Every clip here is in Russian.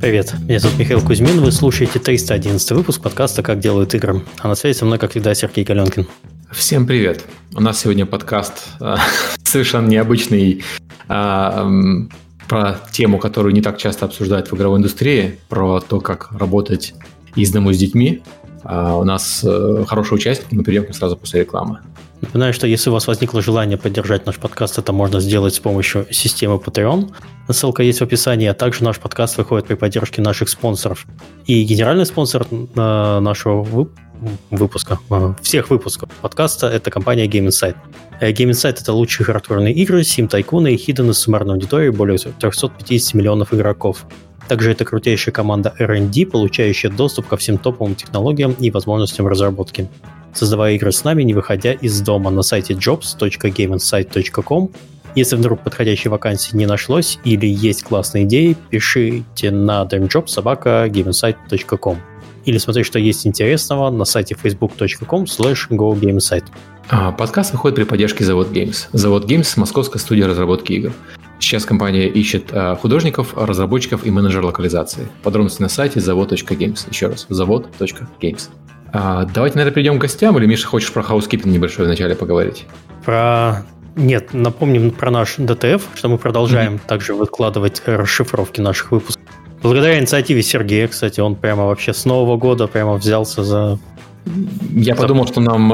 Привет, меня зовут Михаил Кузьмин, вы слушаете 311 выпуск подкаста «Как делают игры». А на связи со мной, как всегда, Сергей Галенкин. Всем привет. У нас сегодня подкаст совершенно необычный про тему, которую не так часто обсуждают в игровой индустрии, про то, как работать из дому с детьми. У нас хороший участник, мы перейдем сразу после рекламы. Напоминаю, что если у вас возникло желание поддержать наш подкаст, это можно сделать с помощью системы Patreon. Ссылка есть в описании, а также наш подкаст выходит при поддержке наших спонсоров. И генеральный спонсор нашего выпуска, всех выпусков подкаста, это компания Game Insight. Game Insight — это лучшие хардкорные игры, сим-тайкуны и хидены с суммарной аудиторией более 350 миллионов игроков. Также это крутейшая команда R&D, получающая доступ ко всем топовым технологиям и возможностям разработки. Создавая игры с нами, не выходя из дома, на сайте jobs.gameinsight.com. Если вдруг подходящей вакансии не нашлось или есть классные идеи, пишите на dreamjobs@gameinsight.com. Или смотрите, что есть интересного на сайте facebook.com/gogameinsight. Подкаст выходит при поддержке Завод Games. Завод Games — московская студия разработки игр. Сейчас компания ищет художников, разработчиков и менеджера локализации. Подробности на сайте завод.games. Еще раз, завод.games. Давайте, наверное, перейдем к гостям, или, Миша, хочешь про хаускипинг небольшой вначале поговорить? Нет, напомним про наш DTF, что мы продолжаем также выкладывать расшифровки наших выпусков. Благодаря инициативе Сергея, кстати, он прямо вообще с Нового года прямо взялся за... Я подумал, что нам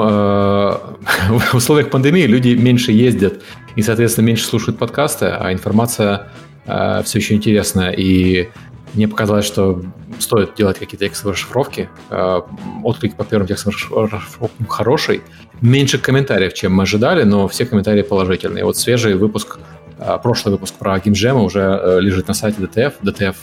в условиях пандемии люди меньше ездят и, соответственно, меньше слушают подкасты, а информация все еще интересная. И мне показалось, что стоит делать какие-то текстовые расшифровки. Отклик по первым текстовым расшифровкам хороший. Меньше комментариев, чем мы ожидали, но все комментарии положительные. Вот свежий выпуск, прошлый выпуск про геймджемы уже лежит на сайте DTF,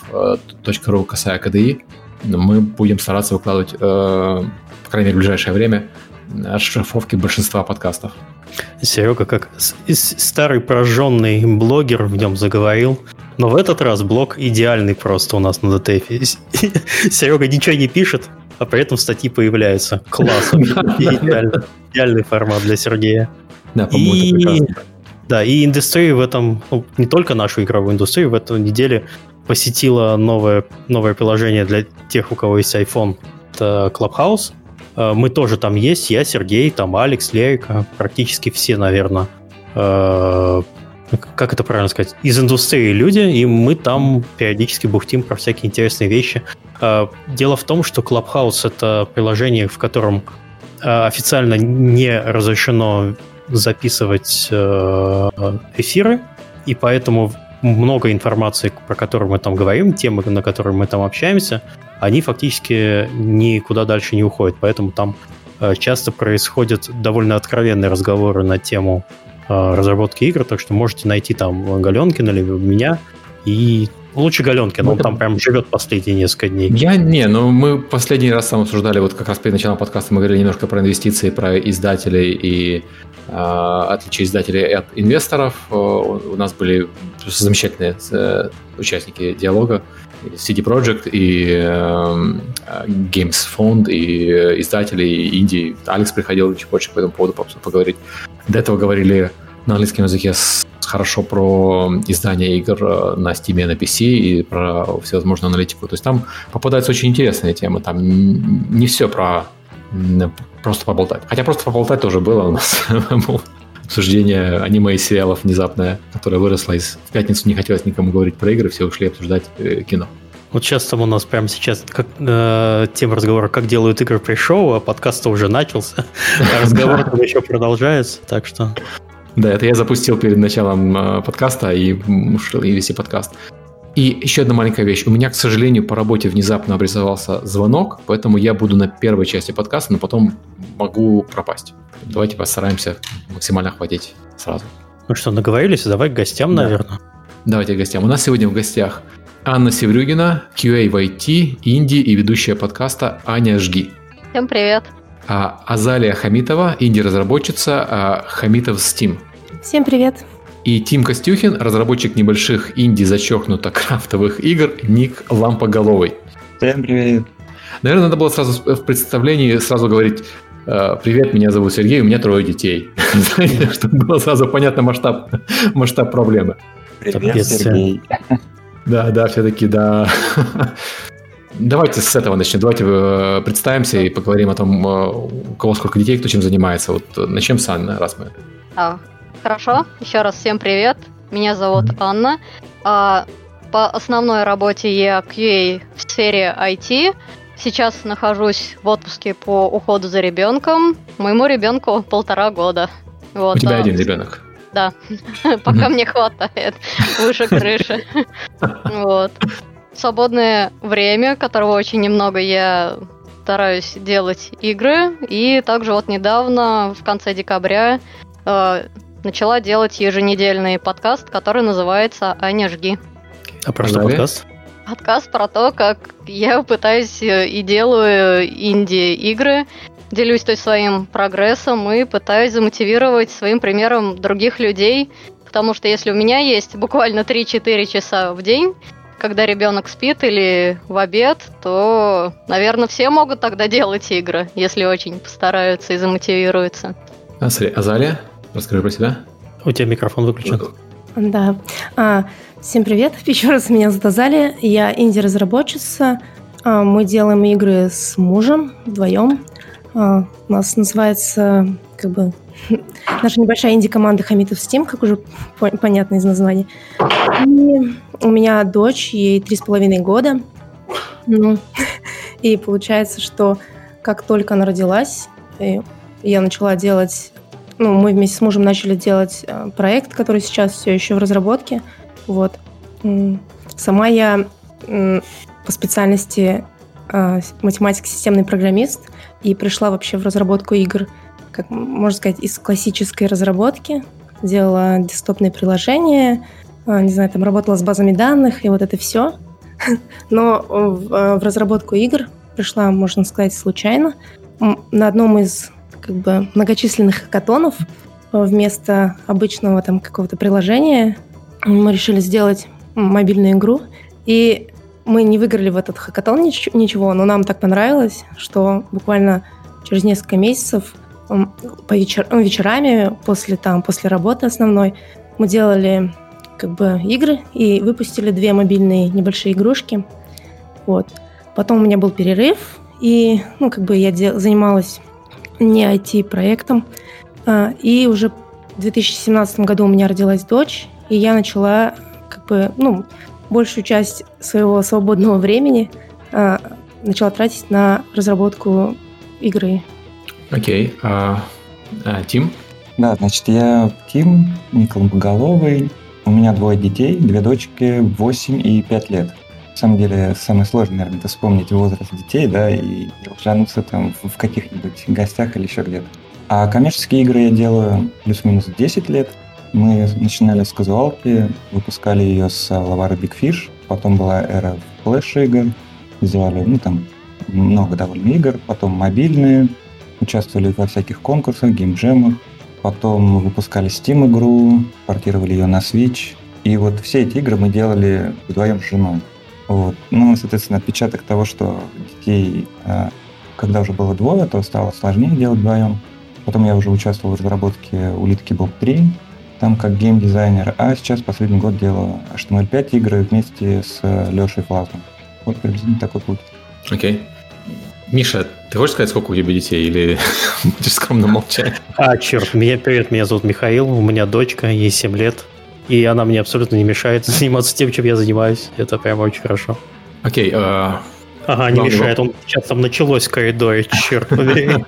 dtf.ru/KDI. Мы будем стараться выкладывать, по крайней мере, в ближайшее время расшифровки большинства подкастов. Серега, как старый прожженный блогер, в нем заговорил. Но в этот раз блог идеальный просто у нас на DTF. Серега ничего не пишет, а при этом статьи появляются. Класс. Идеальный формат для Сергея. Да, по-моему, это прекрасно. Да, и индустрия в этом, не только нашу игровую индустрию, в эту неделю посетила новое приложение для тех, у кого есть iPhone. Это Clubhouse. Мы тоже там есть. Я, Сергей, там Алекс, Лерика. Практически все, наверное, как это правильно сказать, из индустрии люди, и мы там периодически бухтим про всякие интересные вещи. Дело в том, что Clubhouse — это приложение, в котором официально не разрешено записывать эфиры, и поэтому много информации, про которую мы там говорим, темы, на которые мы там общаемся, они фактически никуда дальше не уходят. Поэтому там часто происходят довольно откровенные разговоры на тему разработки игр, так что можете найти там Галенкина или меня, и лучше Галенкин, он там прям живет последние несколько дней. Мы последний раз там обсуждали, вот как раз перед началом подкаста мы говорили немножко про инвестиции, про издателей и отличие издателей от инвесторов. У нас были замечательные участники диалога, CD Projekt и Games Fund, и издатели, и инди. Алекс приходил чуть позже по этому поводу поговорить. До этого говорили на английском языке хорошо про издание игр на Steam и на PC, и про всевозможную аналитику. То есть там попадаются очень интересные темы. Там не все про просто поболтать. Хотя просто поболтать тоже было у нас. Обсуждение аниме и сериалов внезапное, которое выросло в пятницу, не хотелось никому говорить про игры, все ушли обсуждать кино. Вот сейчас там у нас прямо сейчас тема разговора, как делают игры пришел, а подкаст-то уже начался, а разговор там еще продолжается, так что... Да, это я запустил перед началом подкаста и вести подкаст. И еще одна маленькая вещь. У меня, к сожалению, по работе внезапно образовался звонок, поэтому я буду на первой части подкаста, но потом могу пропасть. Давайте постараемся максимально охватить сразу. Ну что, наговорились? Давай к гостям, наверное. Давайте к гостям. У нас сегодня в гостях Анна Севрюгина, QA в IT, инди и ведущая подкаста Аня Жги. Всем привет. Азалия Хамитова, инди-разработчица, Хамитов Steam. Всем привет. И Тим Костюхин, разработчик небольших инди-зачеркнуто крафтовых игр, ник Лампоголовый. Всем привет. Наверное, надо было сразу в представлении говорить: «Привет, меня зовут Сергей, у меня 3 детей». Чтобы было сразу понятно масштаб проблемы. Привет, Сергей. Да, все-таки, да. Давайте с этого начнем. Давайте представимся и поговорим о том, у кого сколько детей, кто чем занимается. Вот начнем с Анны, раз мы... Хорошо. Еще раз всем привет. Меня зовут Анна. По основной работе я QA в сфере IT. Сейчас нахожусь в отпуске по уходу за ребенком. Моему ребенку 1,5 года. Вот, у тебя один ребенок? Да, пока мне хватает, выше крыши. Вот. В свободное время, которого очень немного, я стараюсь делать игры. И также вот недавно, в конце декабря, начала делать еженедельный подкаст, который называется «Аня, жги». А про что подкаст? Подкаст про то, как я пытаюсь и делаю инди-игры, делюсь то есть своим прогрессом и пытаюсь замотивировать своим примером других людей, потому что если у меня есть буквально 3-4 часа в день, когда ребенок спит или в обед, то, наверное, все могут тогда делать игры, если очень постараются и замотивируются. Азалия, расскажи про себя. У тебя микрофон выключен. Да. Всем привет. Еще раз, меня зовут Азалия. Я инди-разработчица. Мы делаем игры с мужем вдвоем. У нас называется наша небольшая инди-команда Хамитов Steam, как уже понятно из названия. И у меня дочь, ей 3,5 года. И получается, что как только она родилась, я начала делать... мы вместе с мужем начали делать проект, который сейчас все еще в разработке. Вот. Сама я по специальности математик, системный программист, и пришла вообще в разработку игр, как можно сказать, из классической разработки. Делала десктопные приложения, работала с базами данных, и вот это все. Но в разработку игр пришла, можно сказать, случайно. На одном из многочисленных хакатонов вместо обычного какого-то приложения мы решили сделать мобильную игру, и мы не выиграли в этот хакатон ничего, но нам так понравилось, что буквально через несколько месяцев вечерами после работы основной мы делали игры и выпустили 2 мобильные небольшие игрушки. Вот. Потом у меня был перерыв, и я занималась не IT-проектом, и уже в 2017 году у меня родилась дочь, и я начала большую часть своего свободного времени начала тратить на разработку игры. Окей. Тим? Да, значит, я Тим Никологоловый. У меня 2 детей, 2 дочки, 8 и 5 лет. На самом деле, самое сложное, наверное, это вспомнить возраст детей, да, и ужануться в каких-нибудь гостях или еще где-то. А коммерческие игры я делаю плюс-минус 10 лет. Мы начинали с казуалки, выпускали ее с Лавары Big Fish, потом была эра флеш-игр, сделали, много довольно игр, потом мобильные, участвовали во всяких конкурсах, геймджемах, потом выпускали Steam-игру, портировали ее на Switch, и вот все эти игры мы делали вдвоем с женой. Вот. Соответственно, отпечаток того, что детей, когда уже было 2, то стало сложнее делать вдвоем. Потом я уже участвовал в разработке Улитки Боб 3, там как геймдизайнер, а сейчас последний год делаю HTML5 игры вместе с Лешей Флазмом. Вот приблизительно такой путь. Окей. Миша, ты хочешь сказать, сколько у тебя детей, или будешь скромно молчать? Черт, привет, меня зовут Михаил, у меня дочка, ей 7 лет, и она мне абсолютно не мешает заниматься тем, чем я занимаюсь. Это прямо очень хорошо. Окей. Не мешает, он сейчас там началось в коридоре, черт побери.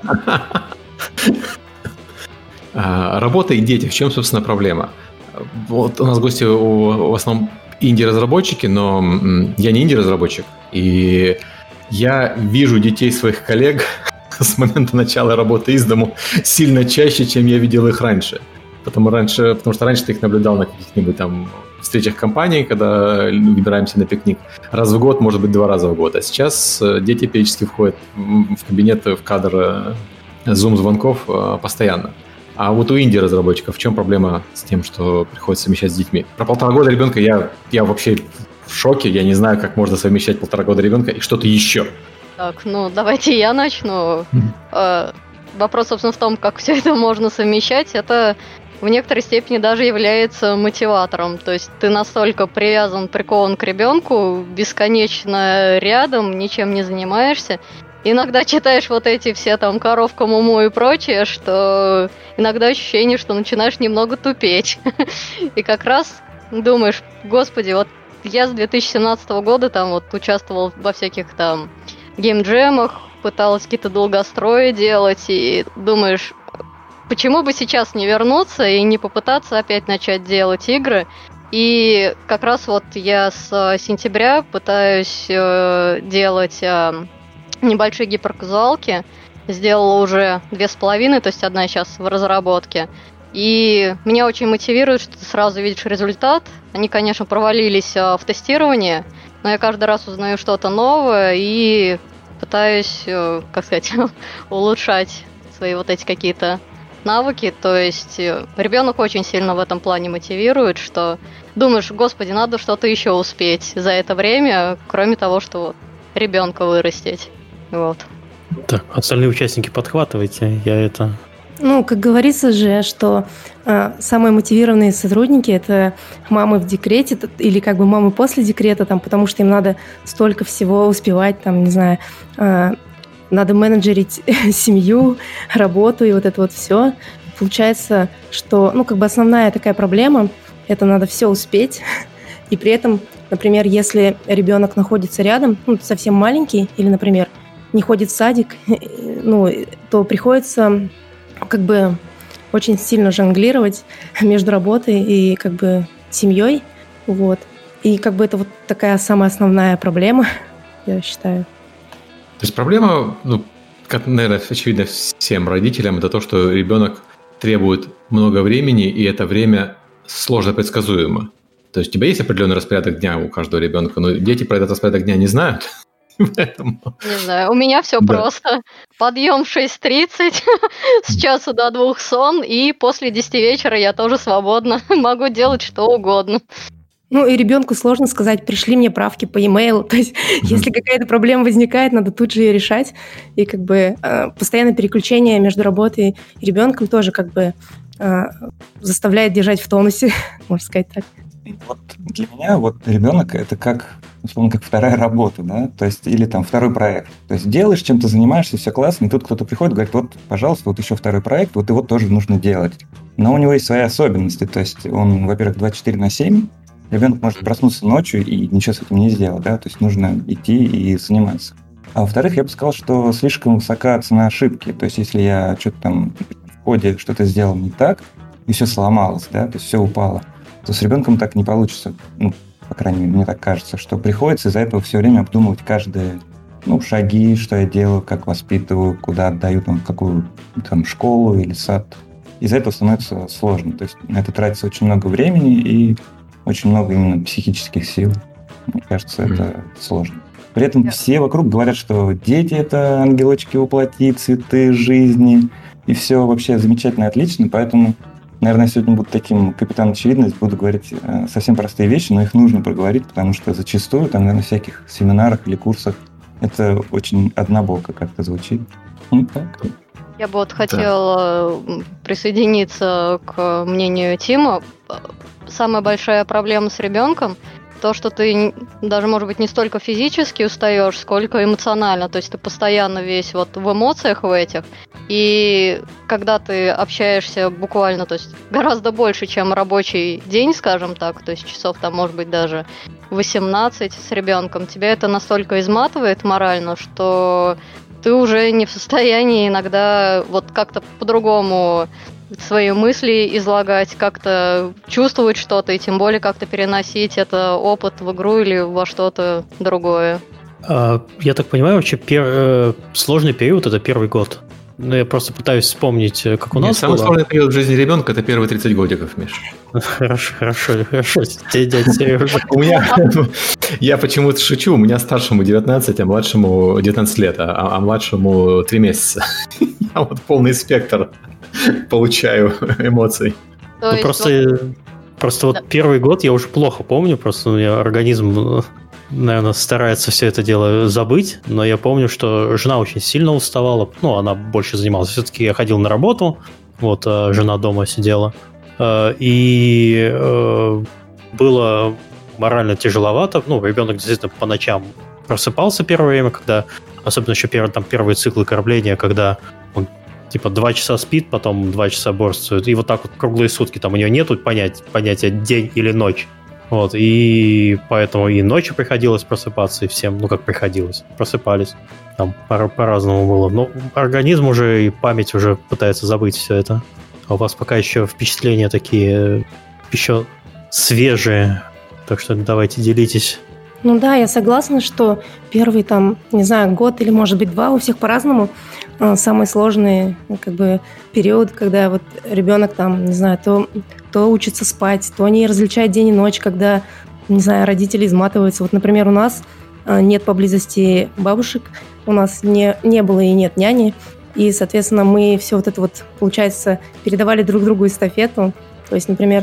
Работа и дети. В чем, собственно, проблема? Вот у нас гости в основном инди-разработчики, но я не инди-разработчик. И я вижу детей своих коллег с момента начала работы из дому сильно чаще, чем я видел их раньше. Потому что раньше ты их наблюдал на каких-нибудь там встречах компаний, когда выбираемся на пикник. Раз в год, может быть, 2 раза в год. А сейчас дети периодически входят в кабинет, в кадр Zoom-звонков постоянно. А вот у инди-разработчиков в чем проблема с тем, что приходится совмещать с детьми? Про 1,5 года ребенка я вообще в шоке. Я не знаю, как можно совмещать 1,5 года ребенка и что-то еще. Так, давайте я начну. Вопрос, собственно, в том, как все это можно совмещать. Это в некоторой степени даже является мотиватором. То есть ты настолько прикован к ребенку, бесконечно рядом, ничем не занимаешься. Иногда читаешь вот эти все там «Коровка Муму» и прочее, что иногда ощущение, что начинаешь немного тупеть. И как раз думаешь, господи, вот я с 2017 года там вот участвовал во всяких там геймджемах, пыталась какие-то долгострои делать, и думаешь, почему бы сейчас не вернуться и не попытаться опять начать делать игры. И как раз вот я с сентября пытаюсь делать небольшие гиперказуалки. Сделала уже 2,5, то есть одна сейчас в разработке. И меня очень мотивирует, что ты сразу видишь результат. Они, конечно, провалились в тестировании, но я каждый раз узнаю что-то новое и пытаюсь, как сказать, улучшать свои вот эти какие-то навыки. То есть ребенок очень сильно в этом плане мотивирует, что думаешь, господи, надо что-то еще успеть за это время, кроме того, что ребенка вырастить. Вот. Так, остальные участники подхватывайте, я это... Ну, как говорится же, что самые мотивированные сотрудники – это мамы в декрете или как бы мамы после декрета, там, потому что им надо столько всего успевать, там, не знаю, надо менеджерить семью, работу и вот это вот все. Получается, что, ну, как бы основная такая проблема – это надо все успеть, и при этом, например, если ребенок находится рядом, ну, совсем маленький, или, например, не ходит в садик, ну, то приходится как бы очень сильно жонглировать между работой и как бы семьей, вот. И как бы это вот такая самая основная проблема, я считаю. То есть проблема, ну, как, наверное, очевидно всем родителям, это то, что ребенок требует много времени, и это время сложно предсказуемо. То есть у тебя есть определенный распорядок дня у каждого ребенка, но дети про этот распорядок дня не знают. Не знаю, у меня все просто. Подъем в 6:30, с часу до 2 сон, и после 10 вечера я тоже свободна. Могу делать что угодно. Ну, и ребенку сложно сказать, пришли мне правки по e-mail. То есть, если какая-то проблема возникает, надо тут же ее решать. И как бы постоянное переключение между работой и ребенком тоже как бы заставляет держать в тонусе, можно сказать так. Вот для меня вот ребенок это как, условно, как вторая работа, да, то есть или там второй проект. То есть делаешь, чем-то занимаешься, все классно, и тут кто-то приходит, говорит, вот, пожалуйста, вот еще второй проект, вот его тоже нужно делать. Но у него есть свои особенности, то есть он, во-первых, 24/7, ребенок может проснуться ночью и ничего с этим не сделать, да, то есть нужно идти и заниматься. А во-вторых, я бы сказал, что слишком высока цена ошибки, то есть если я что-то там в коде что-то сделал не так, и все сломалось, да, то есть все упало, то с ребенком так не получится. Ну, по крайней мере, мне так кажется, что приходится из-за этого все время обдумывать каждые шаги, что я делаю, как воспитываю, куда отдаю, там, в какую там, школу или сад. Из-за этого становится сложно. То есть на это тратится очень много времени и очень много именно психических сил. Мне кажется, это сложно. При этом все вокруг говорят, что дети – это ангелочки воплоти, цветы жизни, и все вообще замечательно, отлично, поэтому... Наверное, сегодня буду таким капитаном очевидности, буду говорить совсем простые вещи, но их нужно проговорить, потому что зачастую там на всяких семинарах или курсах это очень однобоко как-то звучит. Ну, так. Я бы вот хотела присоединиться к мнению Тима. Самая большая проблема с ребенком то, что ты даже, может быть, не столько физически устаешь, сколько эмоционально. То есть ты постоянно весь вот в эмоциях в этих. И когда ты общаешься буквально, то есть гораздо больше, чем рабочий день, скажем так, то есть часов там, может быть, даже 18 с ребенком, тебя это настолько изматывает морально, что ты уже не в состоянии иногда вот как-то по-другому свои мысли излагать, как-то чувствовать что-то, и тем более как-то переносить это опыт в игру или во что-то другое. Я так понимаю, вообще сложный период – это первый год. Ну, я просто пытаюсь вспомнить, как у нас самый сложный период в жизни ребенка – это первые 30 годиков, Миш. Хорошо. Дядя Сережа. Я почему-то шучу. У меня старшему 19, а младшему 19 лет, а младшему 3 месяца. Я вот полный спектр получаю эмоций. Ну, просто вот первый год я уже плохо помню, просто у меня организм, наверное, старается все это дело забыть, но я помню, что жена очень сильно уставала, ну, она больше занималась, все-таки я ходил на работу, вот, а жена дома сидела, И было морально тяжеловато. Ну, ребенок действительно по ночам просыпался первое время, когда, особенно еще первые циклы кормления, когда он типа 2 часа спит, потом 2 часа борствует, и вот так вот круглые сутки, там у него нету понятия день или ночь. Вот, и поэтому и ночью приходилось просыпаться, и всем, ну как приходилось, просыпались. Там по-разному было. Но организм уже и память уже пытается забыть все это. А у вас пока еще впечатления такие еще свежие. Так что давайте делитесь. Ну да, я согласна, что первый там, не знаю, год или, может быть, 2, у всех по-разному. Самый сложный как бы период, когда вот ребенок там, не знаю, то учится спать, то не различает день и ночь, когда, не знаю, родители изматываются. Вот, например, у нас нет поблизости бабушек, у нас не было и нет няни, и, соответственно, мы все вот это вот, получается, передавали друг другу эстафету. То есть, например,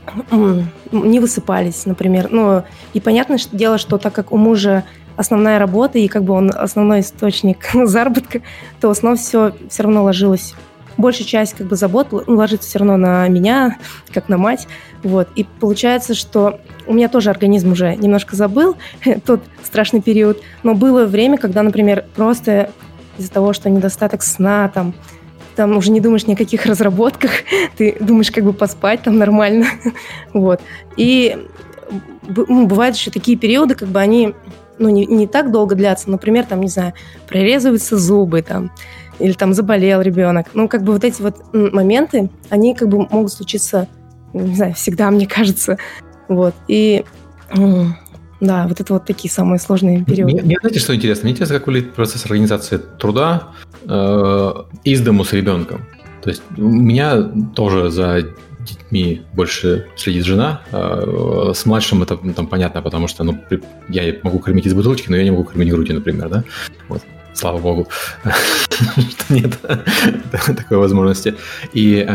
не высыпались, например. Ну, и понятное дело, что так как у мужа основная работа, и как бы он основной источник заработка, то в основном все равно ложилось. Большая часть как бы забот ложится все равно на меня, как на мать. Вот. И получается, что у меня тоже организм уже немножко забыл тот страшный период, но было время, когда, например, просто из-за того, что недостаток сна, там уже не думаешь ни о каких разработках, ты думаешь как бы поспать там нормально. Вот. И бывают еще такие периоды, как бы они не так долго длятся. Например, там, не знаю, прорезываются зубы, там, или там заболел ребенок. Ну, как бы вот эти вот моменты, они как бы могут случиться, не знаю, всегда, мне кажется. Вот. И да, вот это вот такие самые сложные периоды. Мне знаете, что интересно? Мне интересно, как выглядит процесс организации труда из дому с ребенком. То есть у меня тоже за детьми больше следит жена. С младшим это там понятно, потому что я могу кормить из бутылочки, но я не могу кормить грудью, например, да? Вот. Слава богу, что нет такой возможности. И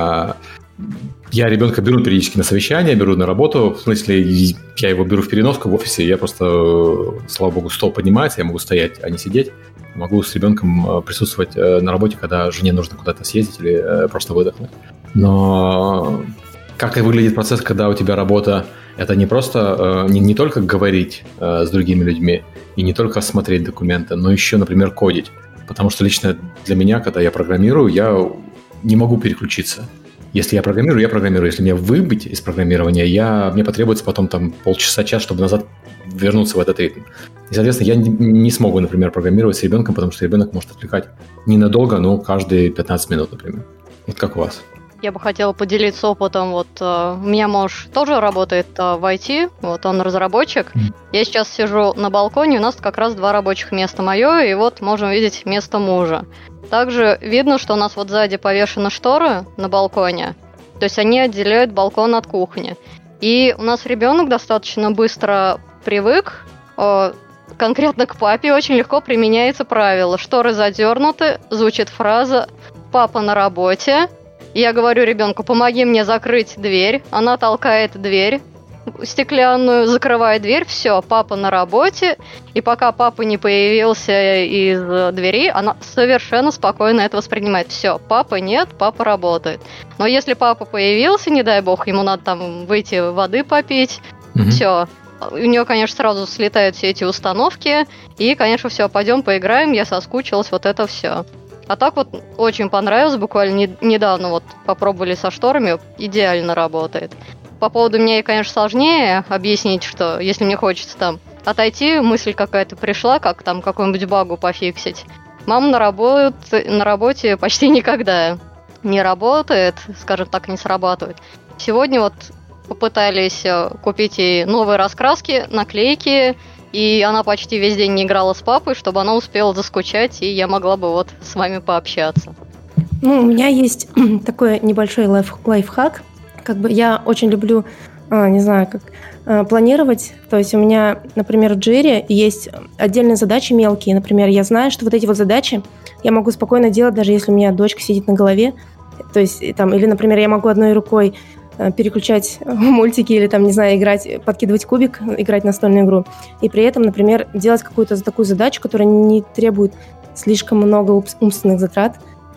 я ребенка беру периодически на совещание, беру на работу. В смысле, я его беру в переноску в офисе. Я просто, слава богу, стол поднимается, я могу стоять, а не сидеть. Могу с ребенком присутствовать на работе, когда жене нужно куда-то съездить или просто выдохнуть. Но как и выглядит процесс, когда у тебя работа, это не просто, не только говорить с другими людьми и не только смотреть документы, но еще, например, кодить. Потому что лично для меня, когда я программирую, я не могу переключиться. Если я программирую, я программирую. Если меня выбить из программирования, мне потребуется потом там полчаса-час, чтобы назад вернуться в этот ритм. И, соответственно, я не смогу, например, программировать с ребенком, потому что ребенок может отвлекать ненадолго, но каждые 15 минут, например. Вот как у вас? Я бы хотела поделиться опытом. Вот у меня муж тоже работает в IT, вот он разработчик. Я сейчас сижу на балконе, у нас как раз 2 рабочих места, мое, и вот можем видеть место мужа. Также видно, что у нас вот сзади повешены шторы на балконе, то есть они отделяют балкон от кухни. И у нас ребенок достаточно быстро привык, конкретно к папе очень легко применяется правило. Шторы задернуты, звучит фраза «папа на работе». Я говорю ребенку: помоги мне закрыть дверь. Она толкает дверь стеклянную, закрывает дверь, все, папа на работе. И пока папа не появился из двери, она совершенно спокойно это воспринимает. Все, папы нет, папа работает. Но если папа появился, не дай бог, ему надо там выйти воды попить, все. У нее, конечно, сразу слетают все эти установки. И, конечно, все, пойдем поиграем, я соскучилась, вот это все. А так вот очень понравилось, буквально недавно вот попробовали со шторами, идеально работает. По поводу меня, конечно, сложнее объяснить, что если мне хочется там отойти, мысль какая-то пришла, как там какую-нибудь багу пофиксить. Мама на работе почти никогда не работает, скажем так, не срабатывает. Сегодня вот попытались купить ей новые раскраски, наклейки, и она почти весь день не играла с папой, чтобы она успела заскучать, и я могла бы вот с вами пообщаться. Ну, у меня есть такой небольшой лайфхак. Как бы я очень люблю, не знаю, как планировать. То есть у меня, например, в Jira есть отдельные задачи мелкие. Например, я знаю, что вот эти вот задачи я могу спокойно делать, даже если у меня дочка сидит на голове. То есть там, или, например, я могу одной рукой переключать мультики или там, не знаю, играть, подкидывать кубик, играть в настольную игру. И при этом, например, делать какую-то такую задачу, которая не требует слишком много умственных затрат.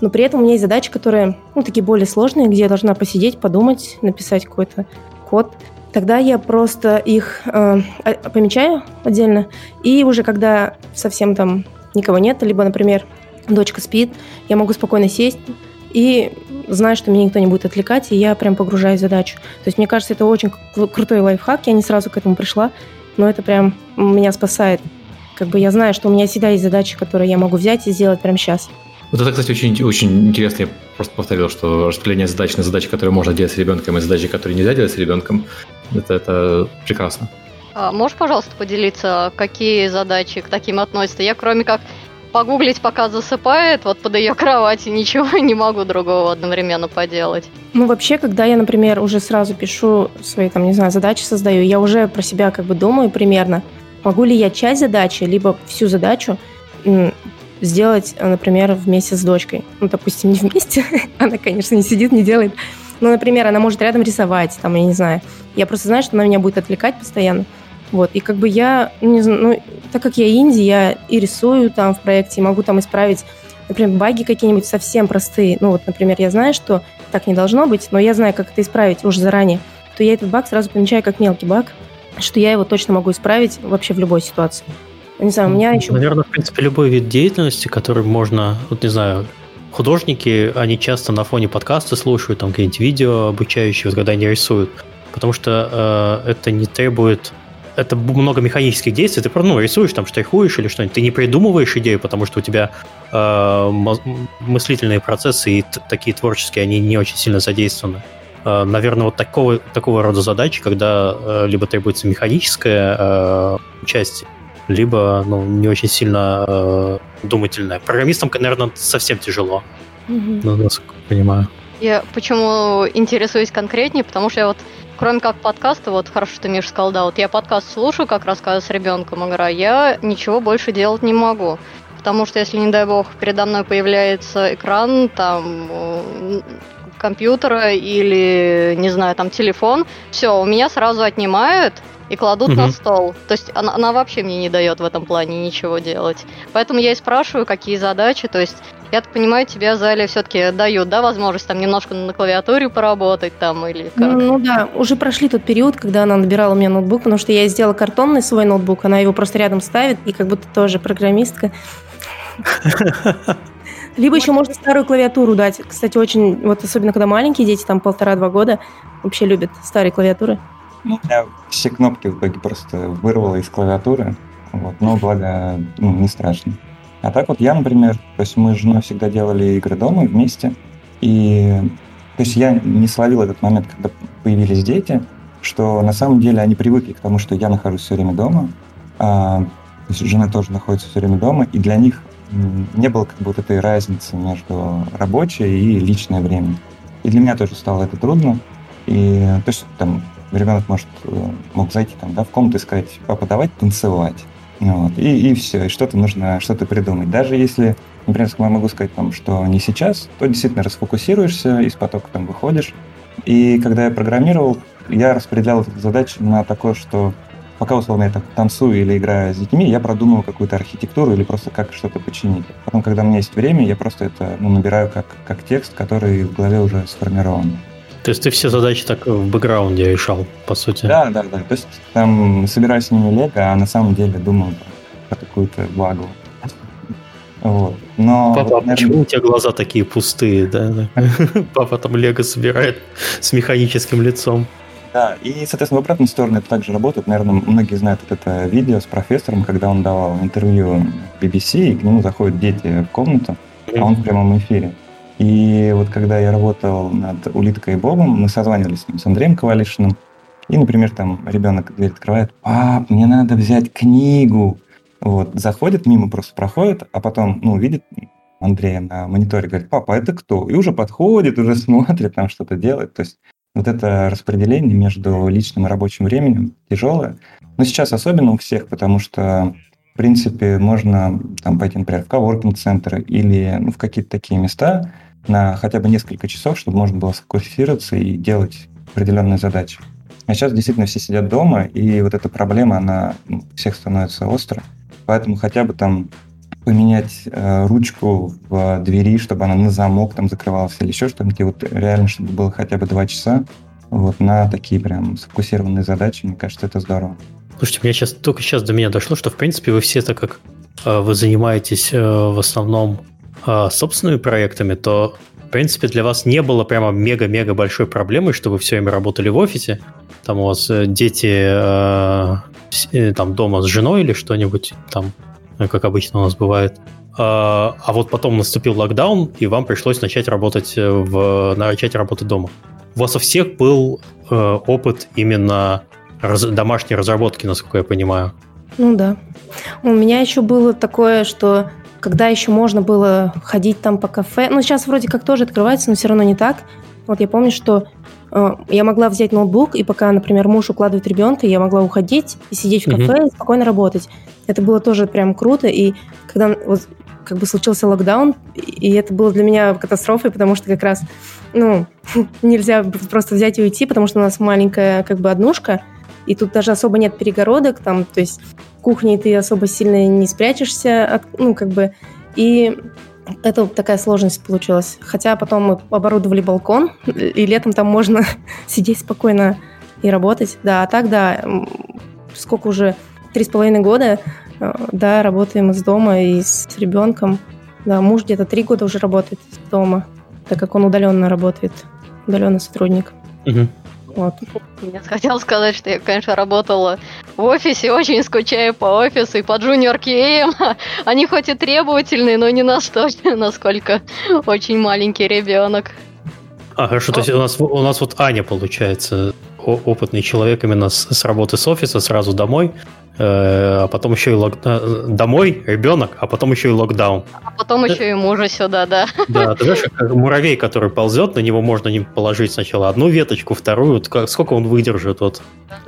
но при этом у меня есть задачи, которые, такие более сложные, где я должна посидеть, подумать, написать какой-то код. Тогда я просто их помечаю отдельно, и уже когда совсем там никого нет, либо, например, дочка спит, я могу спокойно сесть и знаю, что меня никто не будет отвлекать, и я прям погружаюсь в задачу. То есть, мне кажется, это очень крутой лайфхак, я не сразу к этому пришла, но это прям меня спасает. Я знаю, что у меня всегда есть задачи, которые я могу взять и сделать прямо сейчас. Вот это, кстати, очень, очень интересно. Я просто повторил, что распределение задач на задачи, которые можно делать с ребенком, и задачи, которые нельзя делать с ребенком, это прекрасно. Можешь, пожалуйста, поделиться, какие задачи к таким относятся? Я, кроме как погуглить, пока засыпает, вот под ее кровати, ничего не могу другого одновременно поделать. Вообще, когда я, например, уже сразу пишу свои, задачи создаю, я уже про себя думаю примерно, могу ли я часть задачи, либо всю задачу сделать, например, вместе с дочкой. Допустим, не вместе. Она, конечно, не сидит, не делает. Но, например, она может рядом рисовать, я не знаю. Я просто знаю, что она меня будет отвлекать постоянно. Вот. И я, так как я инди, я и рисую в проекте, и могу исправить, например, баги какие-нибудь совсем простые. Например, я знаю, что так не должно быть, но я знаю, как это исправить уже заранее. То я этот баг сразу помечаю как мелкий баг, что я его точно могу исправить вообще в любой ситуации. Не знаю, у меня еще... Наверное, в принципе, любой вид деятельности, который можно, художники, они часто на фоне подкаста слушают какие-нибудь видео обучающие, когда они рисуют, потому что это не требует... Это много механических действий, ты рисуешь, штрихуешь или что-нибудь, ты не придумываешь идею, потому что у тебя мыслительные процессы и такие творческие, они не очень сильно задействованы. Наверное, вот такого рода задачи, когда либо требуется механическое участие, либо не очень сильно думательное. Программистам, наверное, совсем тяжело, насколько я понимаю. Я почему интересуюсь конкретнее, потому что я кроме как подкаста, хорошо, что Миша сказал, да, я подкаст слушаю, как рассказываю с ребенком игра, я ничего больше делать не могу. Потому что, если, не дай бог, передо мной появляется экран, компьютера или, не знаю, телефон, все, у меня сразу отнимают и кладут на стол. То есть она вообще мне не дает в этом плане ничего делать. Поэтому я и спрашиваю, какие задачи. То есть, я так понимаю, тебе в зале все-таки дают, возможность немножко на клавиатуре поработать или как? Да, уже прошли тот период, когда она набирала у меня ноутбук, потому что я сделала картонный свой ноутбук, она его просто рядом ставит, и как будто тоже программистка. Либо еще можно старую клавиатуру дать. Кстати, очень, особенно когда маленькие дети, 1,5-2 года, вообще любят старые клавиатуры. Я все кнопки в итоге просто вырвала из клавиатуры, но благо не страшно. А так я, например, то есть мы с женой всегда делали игры дома вместе, и то есть я не словил этот момент, когда появились дети, что на самом деле они привыкли к тому, что я нахожусь все время дома, то есть жена тоже находится все время дома, и для них не было этой разницы между рабочее и личное время. И для меня тоже стало это трудно. И то есть ребенок мог зайти в комнату и сказать: папа, давай танцевать. И все, и что-то придумать. Даже если, например, я могу сказать, что не сейчас, то действительно расфокусируешься, из потока выходишь. И когда я программировал, я распределял эти задачи на такое, что пока, условно, я танцую или играю с детьми, я продумываю какую-то архитектуру или просто как что-то починить. Потом, когда у меня есть время, я просто это набираю как текст, который в голове уже сформирован. То есть ты все задачи так в бэкграунде решал, по сути? Да. То есть собираю с ними лего, а на самом деле думаю про какую-то благо. Но папа, почему у тебя глаза такие пустые, да? Папа лего собирает с механическим лицом. Да, и, соответственно, в обратную сторону это также работает. Наверное, многие знают это видео с профессором, когда он давал интервью BBC, и к нему заходят дети в комнату, а он в прямом эфире. И когда я работал над «Улиткой и Бобом», мы созванивались с ним, с Андреем Ковалишиным, и, например, ребенок дверь открывает: «Пап, мне надо взять книгу». Заходит, мимо просто проходит, а потом, видит Андрея на мониторе, говорит: «Папа, это кто?» И уже подходит, уже смотрит, что-то делает. То есть это распределение между личным и рабочим временем тяжелое. Но сейчас особенно у всех, потому что, в принципе, можно пойти, например, в коворкинг-центры или в какие-то такие места на хотя бы несколько часов, чтобы можно было сфокусироваться и делать определенные задачи. А сейчас действительно все сидят дома, и эта проблема, она у всех становится острой. Поэтому хотя бы поменять ручку в двери, чтобы она на замок там закрывалась или еще что-нибудь. И вот реально, чтобы было хотя бы 2 часа вот на такие прям сфокусированные задачи, мне кажется, это здорово. Слушайте, только сейчас до меня дошло, что, в принципе, вы все, так как вы занимаетесь в основном собственными проектами, то, в принципе, для вас не было прямо мега-мега большой проблемой, что вы все время работали в офисе. Там у вас дети там дома с женой или что-нибудь там, как обычно у нас бывает. А вот потом наступил локдаун, и вам пришлось начать работать дома. У вас у всех был опыт именно домашней разработки, насколько я понимаю. Ну да. У меня еще было такое, что когда еще можно было ходить там по кафе, ну сейчас вроде как тоже открывается, но все равно не так. Вот я помню, что я могла взять ноутбук, и пока, например, муж укладывает ребенка, я могла уходить и сидеть в кафе и спокойно работать. Это было тоже прям круто, и когда вот как бы случился локдаун, и это было для меня катастрофой, потому что как раз, нельзя просто взять и уйти, потому что у нас маленькая как бы однушка, и тут даже особо нет перегородок, там, то есть в кухне ты особо сильно не спрячешься, и это такая сложность получилась. Хотя потом мы оборудовали балкон, и летом там можно сидеть спокойно и работать. Да, а так, да, сколько уже, 3,5 года, да, работаем из дома и с ребенком. Да, муж где-то 3 года уже работает из дома, так как он удаленно работает, удаленный сотрудник. Угу. Вот. Я хотела сказать, что я, конечно, работала в офисе, очень скучаю по офису и по Junior QA. Они хоть и требовательные, но не настолько, насколько очень маленький ребенок. Хорошо, то есть у нас вот Аня, получается, опытный человек именно с работы с офиса, сразу домой, а потом еще и домой, ребенок, а потом еще и локдаун. А потом еще и мужа сюда, да. Да, ты знаешь, как муравей, который ползет, на него можно не положить сначала одну веточку, вторую, сколько он выдержит? Вот.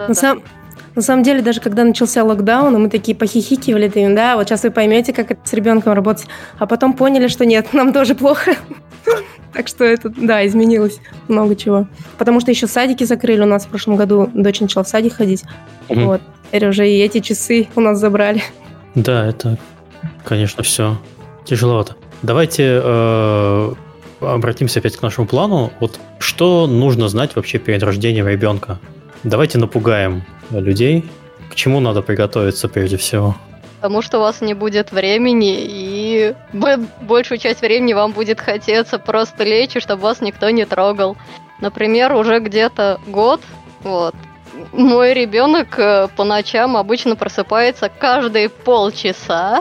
На самом деле, даже когда начался локдаун, мы такие похихикивали, да, вот сейчас вы поймете, как это с ребенком работать, а потом поняли, что нет, нам тоже плохо. Так что это, да, изменилось много чего. Потому что еще садики закрыли у нас в прошлом году, дочь начала в садик ходить, вот. Теперь уже и эти часы у нас забрали. Да, это, конечно, все тяжеловато. Давайте обратимся опять к нашему плану. Вот что нужно знать вообще перед рождением ребенка? Давайте напугаем людей. К чему надо приготовиться прежде всего? Потому что у вас не будет времени, и большую часть времени вам будет хотеться просто лечь, и чтобы вас никто не трогал. Например, уже где-то год, вот. Мой ребенок по ночам обычно просыпается каждые полчаса.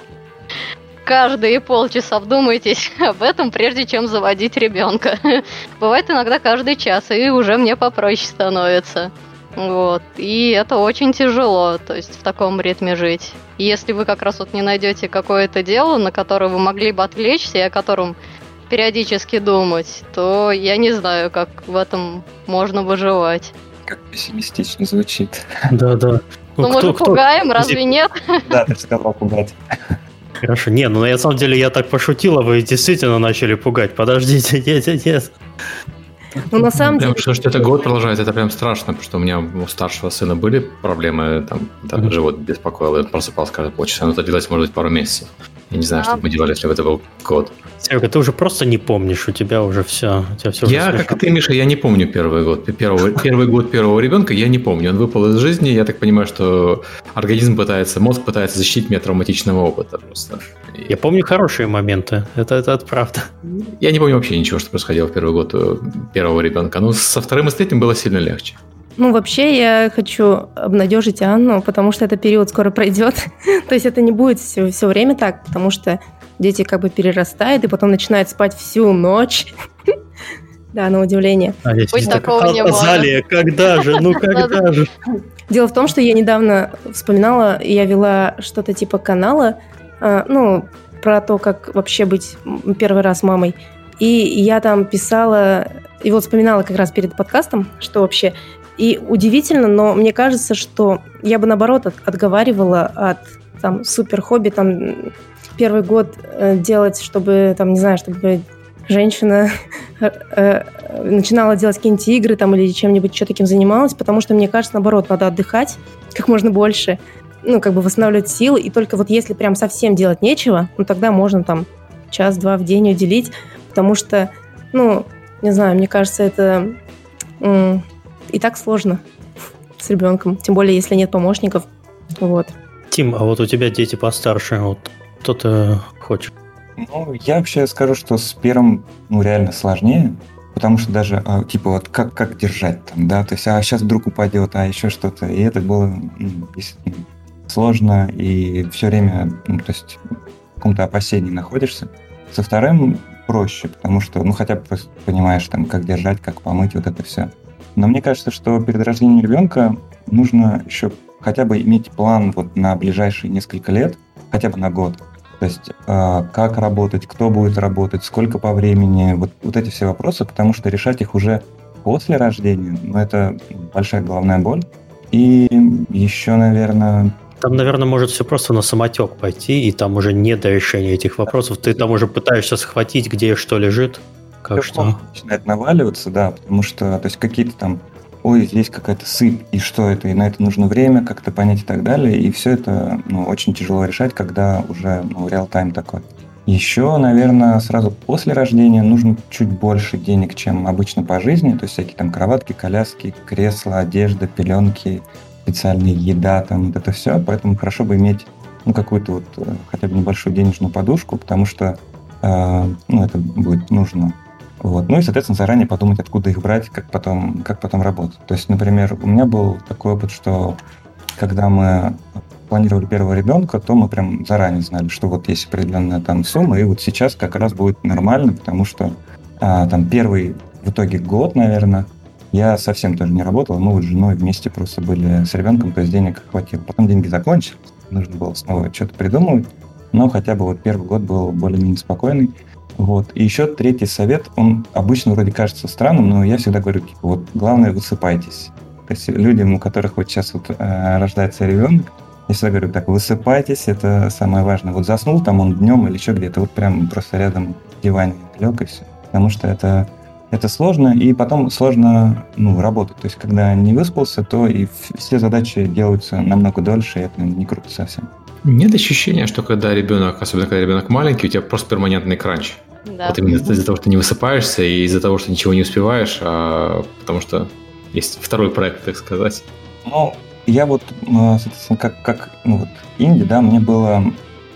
Каждые полчаса вдумайтесь об этом, прежде чем заводить ребенка. Бывает иногда каждый час, и уже мне попроще становится. Вот. И это очень тяжело, то есть в таком ритме жить. Если вы как раз вот не найдете какое-то дело, на которое вы могли бы отвлечься и о котором периодически думать, то я не знаю, как в этом можно выживать. Как пессимистично звучит. Да. Ну, мы же пугаем, разве нет? Да, ты сказал пугать. Хорошо. Не, на самом деле я так пошутил, а вы действительно начали пугать. Подождите, нет. Ну, на самом деле... Потому что это год продолжается, это прям страшно, потому что у меня у старшего сына были проблемы, там живот беспокоил, он просыпался каждые полчаса, но это длилось, может быть, пару месяцев. Я не знаю, что бы мы делали, если бы это был год. Серега, ты уже просто не помнишь, у тебя уже все. Я, как и ты, Миша, я не помню первый год. Первый год первого ребенка я не помню. Он выпал из жизни. Я так понимаю, что мозг пытается защитить меня от травматичного опыта просто. Я помню хорошие моменты. Это правда. Я не помню вообще ничего, что происходило в первый год первого ребенка. Но со вторым и с третьим было сильно легче. Ну, вообще, я хочу обнадежить Анну, потому что этот период скоро пройдет. То есть это не будет все время так, потому что дети как бы перерастают и потом начинают спать всю ночь. Да, на удивление. Пусть такого не было. Азалия, когда же? Ну, когда же? Дело в том, что я недавно вспоминала, я вела что-то типа канала, про то, как вообще быть первый раз мамой. И я там писала, и вот вспоминала как раз перед подкастом, что вообще... И удивительно, но мне кажется, что я бы, наоборот, отговаривала от супер хобби, первый год делать, чтобы, чтобы женщина начинала делать какие-нибудь игры или чем-нибудь еще таким занималась, потому что, мне кажется, наоборот, надо отдыхать как можно больше. восстанавливать силы, и только вот если прям совсем делать нечего, тогда можно там час-два в день уделить, потому что, не знаю, мне кажется, это и так сложно с ребенком, тем более, если нет помощников, вот. Тим, а вот у тебя дети постарше, вот что ты хочешь? Я вообще скажу, что с первым, реально сложнее, потому что даже, как держать там, да, то есть, сейчас вдруг упадет, еще что-то, и это было сложно, и все время, то есть, в каком-то опасении находишься. Со вторым проще, потому что, хотя бы просто понимаешь, там, как держать, как помыть, вот это все. Но мне кажется, что перед рождением ребенка нужно еще хотя бы иметь план вот на ближайшие несколько лет, хотя бы на год. То есть, как работать, кто будет работать, сколько по времени, вот эти все вопросы, потому что решать их уже после рождения, это большая головная боль. И еще, наверное... Там, наверное, может все просто на самотек пойти, и там уже не до решения этих вопросов. Ты там уже пытаешься схватить, где что лежит. Как что? Начинает наваливаться, да, потому что, то есть, какие-то там, здесь какая-то сыпь, и что это, и на это нужно время как-то понять и так далее, и все это, очень тяжело решать, когда уже, реал-тайм такой. Еще, наверное, сразу после рождения нужно чуть больше денег, чем обычно по жизни, то есть всякие там кроватки, коляски, кресла, одежда, пеленки, специальная еда, там вот это все, поэтому хорошо бы иметь, какую-то хотя бы небольшую денежную подушку, потому что, это будет нужно. Вот. И, соответственно, заранее подумать, откуда их брать, как потом работать. То есть, например, у меня был такой опыт, что когда мы планировали первого ребенка, то мы прям заранее знали, что вот есть определенная там сумма, и вот сейчас как раз будет нормально, потому что там первый в итоге год, наверное, я совсем тоже не работал, мы с женой вместе просто были с ребенком, то есть денег хватило. Потом деньги закончились, нужно было снова что-то придумывать, но хотя бы первый год был более-менее спокойный. Вот. И еще третий совет, он обычно вроде кажется странным, но я всегда говорю, главное, высыпайтесь. То есть людям, у которых сейчас рождается ребенок, я всегда говорю, высыпайтесь, это самое важное. Заснул там он днем или еще где-то, прям просто рядом в диване лег и все. Потому что это сложно, и потом сложно работать. То есть когда не выспался, то и все задачи делаются намного дольше, и это не круто совсем. Нет ощущения, что когда ребенок, особенно когда ребенок маленький, у тебя просто перманентный кранч. Да. Вот именно из-за того, что ты не высыпаешься, и из-за того, что ничего не успеваешь, потому что есть второй проект, так сказать. Я соответственно, как инди, да, мне было...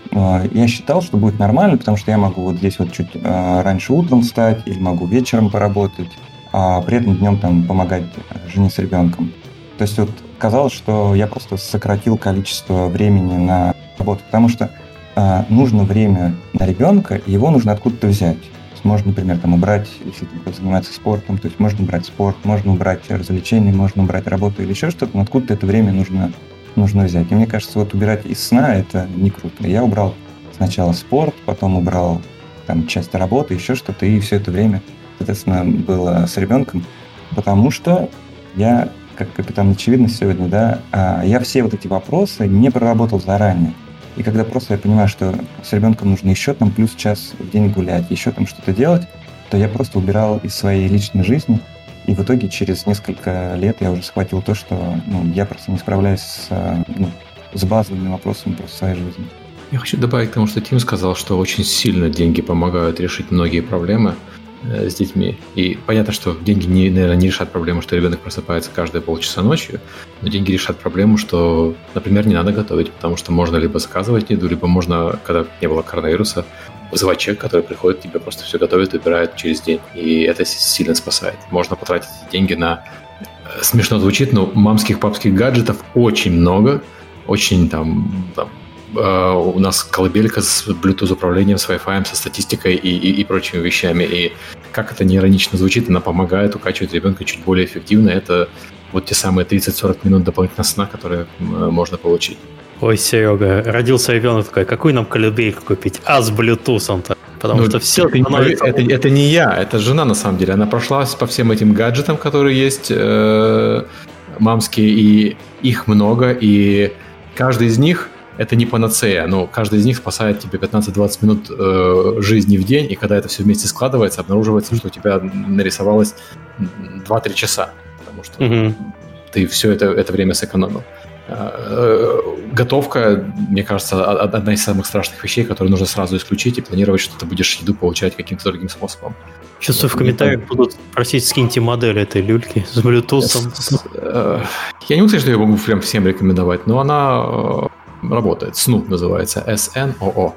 Я считал, что будет нормально, потому что я могу здесь чуть раньше утром встать, или могу вечером поработать, а при этом днем там помогать жене с ребенком. То есть казалось, что я просто сократил количество времени на работу, потому что нужно время на ребенка, и его нужно откуда-то взять. То есть можно, например, убрать, если кто-то занимается спортом, то есть можно убрать спорт, можно убрать развлечения, можно убрать работу или еще что-то, но откуда-то это время нужно взять. И мне кажется, убирать из сна это не круто. Я убрал сначала спорт, потом убрал часть работы, еще что-то, и все это время, соответственно, было с ребенком, потому что я, как капитан очевидность сегодня, да, я все эти вопросы не проработал заранее. И когда просто я понимаю, что с ребенком нужно еще плюс час в день гулять, еще что-то делать, то я просто убирал из своей личной жизни, и в итоге через несколько лет я уже схватил то, что я просто не справляюсь с базовыми вопросами просто своей жизни. Я хочу добавить к тому, что Тим сказал, что очень сильно деньги помогают решить многие проблемы с детьми. И понятно, что деньги, наверное, не решат проблему, что ребенок просыпается каждые полчаса ночью, но деньги решат проблему, что, например, не надо готовить, потому что можно либо заказывать еду, либо можно, когда не было коронавируса, вызывать человека, который приходит, тебе просто все готовит и убирает через день. И это сильно спасает. Можно потратить деньги на... Смешно звучит, но мамских, папских гаджетов очень много. Очень у нас колыбелька с Bluetooth-управлением, с Wi-Fi, со статистикой и прочими вещами. И как это не иронично звучит, она помогает укачивать ребенка чуть более эффективно. Это те самые 30-40 минут дополнительного сна, которые можно получить. Ой, Серега, родился ребенок такой, какую нам колыбельку купить? А с Bluetooth-то. Потому что все становится... Это не я, это жена на самом деле. Она прошлась по всем этим гаджетам, которые есть мамские, и их много, и каждый из них это не панацея, но каждый из них спасает тебе 15-20 минут жизни в день, и когда это все вместе складывается, обнаруживается, что у тебя нарисовалось 2-3 часа, потому что ты все это время сэкономил. Готовка, мне кажется, одна из самых страшных вещей, которые нужно сразу исключить и планировать, что ты будешь еду получать каким-то другим способом. Чувствую, в комментариях будут просить, скиньте модель этой люльки с Bluetooth. Я не могу сказать, что я могу прям всем рекомендовать, но она работает. Snoop называется. SNOO.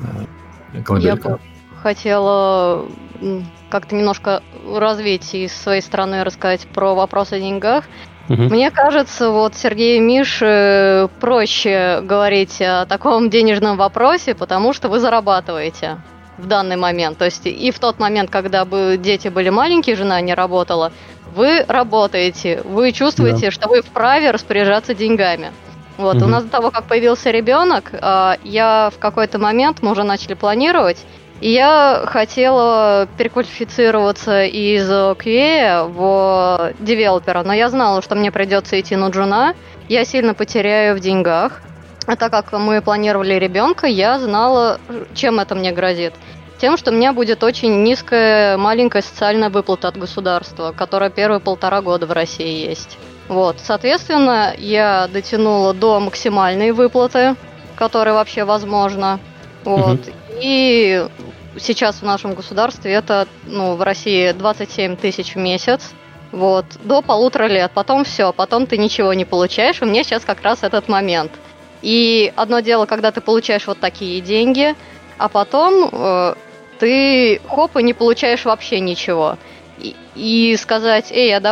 Я бы хотела как-то немножко развить и с своей стороны рассказать про вопрос о деньгах. Мне кажется, вот Сергею и Мише проще говорить о таком денежном вопросе, потому что вы зарабатываете в данный момент. То есть и в тот момент, когда бы дети были маленькие, жена не работала, вы работаете, вы чувствуете, что вы вправе распоряжаться деньгами. Вот, у нас до того, как появился ребенок, я в какой-то момент, мы уже начали планировать, и я хотела переквалифицироваться из QA в девелопера, но я знала, что мне придется идти на джуна, я сильно потеряю в деньгах. А так как мы планировали ребенка, я знала, чем это мне грозит. Тем, что у меня будет очень низкая, маленькая социальная выплата от государства, которая первые 1,5 года в России есть. Вот, соответственно, я дотянула до максимальной выплаты, которая вообще возможна. Вот. И сейчас в нашем государстве это, в России 27 тысяч в месяц. Вот, до 1,5 лет. Потом все, потом ты ничего не получаешь. У меня сейчас как раз этот момент. И одно дело, когда ты получаешь вот такие деньги, а потом ты хоп и не получаешь вообще ничего. И сказать,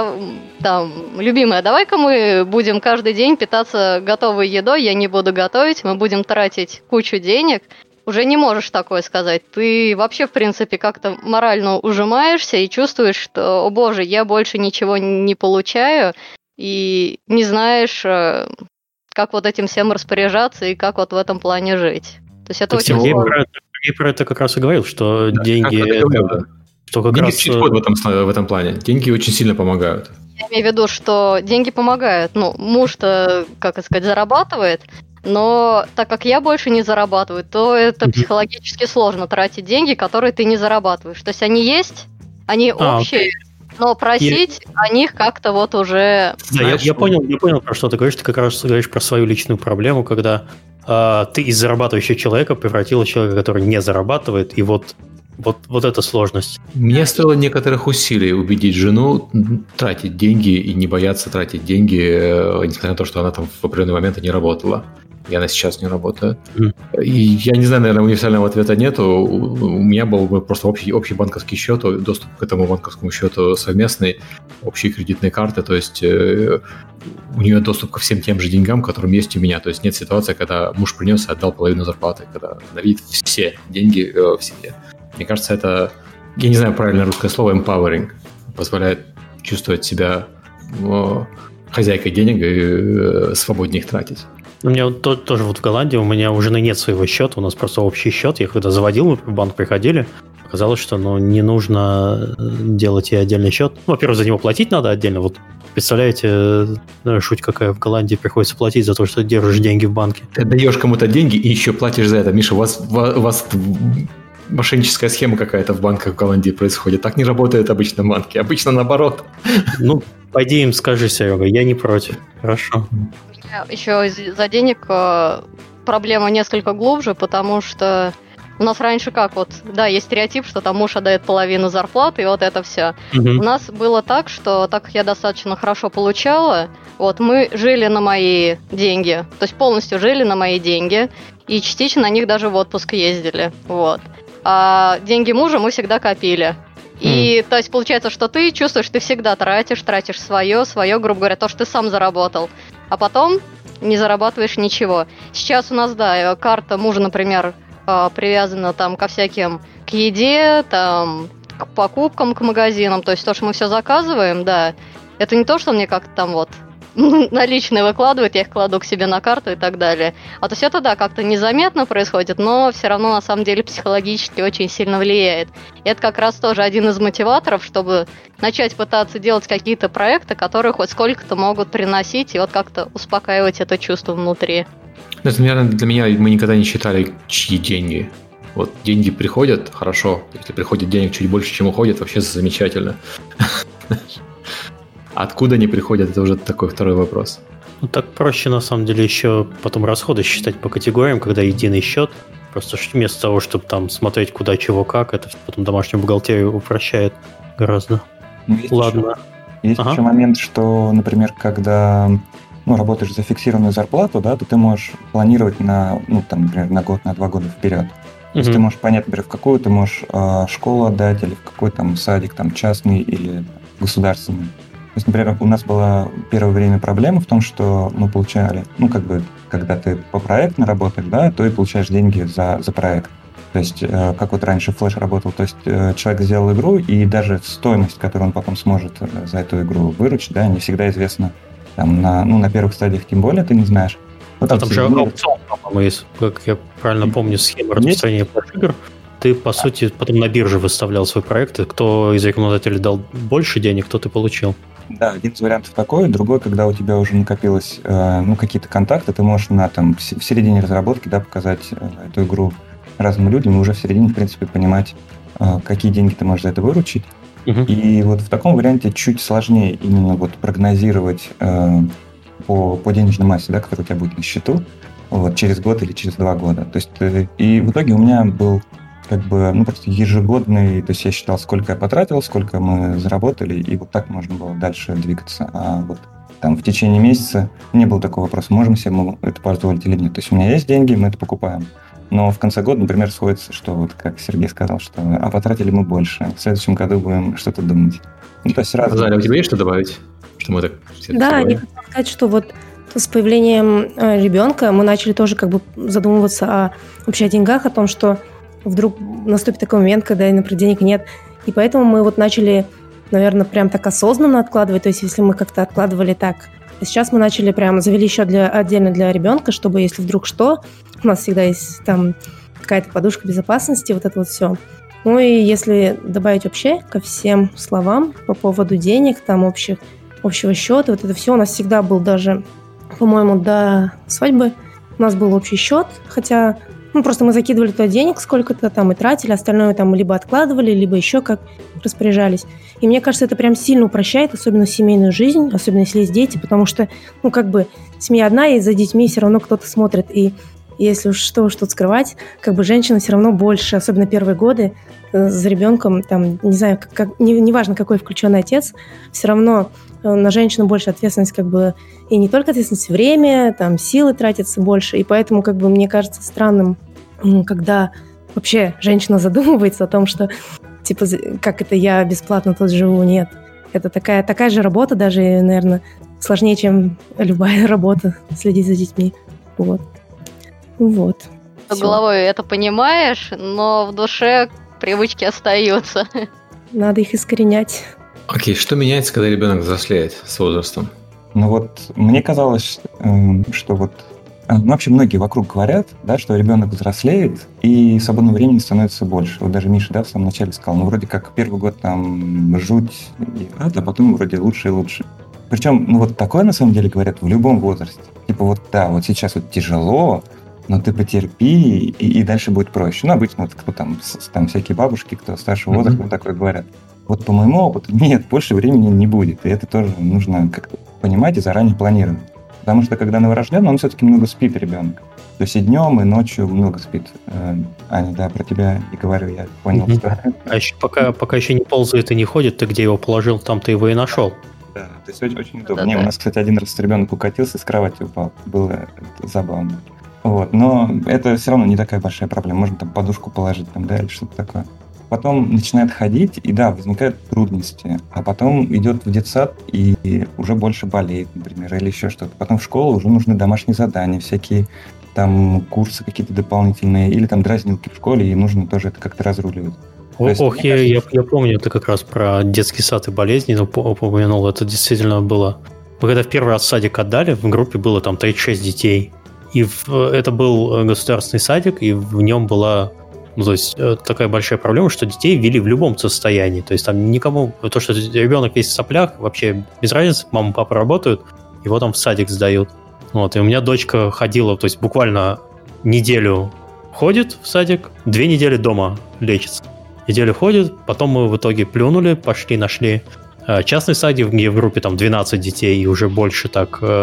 любимая, давай-ка мы будем каждый день питаться готовой едой, я не буду готовить, мы будем тратить кучу денег. Уже не можешь такое сказать. Ты вообще, в принципе, как-то морально ужимаешься и чувствуешь, что, о боже, я больше ничего не получаю, и не знаешь, как вот этим всем распоряжаться и как вот в этом плане жить. То есть это очень сложно. Я про это как раз и говорил, что деньги... Деньги чуть в этом плане. Деньги очень сильно помогают. Я имею в виду, что деньги помогают. Муж-то, зарабатывает, но так как я больше не зарабатываю, то это психологически сложно тратить деньги, которые ты не зарабатываешь. То есть они есть, они общие, но просить о них как-то вот уже... Да, я понял, про что ты говоришь. Ты как раз говоришь про свою личную проблему, когда ты из зарабатывающего человека превратила человека, который не зарабатывает, и вот эта сложность. Мне стоило некоторых усилий убедить жену тратить деньги и не бояться тратить деньги, несмотря на то, что она там в определенный момент не работала. И она сейчас не работает. И я не знаю, наверное, универсального ответа нету. У меня был бы просто общий банковский счет, доступ к этому банковскому счету совместный, общие кредитные карты, то есть у нее доступ ко всем тем же деньгам, которым есть у меня. То есть нет ситуации, когда муж принес и отдал половину зарплаты, когда на вид все деньги в семье. Мне кажется, это, я не знаю правильное русское слово, empowering, позволяет чувствовать себя хозяйкой денег и свободнее их тратить. У меня тоже в Голландии, у меня у жены нет своего счета, у нас просто общий счет. Я когда заводил, мы в банк приходили, оказалось, что не нужно делать ей отдельный счет. Во-первых, за него платить надо отдельно. Вот представляете, шуть какая в Голландии, приходится платить за то, что держишь деньги в банке. Ты даешь кому-то деньги и еще платишь за это. Миша, у вас мошенническая схема какая-то в банках в Голландии происходит. Так не работает обычно банки. Обычно наоборот. Пойди им скажи, Серега, я не против. Хорошо. Еще из-за денег проблема несколько глубже, потому что у нас раньше есть стереотип, что там муж отдает половину зарплаты, и вот это все. У нас было так, что так как я достаточно хорошо получала, мы жили на мои деньги, то есть полностью жили на мои деньги, и частично на них даже в отпуск ездили, А деньги мужа мы всегда копили. И, то есть, получается, что ты чувствуешь, ты всегда тратишь свое, грубо говоря, то, что ты сам заработал. А потом не зарабатываешь ничего. Сейчас у нас, карта мужа, например, привязана там ко всяким, к еде, там, к покупкам, к магазинам. То есть, то, что мы все заказываем, это не то, что мне как-то там наличные выкладывают, я их кладу к себе на карту и так далее. А то есть это, как-то незаметно происходит, но все равно на самом деле психологически очень сильно влияет. И это как раз тоже один из мотиваторов, чтобы начать пытаться делать какие-то проекты, которые хоть сколько-то могут приносить и как-то успокаивать это чувство внутри. Это, наверное, для меня мы никогда не считали, чьи деньги. Деньги приходят, хорошо. Если приходит денег чуть больше, чем уходит, вообще замечательно. Откуда они приходят, это уже такой второй вопрос. Ну, так проще, на самом деле, еще потом расходы считать по категориям, когда единый счет. Просто вместо того, чтобы там смотреть куда, чего, как, это потом домашнюю бухгалтерию упрощает гораздо. Ладно. Есть еще момент, что, например, когда работаешь за фиксированную зарплату, да, то ты можешь планировать например, на год, на 2 года вперед. То есть ты можешь понять, например, в какую ты можешь школу отдать, или в какой там садик, там частный или государственный. То есть, например, у нас была первое время проблема в том, что мы получали, когда ты по проекту работаешь, да, то и получаешь деньги за проект. То есть, как вот раньше Flash работал, то есть человек сделал игру, и даже стоимость, которую он потом сможет за эту игру выручить, да, не всегда известна. Там, на первых стадиях тем более ты не знаешь. Там же аукцион, по-моему, есть, как я правильно помню, схема распространения Flash-игр. Ты, по сути, потом на бирже выставлял свой проект, и кто из рекламодателей дал больше денег, то ты получил. Да, один из вариантов такой. Другой, когда у тебя уже накопилось какие-то контакты, ты можешь в середине разработки, да, показать эту игру разным людям, и уже в середине, в принципе, понимать, какие деньги ты можешь за это выручить. И вот в таком варианте чуть сложнее именно вот прогнозировать по денежной массе, да, которая у тебя будет на счету, через год или через 2 года. То есть, и в итоге у меня был просто ежегодный, то есть я считал, сколько я потратил, сколько мы заработали, и вот так можно было дальше двигаться. А вот там в течение месяца не было такого вопроса, можем себе это позволить или нет. То есть у меня есть деньги, мы это покупаем. Но в конце года, например, сходится, что вот как Сергей сказал, что потратили мы больше, в следующем году будем что-то думать. То есть сразу... Заля, у тебя есть что добавить? Что мы так да, я хотела сказать, что вот с появлением ребенка мы начали тоже задумываться вообще о деньгах, о том, что вдруг наступит такой момент, когда, например, денег нет. И поэтому мы вот начали, наверное, прям так осознанно откладывать. То есть если мы как-то откладывали так, а сейчас мы начали прям завели счет отдельно для ребенка, чтобы, если вдруг что, у нас всегда есть там какая-то подушка безопасности, вот это вот все. Ну и если добавить вообще ко всем словам по поводу денег, там общего счета, вот это все у нас всегда был даже, по-моему, до свадьбы у нас был общий счет, хотя просто мы закидывали туда денег сколько-то там и тратили, остальное там либо откладывали, либо еще как распоряжались. И мне кажется, это прям сильно упрощает, особенно семейную жизнь, особенно если есть дети, потому что, семья одна, и за детьми все равно кто-то смотрит. И если уж что тут скрывать, женщина все равно больше, особенно первые годы, за ребенком, там, не знаю, неважно, какой включенный отец, все равно на женщину больше ответственность, и не только ответственность, время, там, силы тратятся больше, и поэтому, мне кажется странным, когда вообще женщина задумывается о том, что, как это я бесплатно тут живу, нет. Это такая же работа, даже, наверное, сложнее, чем любая работа, следить за детьми. Вот. Головой это понимаешь, но в душе привычки остаются. Надо их искоренять. Окей, что меняется, когда ребенок взрослеет с возрастом? Мне казалось, что вообще многие вокруг говорят, да, что ребенок взрослеет и свободного времени становится больше. Вот даже Миша, да, в самом начале сказал, вроде как первый год там жуть и ад, а потом вроде лучше и лучше. Причем, такое на самом деле говорят в любом возрасте. Сейчас тяжело, но ты потерпи, и дальше будет проще. Обычно кто там всякие бабушки, кто старшего возраста, такое говорят. По моему опыту, нет, больше времени не будет. И это тоже нужно как-то понимать и заранее планировать. Потому что, когда новорожденный, он все-таки много спит, ребенок. То есть и днем, и ночью много спит. Аня, да, про тебя и говорю, я понял, что... А еще пока еще не ползает и не ходит, ты где его положил, там ты его и нашел. Да, то есть очень удобно. У нас, кстати, один раз ребенок укатился, с кровати упал. Было забавно. Но это все равно не такая большая проблема. Можно там подушку положить, или что-то такое. Потом начинает ходить, и да, возникают трудности. А потом идет в детсад и уже больше болеет, например, или еще что-то. Потом в школу уже нужны домашние задания, всякие там курсы какие-то дополнительные, или там дразнилки в школе, и нужно тоже это как-то разруливать. Я помню, это как раз про детский сад и болезни упомянул, это действительно было. Мы когда в первый раз садик отдали, в группе было там 36 детей. И это был государственный садик, и в нем была такая большая проблема, что детей ввели в любом состоянии. То есть там никому... То, что ребенок весь в соплях, вообще без разницы, мама, папа работают, его там в садик сдают. И у меня дочка ходила, то есть буквально неделю ходит в садик, 2 недели дома лечится. Неделю ходит, потом мы в итоге плюнули, пошли, нашли частный садик, где в группе там 12 детей, и уже больше так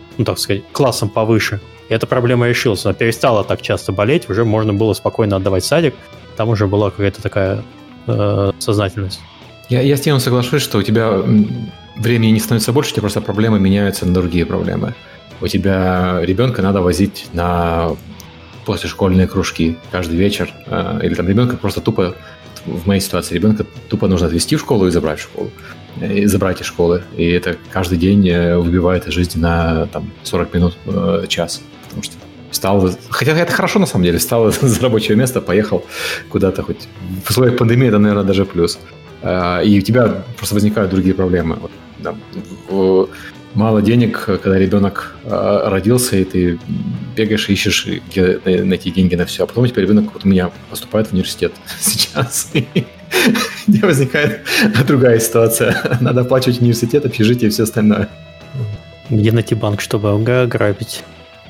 так сказать, классом повыше. И эта проблема решилась. Она перестала так часто болеть, уже можно было спокойно отдавать в садик. Там уже была какая-то такая сознательность. Я с тем соглашусь, что у тебя времени не становится больше, у тебя просто проблемы меняются на другие проблемы. У тебя ребенка надо возить на послешкольные кружки каждый вечер. Или там ребенка просто тупо, в моей ситуации, ребенка тупо нужно отвезти в школу и забрать в школу. И забрать из школы. И это каждый день выбивает из жизни на там, 40 минут, час. Потому что встал, хотя это хорошо на самом деле, встал с рабочего места, поехал куда-то, хоть в условиях пандемии это, наверное, даже плюс. И у тебя просто возникают другие проблемы. Вот, да, мало денег, когда ребенок родился, и ты бегаешь и ищешь, где найти деньги на все. А потом у тебя ребенок, вот у меня, поступает в университет сейчас. Где возникает другая ситуация. Надо оплачивать университет, общежитие и все остальное. Где найти банк, чтобы ограбить?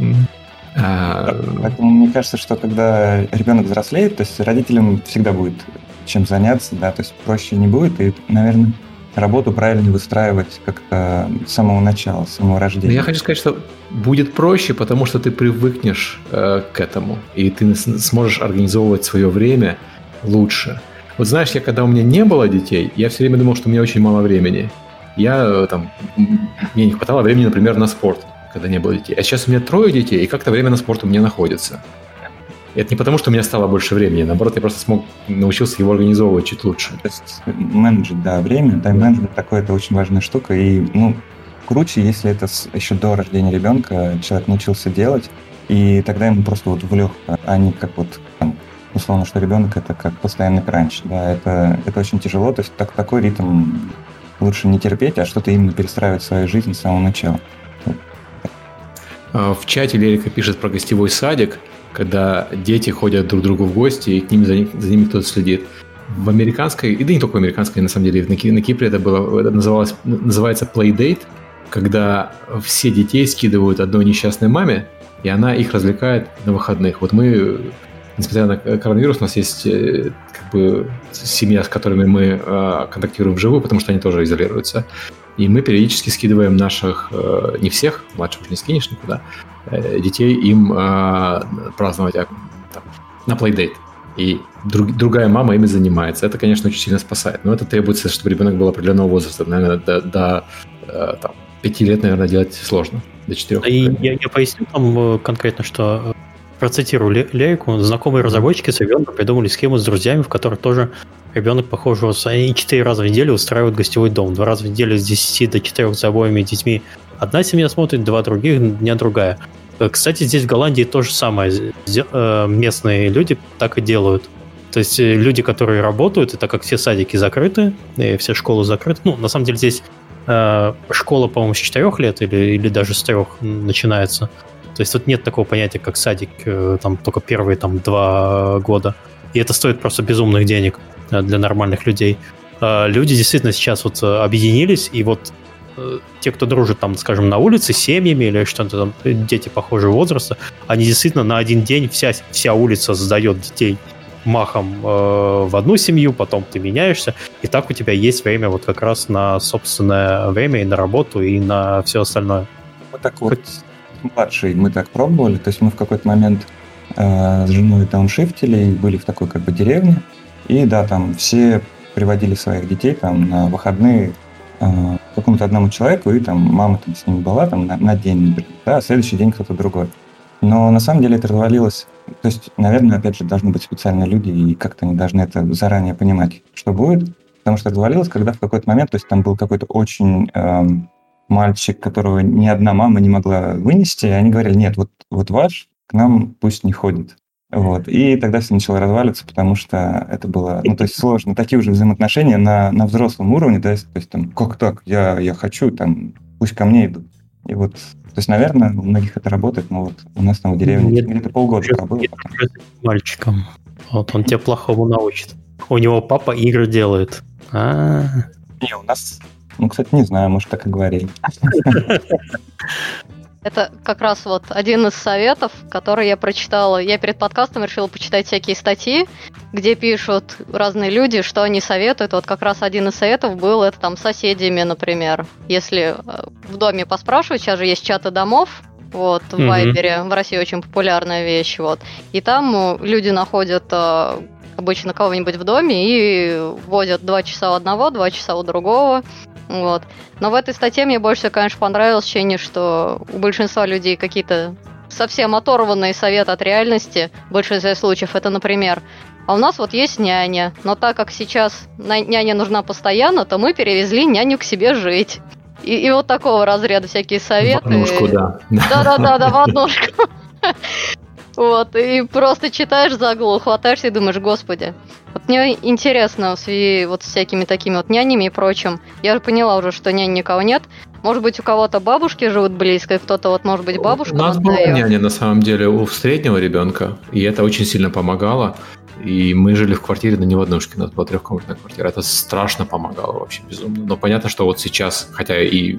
Поэтому мне кажется, что когда ребенок взрослеет, то есть родителям всегда будет чем заняться, да, то есть проще не будет, и, наверное, работу правильно выстраивать как-то с самого начала, с самого рождения. Я хочу сказать, что будет проще, потому что ты привыкнешь к этому, и ты сможешь организовывать свое время лучше. Вот знаешь, когда у меня не было детей, я все время думал, что у меня очень мало времени. Мне не хватало времени, например, на спорт, когда не было детей. А сейчас у меня 3 детей, и как-то время на спорт у меня находится. И это не потому, что у меня стало больше времени, наоборот, я просто научился его организовывать чуть лучше. То есть менеджить, да, время, тайм-менеджмент такое, это очень важная штука, и, круче, если это еще до рождения ребенка человек научился делать, и тогда ему просто вот в легкое, а не как вот там, условно, что ребенок это как постоянный кранч, да, это очень тяжело, то есть такой ритм лучше не терпеть, а что-то именно перестраивать свою жизнь с самого начала. В чате Лерика пишет про гостевой садик, когда дети ходят друг к другу в гости, и к ним за ними кто-то следит. В американской, и да не только в американской, на самом деле, на Кипре это называется Playdate, когда все детей скидывают одной несчастной маме, и она их развлекает на выходных. Вот мы, несмотря на коронавирус, у нас есть как бы семья, с которыми мы контактируем вживую, потому что они тоже изолируются. И мы периодически скидываем наших, не всех, младших не скинешь никуда, детей им праздновать на Playdate. И другая мама ими занимается. Это, конечно, очень сильно спасает. Но это требуется, чтобы ребенок был определенного возраста. Наверное, до 5 лет, наверное, делать сложно. До 4. И я поясню там конкретно, что процитирую Лерику. Знакомые разработчики с ребенком придумали схему с друзьями, в которой тоже ребенок похожего возраста. Они 4 раза в неделю устраивают гостевой дом. 2 раза в неделю с 10 до 4 за обоими детьми одна семья смотрит, 2 других, дня другая. Кстати, здесь в Голландии то же самое. Местные люди так и делают. То есть люди, которые работают, и так как все садики закрыты, и все школы закрыты. На самом деле здесь школа, по-моему, с 4 лет или даже с 3 начинается. То есть тут нет такого понятия, как садик, там только первые 2 года. И это стоит просто безумных денег для нормальных людей. Люди действительно сейчас вот объединились, и вот те, кто дружит там, скажем, на улице с семьями или что-то там, дети похожего возраста, они действительно на один день вся улица сдает детей махом в одну семью, потом ты меняешься, и так у тебя есть время вот как раз на собственное время и на работу, и на все остальное. Мы так вот младший, мы так пробовали, то есть мы в какой-то момент с женой дауншифтили, были в такой как бы деревне, и да, там все приводили своих детей там на выходные какому-то одному человеку, и там мама там с ними была там на день, например, да, а следующий день кто-то другой. Но на самом деле это развалилось. То есть, наверное, опять же, должны быть специальные люди, и как-то они должны это заранее понимать, что будет. Потому что развалилось, когда в какой-то момент, то есть там был какой-то очень мальчик, которого ни одна мама не могла вынести, и они говорили, нет, вот ваш к нам пусть не ходит. Вот. И тогда все начало разваливаться, потому что это было, то есть сложно. Такие уже взаимоотношения на взрослом уровне, да, то есть там, как так, я хочу, там, пусть ко мне идут. И вот, то есть, наверное, у многих это работает, но вот у нас там в деревне где-то полгода пробыло. Мальчиком. Вот он тебя плохому научит. У него папа игры делает. Не, у нас, кстати, не знаю, может, так и говорили. Это как раз вот один из советов, который я прочитала. Я перед подкастом решила почитать всякие статьи, где пишут разные люди, что они советуют. Вот как раз один из советов был это там с соседями, например. Если в доме поспрашивать, сейчас же есть чаты домов, вот, в Вайбере, в России очень популярная вещь, вот. И там люди находят обычно кого-нибудь в доме и возят 2 часа у одного, 2 часа у другого. Вот. Но в этой статье мне больше всего, конечно, понравилось ощущение, что у большинства людей какие-то совсем оторванные советы от реальности. В большинстве случаев это, например, а у нас вот есть няня, но так как сейчас няня нужна постоянно, то мы перевезли няню к себе жить. И вот такого разряда всякие советы. В однушку, да. Да, в однушку. Вот, и просто читаешь за голову, хватаешься и думаешь, господи. Вот мне интересно в связи вот с всякими такими вот нянями и прочим. Я же поняла уже, что нянь никого нет. Может быть, у кого-то бабушки живут близко, и кто-то вот, может быть, бабушка. У нас была няня, на самом деле, у среднего ребенка, и это очень сильно помогало. И мы жили в квартире, но не в однушке, у нас была 3-комнатная квартира. Это страшно помогало вообще, безумно. Но понятно, что вот сейчас, хотя и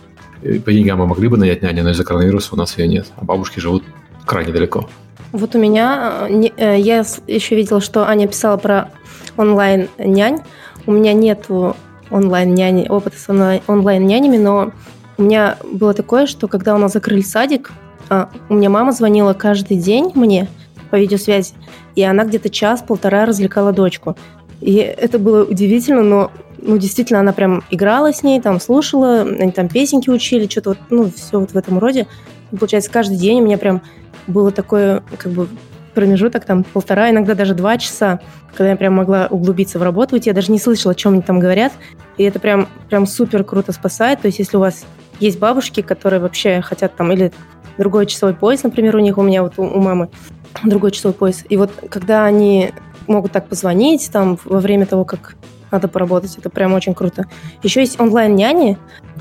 по деньгам мы могли бы нанять няню, но из-за коронавируса у нас ее нет. А бабушки живут крайне далеко. Вот у меня, я еще видела, что Аня писала про онлайн-нянь. У меня нету онлайн-няни, опыта с онлайн-нянями, но у меня было такое, что когда у нас закрыли садик, у меня мама звонила каждый день мне по видеосвязи, и она где-то 1-1.5 развлекала дочку. И это было удивительно, но действительно она прям играла с ней, там слушала, они там песенки учили, что-то вот, все вот в этом роде. И, получается, каждый день у меня прям было такое, как бы, промежуток, там, 1.5, иногда даже 2 часа, когда я прям могла углубиться в работу, я даже не слышала, о чем они там говорят, и это прям супер круто спасает. То есть, если у вас есть бабушки, которые вообще хотят там, или другой часовой пояс, например, у них, у меня вот у мамы другой часовой пояс, и вот когда они могут так позвонить там во время того, как надо поработать, это прям очень круто. Еще есть онлайн-няни,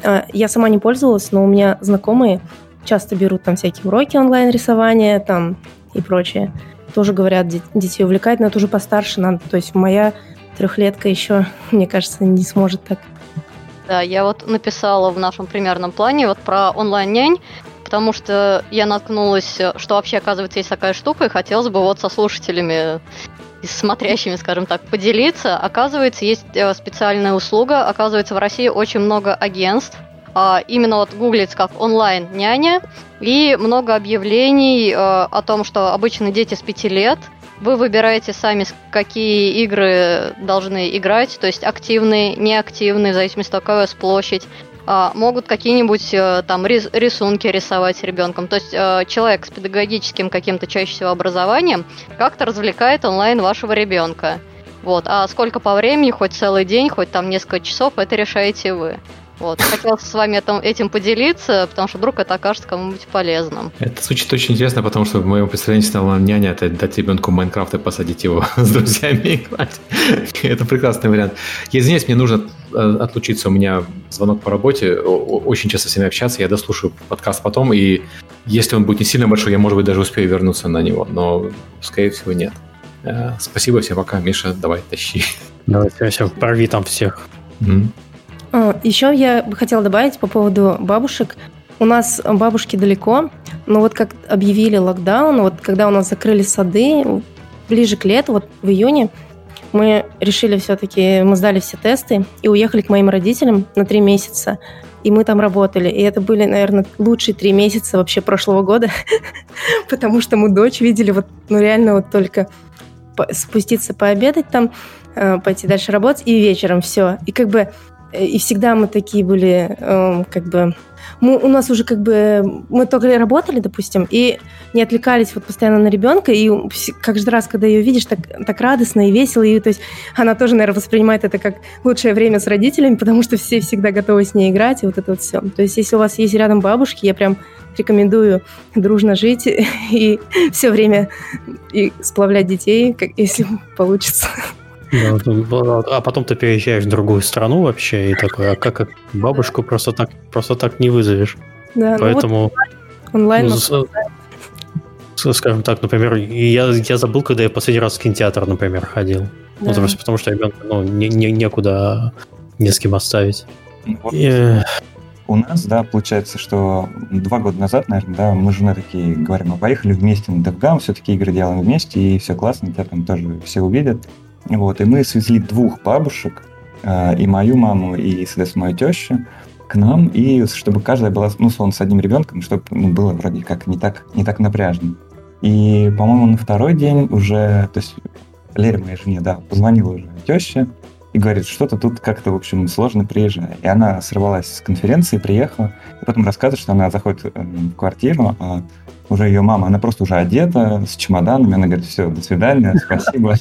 я сама не пользовалась, но у меня знакомые часто берут там всякие уроки онлайн-рисования там и прочее. Тоже говорят, детей увлекает, но это уже постарше надо. То есть моя 3-летка еще, мне кажется, не сможет так. Да, я вот написала в нашем примерном плане вот про онлайн-нянь, потому что я наткнулась, что вообще, оказывается, есть такая штука, и хотелось бы вот со слушателями и с смотрящими, скажем так, поделиться. Оказывается, есть специальная услуга. Оказывается, в России очень много агентств. Именно вот гуглится как онлайн-няня, и много объявлений о том, что обычно дети с 5 лет. Вы выбираете сами, какие игры должны играть, то есть активные, неактивные, в зависимости от того, какая у вас площадь. Могут какие-нибудь там рисунки рисовать с ребенком. То есть человек с педагогическим каким-то чаще всего образованием как-то развлекает онлайн вашего ребенка. Вот. А сколько по времени, хоть целый день, хоть там несколько часов, это решаете вы. Вот. Хотел с вами этим поделиться, потому что вдруг это окажется кому-нибудь полезным. Это звучит очень интересно, потому что в моем представлении няня — это дать ребенку Майнкрафт и посадить его с друзьями играть. Это прекрасный вариант. Я извиняюсь, мне нужно отлучиться, у меня звонок по работе, очень часто с ними общаться, я дослушаю подкаст потом, и если он будет не сильно большой, я, может быть, даже успею вернуться на него, но, скорее всего, нет. Спасибо, всем пока. Миша, давай, тащи. Давай, все, порви там всех. Еще я бы хотела добавить по поводу бабушек. У нас бабушки далеко, но вот как объявили локдаун, вот когда у нас закрыли сады, ближе к лету, вот в июне, мы решили все-таки, мы сдали все тесты и уехали к моим родителям на 3 месяца. И мы там работали. И это были, наверное, лучшие 3 месяца вообще прошлого года, потому что мы дочь видели вот, реально вот только спуститься пообедать там, пойти дальше работать, и вечером все. И как бы и всегда мы такие были, как бы... у нас уже как бы... Мы только работали, допустим, и не отвлекались вот постоянно на ребенка, и каждый раз, когда ее видишь, так радостно и весело, и то есть она тоже, наверное, воспринимает это как лучшее время с родителями, потому что все всегда готовы с ней играть, и вот это вот все. То есть если у вас есть рядом бабушки, я прям рекомендую дружно жить и все время и сплавлять детей, если получится. А потом ты переезжаешь в другую страну вообще, и такой, а как бабушку просто так не вызовешь. Да, поэтому онлайн. Скажем так, например, я забыл, когда я последний раз в кинотеатр, например, ходил. Да. Потому что ребенка некуда, не с кем оставить. у нас, да, получается, что 2 года назад, наверное, да, мы с женой такие говорим, мы поехали вместе на DevGam, все-таки игры делаем вместе, и все классно, тебя там тоже все увидят. Вот, и мы свезли 2 бабушек, и мою маму, и, соответственно, мою тещу, к нам, и чтобы каждая была, ну, словно с одним ребенком, чтобы было вроде как не так напряжно. И, по-моему, на второй день уже, то есть Лере, моей жене, да, позвонила уже теща и говорит, что-то тут как-то, в общем, сложно приезжать. И она сорвалась с конференции, приехала, и потом рассказывает, что она заходит в квартиру, а уже ее мама, она просто уже одета, с чемоданами, она говорит, все, до свидания, спасибо.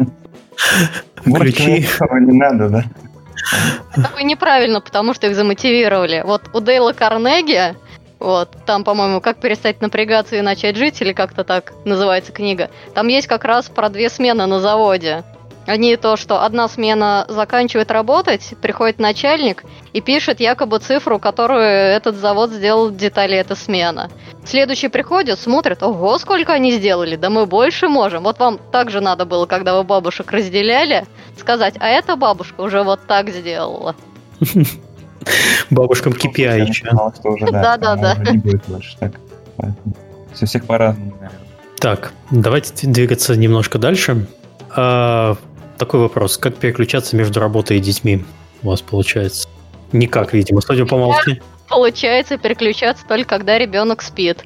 Ключи. Не надо, да. Это неправильно, потому что их замотивировали. Вот у Дейла Карнеги, вот, там, по-моему, «Как перестать напрягаться и начать жить», или как-то так называется книга, там есть как раз про 2 смены на заводе. Они то, что одна смена заканчивает работать, приходит начальник и пишет якобы цифру, которую этот завод сделал в детали эта смена. Следующий приходит, смотрит, ого, сколько они сделали, да мы больше можем. Вот вам также надо было, когда вы бабушек разделяли, сказать, а эта бабушка уже вот так сделала. Бабушкам KPI еще. Да. Не будет больше так. Все всех по-разному, наверное. Так, давайте двигаться немножко дальше. Такой вопрос. Как переключаться между работой и детьми у вас получается? Никак, видимо, судя по молчанию. Получается переключаться только когда ребенок спит.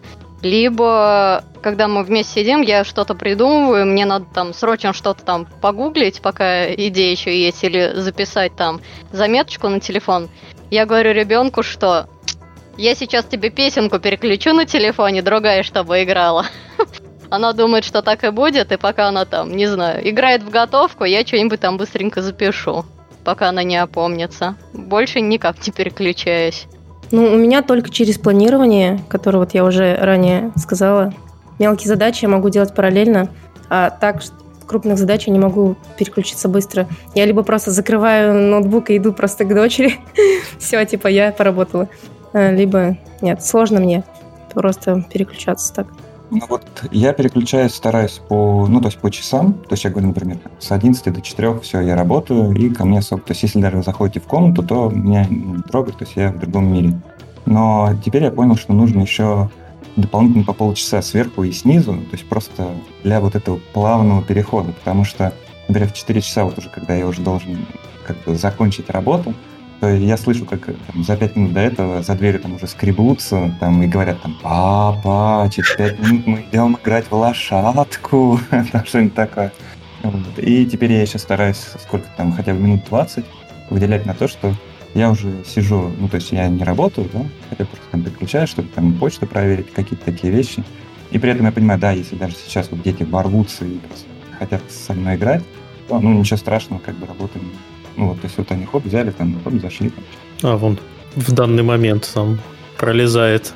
Либо, когда мы вместе сидим, я что-то придумываю, мне надо там срочно что-то там погуглить, пока идея еще есть, или записать там заметочку на телефон. Я говорю ребенку, что я сейчас тебе песенку переключу на телефоне, другая, чтобы играла. Она думает, что так и будет, и пока она там, не знаю, играет в готовку, я что-нибудь там быстренько запишу, пока она не опомнится. Больше никак не переключаюсь. Ну, у меня только через планирование, которое вот я уже ранее сказала. Мелкие задачи я могу делать параллельно, а так крупных задач я не могу переключиться быстро. Я либо просто закрываю ноутбук и иду просто к дочери. Все, типа, я поработала. Либо нет, сложно мне просто переключаться так. Ну вот я переключаюсь, стараюсь по часам. То есть я говорю, например, с 11 до 4 все, я работаю, и ко мне особо... То есть если даже вы заходите в комнату, то меня не трогают, то есть я в другом мире. Но теперь я понял, что нужно еще дополнительно по полчаса сверху и снизу, то есть просто для вот этого плавного перехода. Потому что, например, в 4 часа, вот уже когда я уже должен как бы закончить работу, то я слышу, как там, за 5 минут до этого за дверью там уже скребутся там, и говорят там: «Папа, через 5 минут мы идем играть в лошадку», там что-нибудь такое. Вот. И теперь я еще стараюсь сколько там, хотя бы минут 20 выделять на то, что я уже сижу, ну то есть я не работаю, да, хотя просто там переключаюсь, чтобы там почту проверить, какие-то такие вещи. И при этом я понимаю, да, если даже сейчас вот дети ворвутся и просто хотят со мной играть, то ну ничего страшного, как бы работаем. Ну вот, то есть вот они хоп, взяли, там, хоп, зашли. Там. А, вон, в данный момент там пролезает.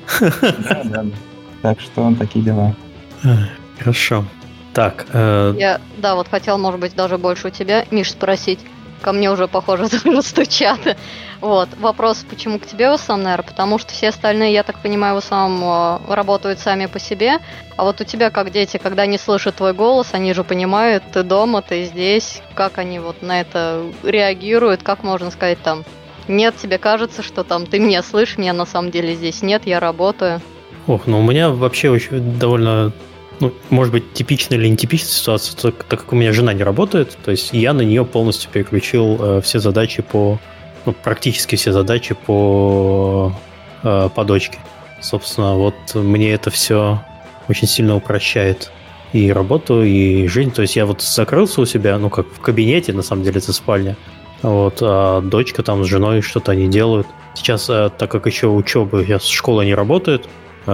Да. Так что такие дела. Хорошо. Так. Я, да, вот хотел, может быть, даже больше у тебя, Миш, спросить. Ко мне уже, похоже, стучат. Вот. Вопрос, почему к тебе в основном, наверное, потому что все остальные, я так понимаю, в основном работают сами по себе. А вот у тебя, как дети, когда они слышат твой голос, они же понимают, ты дома, ты здесь. Как они вот на это реагируют? Как можно сказать там: нет, тебе кажется, что там ты меня слышишь, меня на самом деле здесь нет, я работаю. Ох, ну у меня вообще очень довольно... Ну, может быть, типичная или нетипичная ситуация, так как у меня жена не работает, то есть я на нее полностью переключил все задачи практически все задачи по дочке. Собственно, вот мне это все очень сильно упрощает и работу, и жизнь. То есть я вот закрылся у себя, ну, как в кабинете, на самом деле, это спальня. Вот, а дочка там с женой что-то они делают. Сейчас, так как еще учеба, сейчас школа не работает,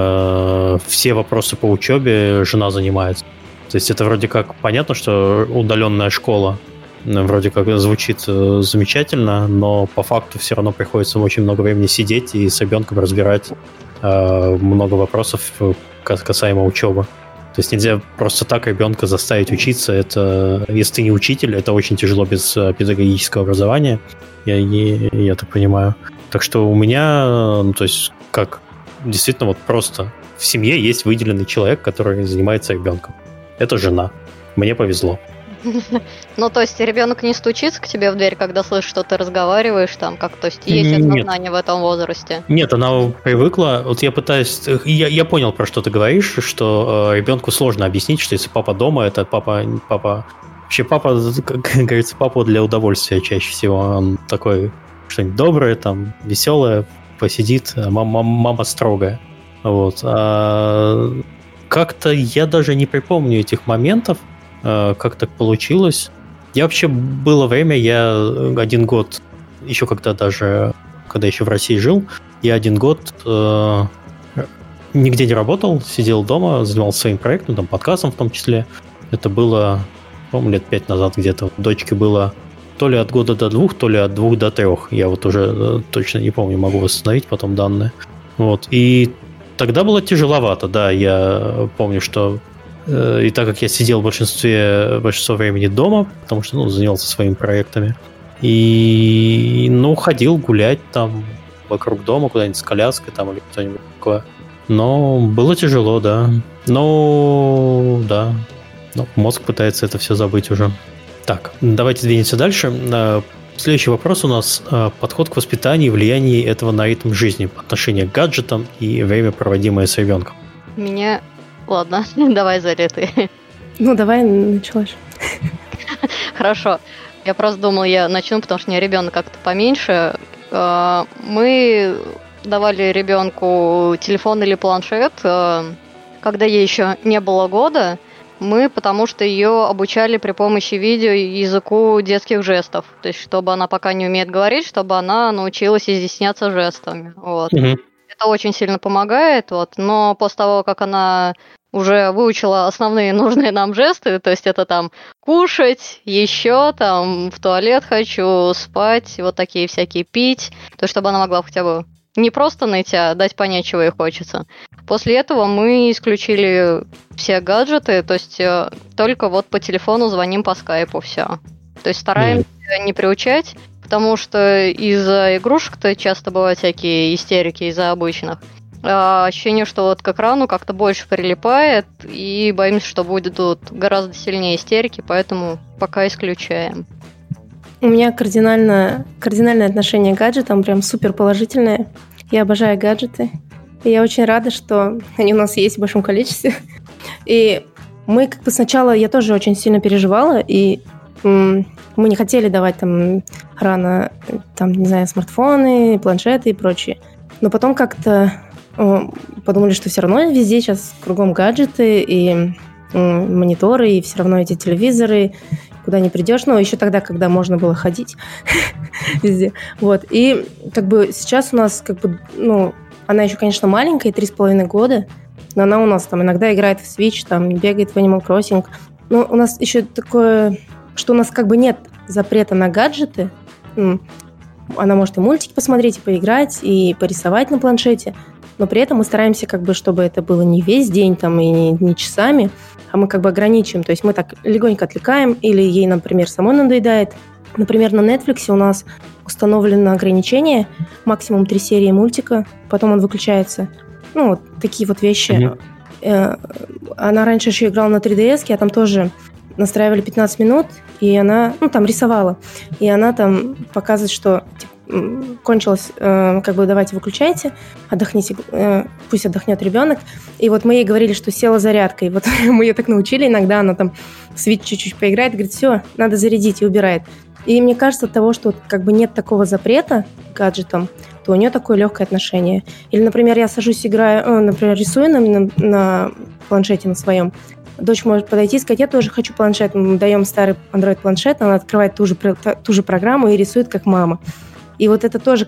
все вопросы по учебе жена занимается. То есть это вроде как понятно, что удаленная школа вроде как звучит замечательно, но по факту все равно приходится очень много времени сидеть и с ребенком разбирать много вопросов касаемо учебы. То есть нельзя просто так ребенка заставить учиться. Это, если ты не учитель, это очень тяжело без педагогического образования, я так понимаю. Так что у меня, ну, то есть как действительно вот просто в семье есть выделенный человек, который занимается ребенком. Это жена. Мне повезло. Ну, то есть ребенок не стучится к тебе в дверь, когда слышит, что ты разговариваешь, там, как, то есть есть осознание в этом возрасте? Нет, она привыкла. Вот я пытаюсь... Я понял, про что ты говоришь, что ребенку сложно объяснить, что если папа дома, это папа... Вообще папа, как говорится, папа для удовольствия чаще всего. Он такой что-нибудь доброе, там, веселое, посидит, а мама строгая. Вот. Как-то я даже не припомню этих моментов, как так получилось. Я вообще было время, я 1 год, еще когда еще в России жил, я 1 год нигде не работал, сидел дома, занимался своим проектом, там, подкастом в том числе. Это было, по-моему, лет 5 назад где-то. Дочке было то ли от года до 2, то ли от 2 до 3. Я вот уже точно не помню, могу восстановить потом данные. Вот. И тогда было тяжеловато, да. Я помню, что и так как я сидел большинство времени дома, потому что занимался своими проектами, и ходил гулять там вокруг дома, куда-нибудь с коляской там или что-нибудь такое. Но было тяжело, да. Да. Мозг пытается это все забыть уже. Так, давайте двинемся дальше. Следующий вопрос у нас. Подход к воспитанию и влияние этого на ритм жизни, отношение к гаджетам и время, проводимое с ребенком. Ладно, давай, Заря, ты. Давай, началась. Хорошо. Я просто думала, я начну, потому что у меня ребенок как-то поменьше. Мы давали ребенку телефон или планшет, когда ей еще не было года. Потому что ее обучали при помощи видео языку детских жестов. То есть, чтобы она пока не умеет говорить, чтобы она научилась изъясняться жестами. Вот. Угу. Это очень сильно помогает. Но после того, как она уже выучила основные нужные нам жесты, то есть это там кушать, еще там в туалет хочу, спать, вот такие всякие, пить, то есть чтобы она могла хотя бы не просто найти, а дать понять, чего ей хочется. После этого мы исключили все гаджеты, то есть только вот по телефону звоним по скайпу, все. То есть стараемся не приучать, потому что из-за игрушек-то часто бывают всякие истерики из-за обычных. Ощущение, что вот к экрану как-то больше прилипает, и боимся, что будут гораздо сильнее истерики, поэтому пока исключаем. У меня кардинальное отношение к гаджетам, прям супер положительное. Я обожаю гаджеты, и я очень рада, что они у нас есть в большом количестве. И мы сначала, я тоже очень сильно переживала, и мы не хотели давать там рано, не знаю, смартфоны, планшеты и прочее. Но потом как-то подумали, что все равно везде сейчас кругом гаджеты и мониторы, и все равно эти телевизоры, куда не придешь. Еще тогда, когда можно было ходить везде. Вот. И сейчас у нас она еще, конечно, маленькая, 3,5 года, но она у нас там иногда играет в Switch, бегает в Animal Crossing. Но у нас еще такое, что у нас нет запрета на гаджеты. Она может и мультики посмотреть, и поиграть, и порисовать на планшете. Но при этом мы стараемся, чтобы это было не весь день и не часами, а мы ограничиваем. То есть мы так легонько отвлекаем, или ей, например, самой надоедает. Например, на Netflix у нас установлено ограничение, максимум 3 серии мультика, потом он выключается. Вот такие вот вещи. Она раньше еще играла на 3DS, а там тоже настраивали 15 минут, и она, рисовала. И она там показывает, что кончилось, давайте выключайте, отдохните, пусть отдохнет ребенок. И вот мы ей говорили, что села зарядка, и вот мы ее так научили, иногда она там в Switch чуть-чуть поиграет, говорит, все, надо зарядить, и убирает. И мне кажется, от того, что нет такого запрета к гаджетам, то у нее такое легкое отношение. Или, например, я сажусь, играю, например, рисую на планшете на своем, дочь может подойти и сказать, я тоже хочу планшет, мы даем старый Android-планшет, она открывает ту же программу и рисует как мама. И вот это тоже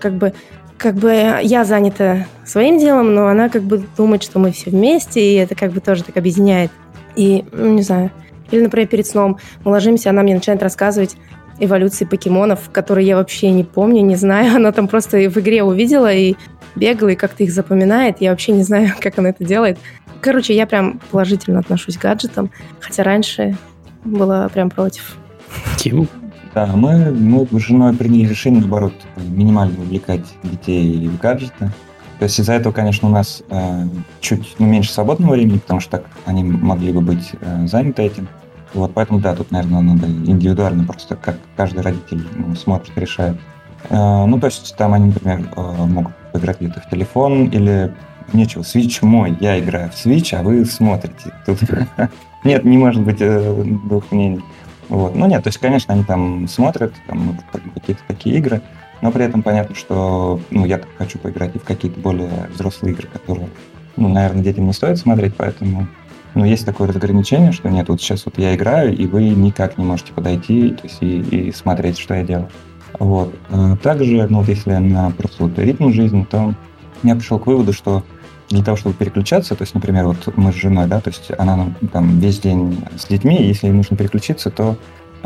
я занята своим делом, но она думает, что мы все вместе, и это тоже так объединяет. И, не знаю. Или, например, перед сном мы ложимся, она мне начинает рассказывать эволюции покемонов, которые я вообще не помню, не знаю. Она там просто в игре увидела и бегала, и как-то их запоминает. Я вообще не знаю, как она это делает. Короче, я прям положительно отношусь к гаджетам, хотя раньше была прям против. Тим? Да, мы с женой приняли решение, наоборот, минимально увлекать детей в гаджеты. То есть из-за этого, конечно, у нас чуть меньше свободного времени, потому что так они могли бы быть заняты этим. Вот, поэтому, да, тут, наверное, надо индивидуально просто, как каждый родитель смотрит, решает. Ну, то есть там они, например, могут поиграть где-то в телефон или нечего, Switch мой, я играю в Switch, а вы смотрите. Тут нет, не может быть двух мнений. Вот. Ну, нет, то есть, конечно, они там смотрят, там какие-то такие игры, но при этом понятно, что я хочу поиграть и в какие-то более взрослые игры, которые, наверное, детям не стоит смотреть, поэтому есть такое разграничение, что нет, вот сейчас вот я играю, и вы никак не можете подойти, то есть и смотреть, что я делаю. Вот. Также, вот если на просто ритм жизни, то я пришел к выводу, что для того, чтобы переключаться, то есть, например, вот мы с женой, да, то есть она там весь день с детьми, и если ей нужно переключиться, то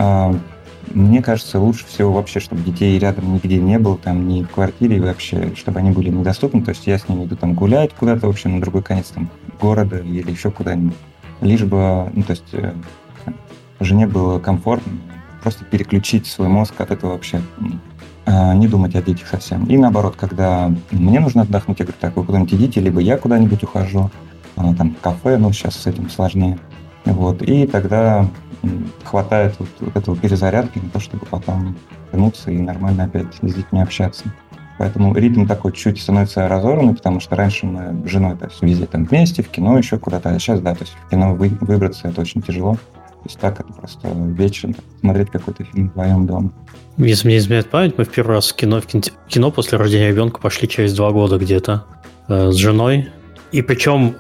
мне кажется, лучше всего вообще, чтобы детей рядом нигде не было, там, ни в квартире, и вообще, чтобы они были недоступны. То есть я с ними иду там гулять куда-то вообще на другой конец там города или еще куда-нибудь. Лишь бы, жене было комфортно просто переключить свой мозг от этого вообще, не думать о детях совсем. И наоборот, когда мне нужно отдохнуть, я говорю, так, вы куда-нибудь идите, либо я куда-нибудь ухожу, там, в кафе, сейчас с этим сложнее. Вот, и тогда хватает вот этого перезарядки на то, чтобы потом вернуться и нормально опять с детьми общаться. Поэтому ритм такой чуть становится разорванный, потому что раньше мы с женой то есть, везде там вместе, в кино еще куда-то, а сейчас, да, то есть в кино выбраться это очень тяжело. То есть так это просто вечером смотреть какой-то фильм вдвоем дома. Если мне изменяет память, мы в первый раз в кино после рождения ребенка пошли через 2 года где-то с женой. И причем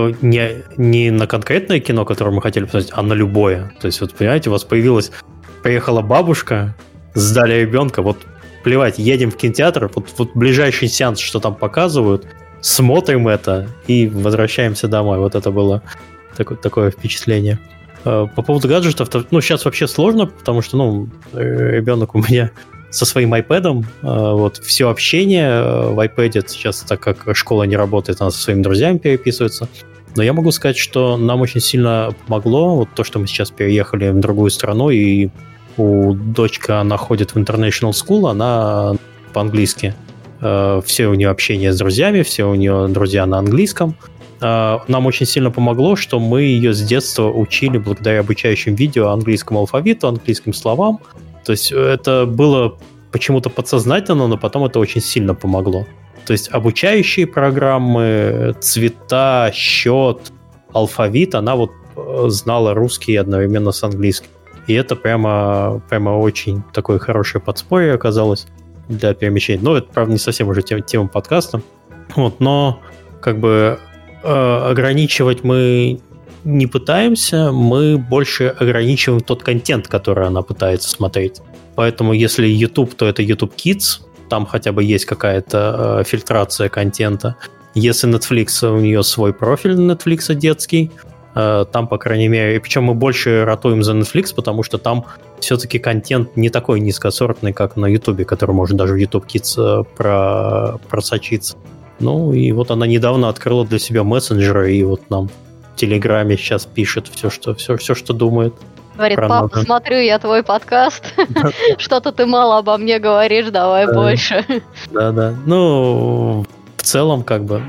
не на конкретное кино, которое мы хотели посмотреть, а на любое. То есть, вот понимаете, у вас приехала бабушка, сдали ребенка, вот плевать, едем в кинотеатр, вот ближайший сеанс, что там показывают, смотрим это и возвращаемся домой. Вот это было такое впечатление. По поводу гаджетов, сейчас вообще сложно, потому что, ребенок у меня со своим iPad'ом, вот, все общение в iPad'е сейчас, так как школа не работает, она со своими друзьями переписывается. Но я могу сказать, что нам очень сильно помогло вот то, что мы сейчас переехали в другую страну, и у дочка, она ходит в International School, она по-английски. Все у нее общение с друзьями, все у нее друзья на английском. Нам очень сильно помогло, что мы ее с детства учили благодаря обучающим видео английскому алфавиту, английским словам. То есть это было почему-то подсознательно, но потом это очень сильно помогло. То есть обучающие программы, цвета, счет, алфавит, она вот знала русский одновременно с английским. И это прямо очень такое хорошее подспорье оказалось для перемещения. Но это, правда, не совсем уже тема подкаста. Вот, но как бы ограничивать мы не пытаемся, мы больше ограничиваем тот контент, который она пытается смотреть. Поэтому если YouTube, то это YouTube Kids, там хотя бы есть какая-то фильтрация контента. Если Netflix, у нее свой профиль Netflix детский, там, по крайней мере, и причем мы больше ратуем за Netflix, потому что там все-таки контент не такой низкосортный, как на YouTube, который может даже в YouTube Kids просочиться. И вот она недавно открыла для себя мессенджеры, и вот нам в Телеграме сейчас пишет все, что думает. Говорит, папа, смотрю я твой подкаст, что-то ты мало обо мне говоришь, давай больше. Да. В целом,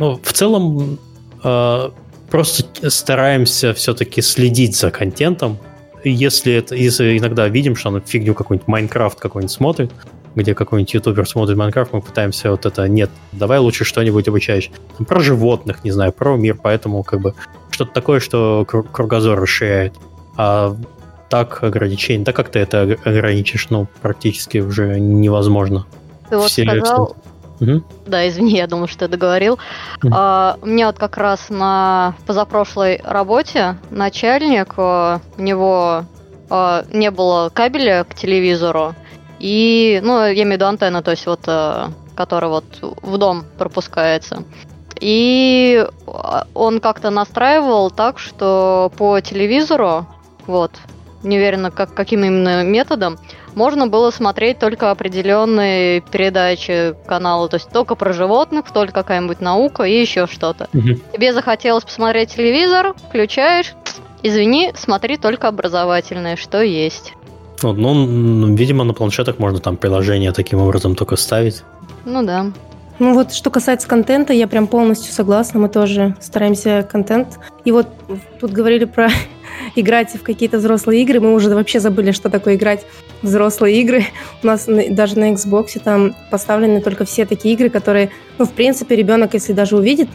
просто стараемся все-таки следить за контентом. Если иногда видим, что она фигню какую-нибудь, Майнкрафт какой-нибудь смотрит, где какой-нибудь ютубер смотрит Майнкрафт, мы пытаемся нет, давай лучше что-нибудь обучающее. Про животных, не знаю, про мир, поэтому что-то такое, что кругозор расширяет. А так ограничение, да как ты это ограничишь, практически уже невозможно. Ты вот сказал... Угу. Да, извини, я думал, что ты договорил. У меня вот как раз на позапрошлой работе начальник, у него не было кабеля к телевизору, и, я имею в виду антенну, то есть которая вот в дом пропускается. И он как-то настраивал так, что по телевизору, не уверена, каким именно методом, можно было смотреть только определенные передачи канала, то есть только про животных, только какая-нибудь наука и еще что-то. Тебе захотелось посмотреть телевизор, включаешь, извини, смотри только образовательное, что есть. Видимо, на планшетах можно там приложение таким образом только ставить. Да. Что касается контента, я прям полностью согласна, мы тоже стараемся контент. И вот тут говорили про играть в какие-то взрослые игры. Мы уже вообще забыли, что такое играть в взрослые игры. У нас даже на Xbox там поставлены только все такие игры, которые, в принципе, ребенок, если даже увидит,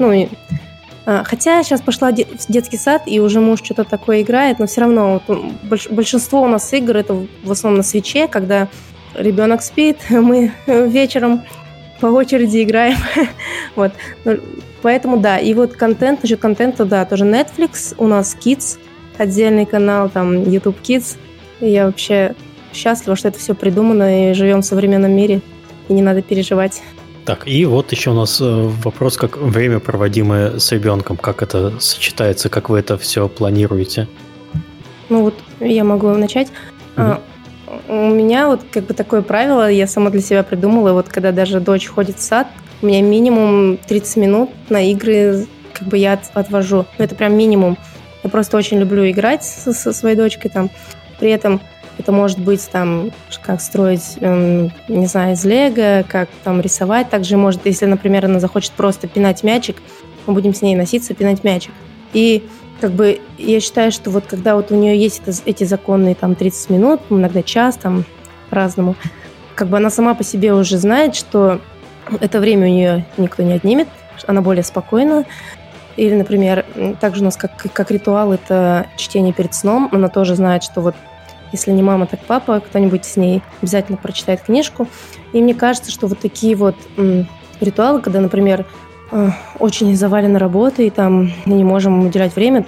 хотя сейчас пошла в детский сад, и уже муж что-то такое играет, но все равно большинство у нас игр это в основном на свитче, когда ребенок спит, мы вечером по очереди играем. Вот. Поэтому да, и вот насчет контента, да, тоже Netflix, у нас Kids, отдельный канал, там YouTube Kids. И я вообще счастлива, что это все придумано, и живем в современном мире, и не надо переживать. Так, и вот еще у нас вопрос, как время, проводимое с ребенком, как это сочетается, как вы это все планируете? Я могу начать. У меня вот как бы такое правило, я сама для себя придумала, вот когда даже дочь ходит в сад, у меня минимум 30 минут на игры как бы я отвожу. Это прям минимум. Я просто очень люблю играть со своей дочкой там. При этом это может быть там, как строить, не знаю, из лего, как там рисовать. Также может, если, например, она захочет просто пинать мячик, мы будем с ней носиться, пинать мячик. И как бы я считаю, что вот когда вот у нее есть эти законные там 30 минут, иногда час, там по-разному, как бы она сама по себе уже знает, что это время у нее никто не отнимет, она более спокойна. Или, например, также у нас как ритуал это чтение перед сном. Она тоже знает, что вот если не мама, так папа, кто-нибудь с ней обязательно прочитает книжку. И мне кажется, что вот такие вот ритуалы, когда, например, очень завалена работой, и там мы не можем уделять время,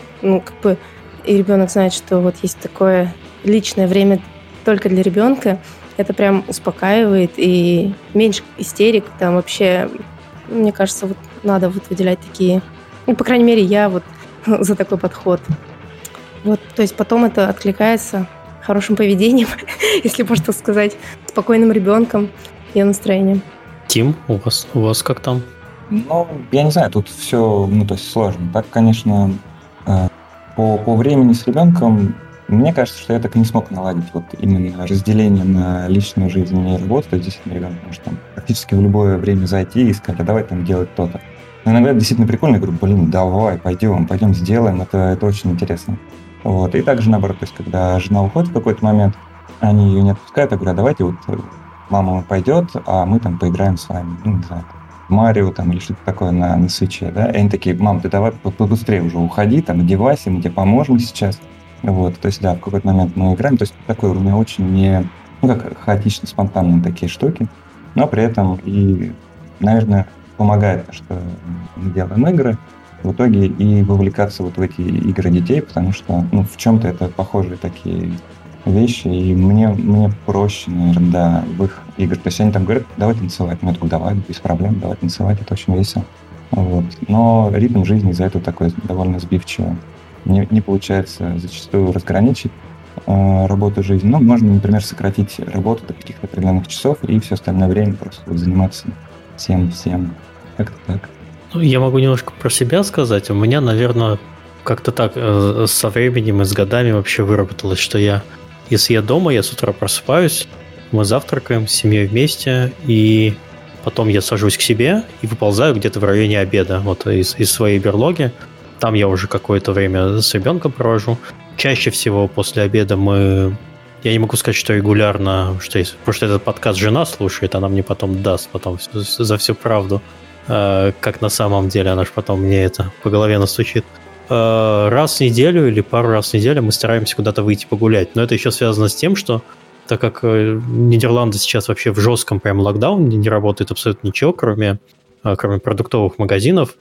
и ребенок знает, что вот есть такое личное время только для ребенка, это прям успокаивает и меньше истерик, там вообще, мне кажется, вот надо вот выделять такие, по крайней мере, я вот за такой подход. Вот, то есть потом это откликается хорошим поведением, если можно так сказать, спокойным ребенком и настроением. Тим, у вас как там? Я не знаю, тут все, то есть сложно. Так, конечно, по времени с ребенком, мне кажется, что я так и не смог наладить вот именно разделение на личную жизнь и работу. То есть действительно ребенок может там практически в любое время зайти и сказать, а давай там делать то-то. Но иногда это действительно прикольно, я говорю, давай, пойдем сделаем, это очень интересно. Вот. И также наоборот, то есть когда жена уходит в какой-то момент, они ее не отпускают, я говорю, а давайте вот мама пойдет, а мы там поиграем с вами, не знаю, Марио там или что-то такое на свитче, да, и они такие, мам, ты давай побыстрее уже уходи, там, одевайся, мы тебе поможем сейчас, вот, то есть, да, в какой-то момент мы играем, то есть, такое у меня очень хаотично, спонтанные такие штуки, но при этом и, наверное, помогает, что мы делаем игры, в итоге и вовлекаться вот в эти игры детей, потому что, в чем-то это похожие такие вещи, и мне проще, наверное, да, в их играх. То есть они там говорят, давай танцевать. Я такой, давай, без проблем, давай танцевать, это очень весело. Вот. Но ритм жизни из-за этого такой довольно сбивчивый. Не получается зачастую разграничить работу и жизнь. Можно, например, сократить работу до каких-то определенных часов и все остальное время просто заниматься всем. Как-то так. Я могу немножко про себя сказать. У меня, наверное, как-то так со временем и с годами вообще выработалось, что если я дома, я с утра просыпаюсь, мы завтракаем с семьей вместе, и потом я сажусь к себе и выползаю где-то в районе обеда, вот из своей берлоги. Там я уже какое-то время с ребенком провожу. Чаще всего после обеда я не могу сказать, что регулярно, потому что этот подкаст жена слушает, она мне потом даст за всю правду, как на самом деле, она же потом мне это по голове настучит. Раз в неделю или пару раз в неделю мы стараемся куда-то выйти погулять. Но это еще связано с тем, что так как Нидерланды сейчас вообще в жестком прям локдауне, не работает абсолютно ничего, кроме продуктовых магазинов,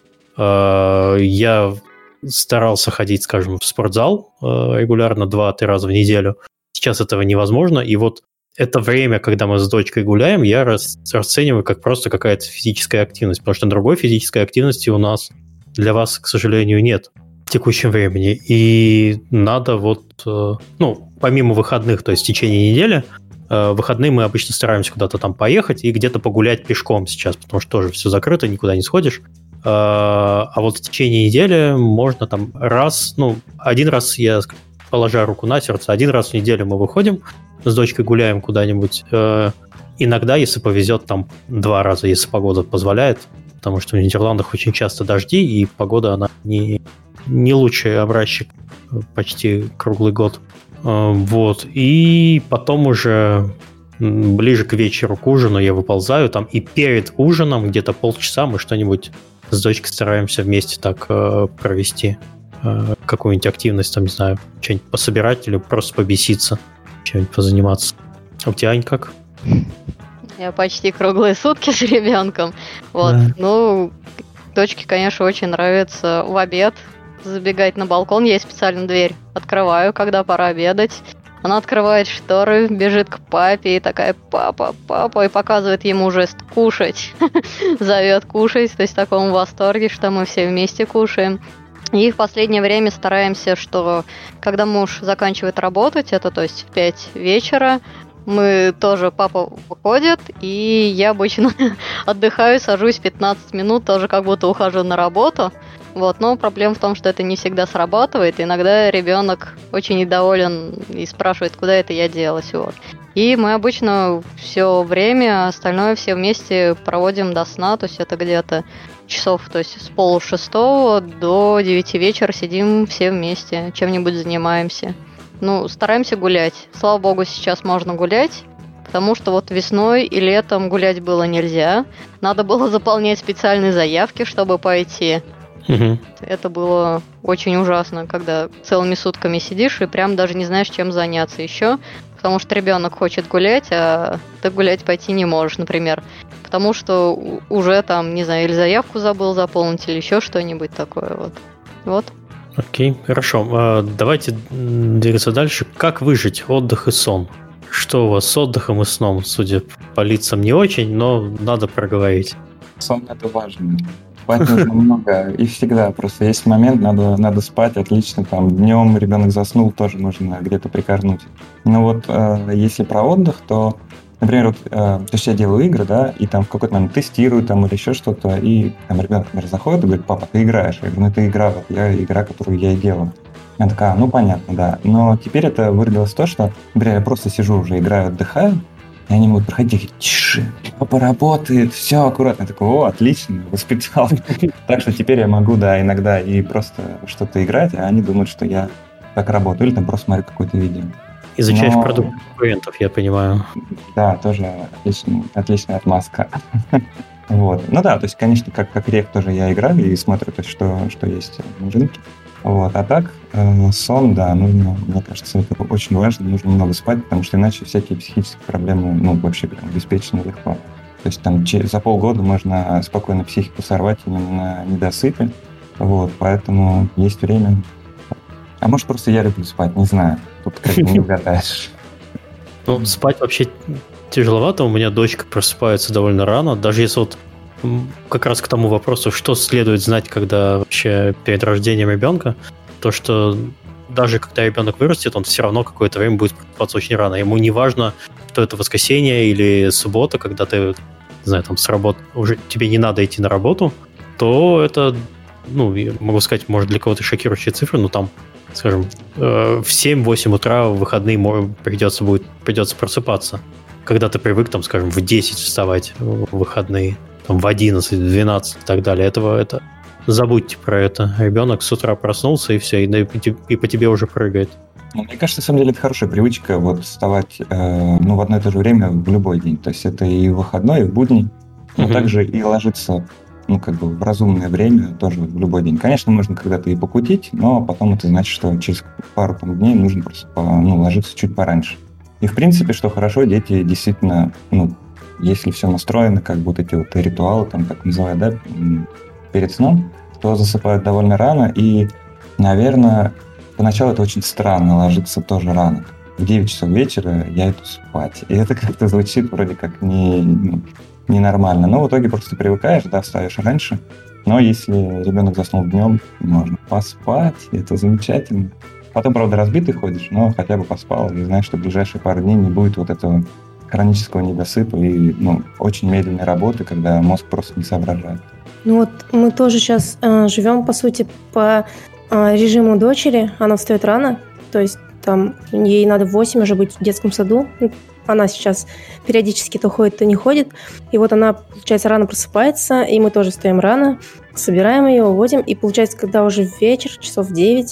я старался ходить, скажем, в спортзал регулярно 2-3 раза в неделю. Сейчас этого невозможно, и вот это время, когда мы с дочкой гуляем, я расцениваю как просто какая-то физическая активность, потому что другой физической активности у нас для вас, к сожалению, нет в текущем времени. И надо помимо выходных, то есть в течение недели, в выходные мы обычно стараемся куда-то там поехать и где-то погулять пешком сейчас, потому что тоже все закрыто, никуда не сходишь. А вот в течение недели можно там один раз я, положа руку на сердце, один раз в неделю мы выходим, с дочкой гуляем куда-нибудь. Иногда, если повезет, там 2 раза, если погода позволяет, потому что в Нидерландах очень часто дожди, и погода, она не лучший образчик почти круглый год. Вот. И потом уже ближе к вечеру к ужину я выползаю там, и перед ужином где-то полчаса мы что-нибудь с дочкой стараемся вместе так провести. Какую-нибудь активность, там, не знаю, что-нибудь пособирать или просто побеситься, чем-нибудь позаниматься. А у тебя, Ань, как? Я почти круглые сутки с ребенком. Вот. Да. Ну, дочке, конечно, очень нравится в обед забегать на балкон. Есть специально дверь. Открываю, когда пора обедать. Она открывает шторы, бежит к папе и такая: папа, папа, и показывает ему жест кушать. Зовет кушать, то есть в таком восторге, что мы все вместе кушаем. И в последнее время стараемся, что когда муж заканчивает работать, это то есть в 5 вечера, мы тоже, папа выходит, и я обычно отдыхаю, сажусь 15 минут, тоже как будто ухожу на работу. Вот, но проблема в том, что это не всегда срабатывает. Иногда ребенок очень недоволен и спрашивает, куда это я делась. Вот. И мы обычно все время, остальное все вместе проводим до сна, то есть это где-то часов, то есть с 5:30 до 9 вечера сидим все вместе, чем-нибудь занимаемся. Ну, стараемся гулять. Слава богу, сейчас можно гулять, потому что вот весной и летом гулять было нельзя. Надо было заполнять специальные заявки, чтобы пойти. Угу. Это было очень ужасно, когда целыми сутками сидишь и прям даже не знаешь, чем заняться еще, потому что ребенок хочет гулять, а ты гулять пойти не можешь, например, потому что уже там, не знаю, или заявку забыл заполнить, или еще что-нибудь такое. Вот. Окей, хорошо. Давайте двигаться дальше. Как выжить отдых и сон? Что у вас с отдыхом и сном? Судя по лицам, не очень, но надо проговорить. Сон – это важно. Спать нужно много, и всегда. Просто есть момент, надо спать, отлично. Там днем ребенок заснул, тоже можно где-то прикорнуть. Но вот если про отдых, то, например, вот, то есть я делаю игры, да, и там в какой-то момент тестирую там или еще что-то, и там ребенок, например, заходит и говорит: папа, ты играешь. Я говорю: ну это игра, вот игра, которую я и делаю. Я такая: ну понятно, да. Но теперь это выродилось в то, что, например, я просто сижу уже, играю, отдыхаю, и они будут проходить и говорить: тише, папа работает, все аккуратно. Я такой: о, отлично, воспитал. Так что теперь я могу, да, иногда и просто что-то играть, а они думают, что я так работаю, или там просто смотрю какое-то видео. Изучаешь продукт конкурентов, я понимаю. Да, тоже отличная отмазка. Вот. Ну да, то есть, конечно, как рек тоже я играю и смотрю, то есть, что есть на рынке. Вот. А так, сон, да, нужно, мне кажется, это очень важно, нужно много спать, потому что иначе всякие психические проблемы, ну, вообще прям обеспечены легко. То есть там за полгода можно спокойно психику сорвать именно на недосыпе. Вот, поэтому есть время. А может, просто я люблю спать, не знаю. Тут как бы не угадаешь. Ну, спать вообще тяжеловато. У меня дочка просыпается довольно рано. Даже если вот как раз к тому вопросу, что следует знать, когда вообще перед рождением ребенка, то, что даже когда ребенок вырастет, он все равно какое-то время будет просыпаться очень рано. Ему не важно, что это воскресенье или суббота, когда ты, не знаю, там с работы, уже тебе не надо идти на работу, то это, ну, могу сказать, может для кого-то шокирующие цифры, но там, скажем, в 7-8 утра в выходные придется просыпаться. Когда ты привык, там, скажем, в 10 вставать в выходные, там, в 11, в 12 и так далее. Это забудьте про это. Ребенок с утра проснулся, и все, и по тебе уже прыгает. Ну, мне кажется, на самом деле, это хорошая привычка, вот вставать в одно и то же время в любой день. То есть это и в выходной, и в будни, но также и ложиться в разумное время тоже в любой день. Конечно, можно когда-то и покутить, но потом это значит, что через пару дней нужно просто ложиться чуть пораньше. И, в принципе, что хорошо, дети действительно, если все настроено, как вот эти вот ритуалы, там, так называют, да, перед сном, то засыпают довольно рано, и, наверное, поначалу это очень странно, ложиться тоже рано. В 9 часов вечера я иду спать. И это как-то звучит вроде как ненормально. Но в итоге просто привыкаешь, да, встаешь раньше. Но если ребенок заснул днем, можно поспать, и это замечательно. Потом, правда, разбитый ходишь, но хотя бы поспал, и знаешь, что в ближайшие пару дней не будет вот этого хронического недосыпа и очень медленной работы, когда мозг просто не соображает. Ну вот мы тоже сейчас живем, по сути, по режиму дочери. Она встает рано, то есть там ей надо в 8 уже быть в детском саду. Она сейчас периодически то ходит, то не ходит. И вот она, получается, рано просыпается, и мы тоже встаем рано, собираем ее, уводим. И получается, когда уже вечер, часов 9,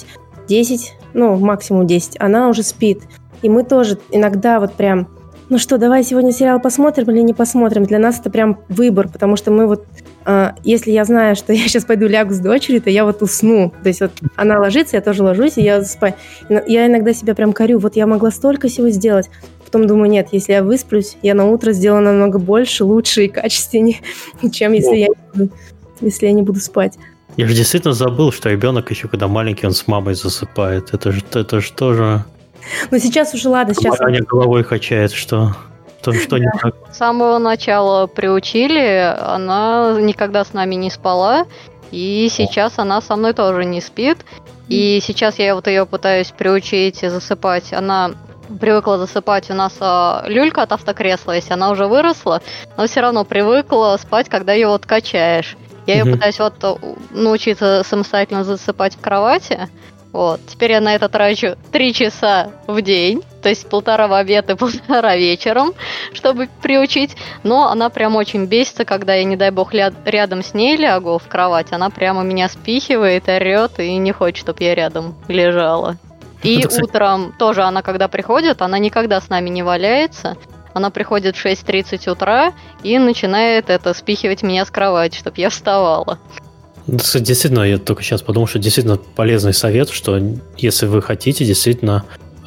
10, максимум 10, она уже спит. И мы тоже иногда вот прям, ну что, давай сегодня сериал посмотрим или не посмотрим. Для нас это прям выбор, потому что мы вот, если я знаю, что я сейчас пойду лягу с дочерью, то я вот усну. То есть вот она ложится, я тоже ложусь, и я спать. Я иногда себя прям корю, вот я могла столько всего сделать. Потом думаю, нет, если я высплюсь, я на утро сделаю намного больше, лучше и качественнее, чем если я не буду спать. Я же действительно забыл, что ребенок еще когда маленький, он с мамой засыпает. Это же тоже... Ну сейчас уже ладно, сейчас... Аня головой качает, что не так. С самого начала приучили, она никогда с нами не спала, и сейчас она со мной тоже не спит. И сейчас я вот ее пытаюсь приучить засыпать. Она привыкла засыпать, у нас люлька от автокресла есть, она уже выросла, но все равно привыкла спать, когда ее вот качаешь. Я ее пытаюсь научиться самостоятельно засыпать в кровати. Вот. Теперь я на это трачу 3 часа в день, то есть 1,5 в обед и 1,5 вечером, чтобы приучить. Но она прям очень бесится, когда я, не дай бог, рядом с ней лягу в кровать. Она прямо меня спихивает, орет и не хочет, чтобы я рядом лежала. И утром тоже она, когда приходит, она никогда с нами не валяется. Она приходит в 6:30 утра и начинает спихивать меня с кровати, чтобы я вставала. Действительно, я только сейчас подумал, что действительно полезный совет, что если вы хотите действительно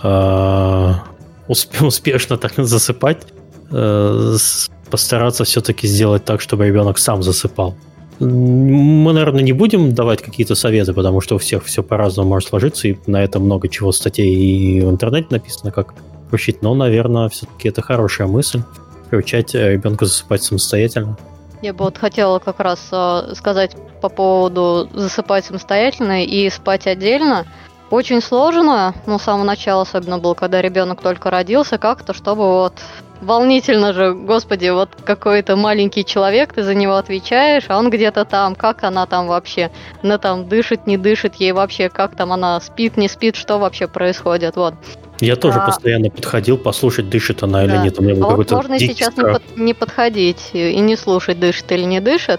успешно так засыпать, постараться все-таки сделать так, чтобы ребенок сам засыпал. Мы, наверное, не будем давать какие-то советы, потому что у всех все по-разному может сложиться, и на это много чего статей и в интернете написано, как приучить. Но, наверное, все-таки это хорошая мысль, приучать ребенка засыпать самостоятельно. Я бы вот хотела как раз сказать по поводу засыпать самостоятельно и спать отдельно. Очень сложно, с самого начала особенно было, когда ребенок только родился, как-то, чтобы волнительно же, господи, какой-то маленький человек, ты за него отвечаешь, а он где-то там, как она там вообще, она там дышит, не дышит, ей вообще, как там она спит, не спит, что вообще происходит, вот. Я тоже постоянно подходил послушать, дышит она или нет. У меня был какой-то можно сейчас не подходить и не слушать, дышит или не дышит.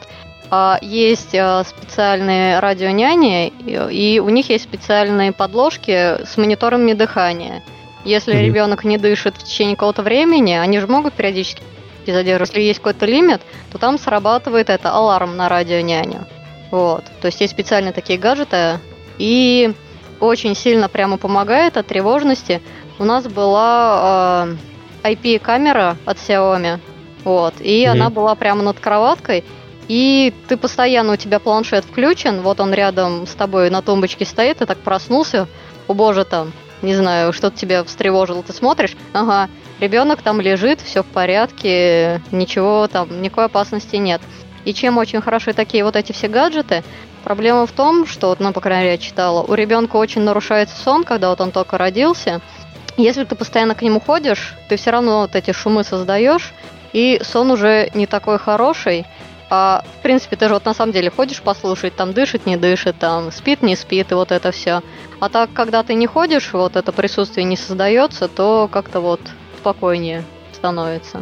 Есть специальные радионяни, и у них есть специальные подложки с мониторами дыхания. Если ребенок не дышит в течение какого-то времени, они же могут периодически задерживать. Если есть какой-то лимит, то там срабатывает аларм на радионяню. Вот. То есть специальные такие гаджеты, и очень сильно прямо помогает от тревожности. У нас была IP-камера от Xiaomi, и она была прямо над кроваткой, и ты постоянно, у тебя планшет включен, он рядом с тобой на тумбочке стоит, ты так проснулся, о боже, там, не знаю, что-то тебя встревожило, ты смотришь, ага, ребенок там лежит, все в порядке, ничего там, никакой опасности нет. И чем очень хороши такие эти все гаджеты, проблема в том, что, по крайней мере, я читала, у ребенка очень нарушается сон, когда он только родился. Если ты постоянно к нему ходишь, ты все равно эти шумы создаешь, и сон уже не такой хороший. В принципе, ты же на самом деле ходишь послушать, там дышит, не дышит, там спит, не спит, и это все. А так, когда ты не ходишь, это присутствие не создается, то как-то спокойнее становится.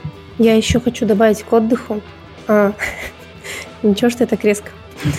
Я еще хочу добавить к отдыху. Ничего, что я так резко.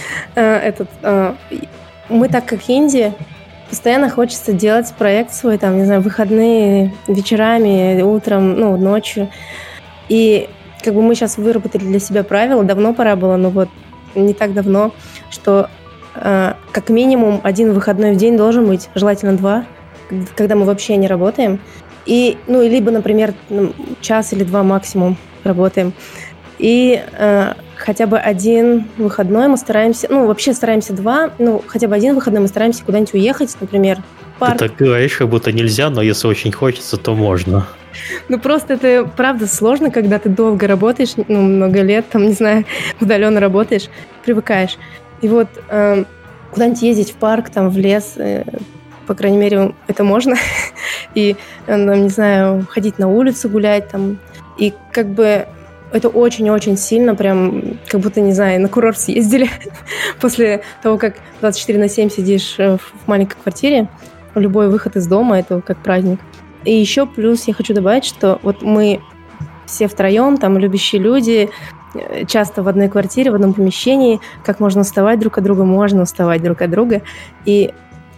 Мы так как инди, постоянно хочется делать проект свой, там, не знаю, выходные, вечерами, утром, ночью. И мы сейчас выработали для себя правила, давно пора было, но не так давно, что как минимум 1 выходной в день должен быть, желательно 2, когда мы вообще не работаем. И, либо, например, час или 2 максимум работаем. И хотя бы 1 выходной мы стараемся, вообще стараемся 2, хотя бы 1 выходной мы стараемся куда-нибудь уехать, например, в парк. Ты так говоришь, как будто нельзя, но если очень хочется, то можно. Просто это правда сложно, когда ты долго работаешь, много лет, там, не знаю, удаленно работаешь, привыкаешь. И куда-нибудь ездить в парк, там, в лес, по крайней мере, это можно. И, не знаю, ходить на улицу гулять, там. И это очень-очень сильно, прям, как будто, не знаю, на курорт съездили после того, как 24/7 сидишь в маленькой квартире. Любой выход из дома – это как праздник. И еще плюс я хочу добавить, что мы все втроем, там, любящие люди, часто в одной квартире, в одном помещении, как можно уставать друг от друга, можно уставать друг от друга. И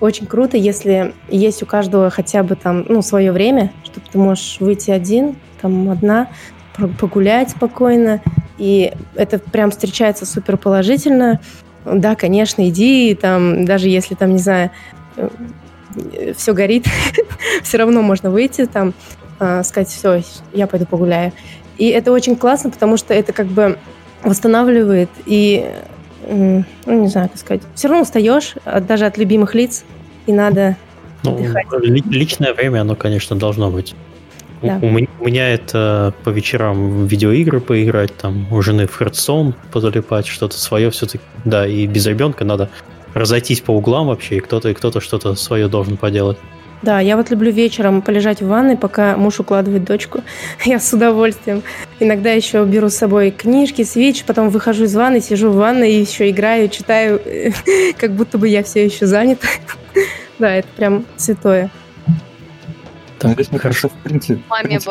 очень круто, если есть у каждого хотя бы там, свое время, чтобы ты можешь выйти один, там одна, погулять спокойно, и это прям встречается супер положительно. Да, конечно, иди, там, даже если там, не знаю, все горит, все равно можно выйти, там, сказать, все, я пойду погуляю. И это очень классно, потому что это как бы восстанавливает и, не знаю, как сказать, все равно устаешь даже от любимых лиц, и надо отдыхать. Личное время, оно, конечно, должно быть. Да. У меня это по вечерам в видеоигры поиграть, там у жены в Hearthstone позалипать, что-то свое все-таки. Да, и без ребенка надо разойтись по углам вообще, и кто-то что-то свое должен поделать. Да, я вот люблю вечером полежать в ванной, пока муж укладывает дочку. Я с удовольствием. Иногда еще беру с собой книжки, свитч, потом выхожу из ванны, сижу в ванной и еще играю, читаю, как будто бы я все еще занята. Да, это прям святое. Так, здесь, мне кажется, в принципе...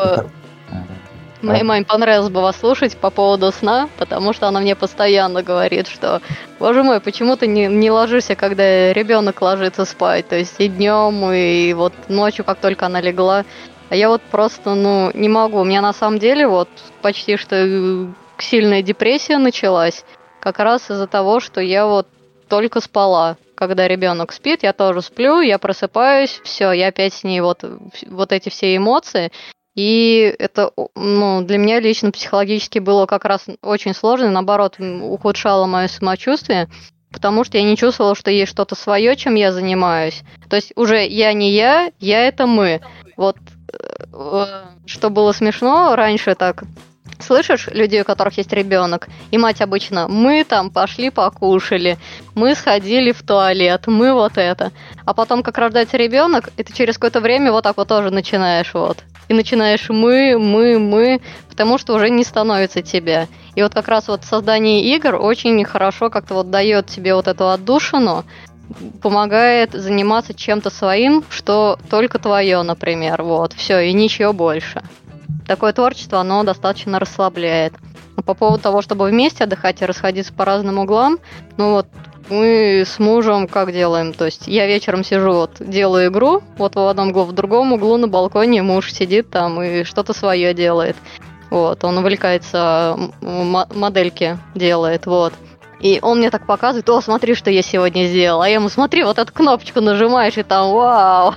Моей маме понравилось бы вас слушать по поводу сна, потому что она мне постоянно говорит, что, боже мой, почему ты не ложишься, когда ребенок ложится спать, то есть и днем, и вот ночью, как только она легла. А я вот просто, не могу. У меня на самом деле вот почти что сильная депрессия началась, как раз из-за того, что я вот только спала. Когда ребенок спит, я тоже сплю, я просыпаюсь, все, я опять с ней вот эти все эмоции. И это, для меня лично психологически было как раз очень сложно, наоборот, ухудшало мое самочувствие, потому что я не чувствовала, что есть что-то свое, чем я занимаюсь. То есть уже я не я это мы. Вот что было смешно, раньше так... Слышишь людей, у которых есть ребенок, и мать обычно, мы там пошли покушали, мы сходили в туалет, мы вот это. А потом, как рождается ребенок, и ты через какое-то время вот так вот тоже начинаешь вот. И начинаешь мы, потому что уже не становится тебя. И вот как раз вот создание игр очень хорошо как-то вот дает тебе вот эту отдушину, помогает заниматься чем-то своим, что только твое, например, вот, все, и ничего больше. Такое творчество, оно достаточно расслабляет. По поводу того, чтобы вместе отдыхать и расходиться по разным углам, мы с мужем как делаем? То есть я вечером сижу, вот, делаю игру, вот в одном углу, в другом углу на балконе муж сидит там и что-то свое делает. Вот, он увлекается, модельки делает, вот. И он мне так показывает, смотри, что я сегодня сделал. А я ему, смотри, вот эту кнопочку нажимаешь, и там вау.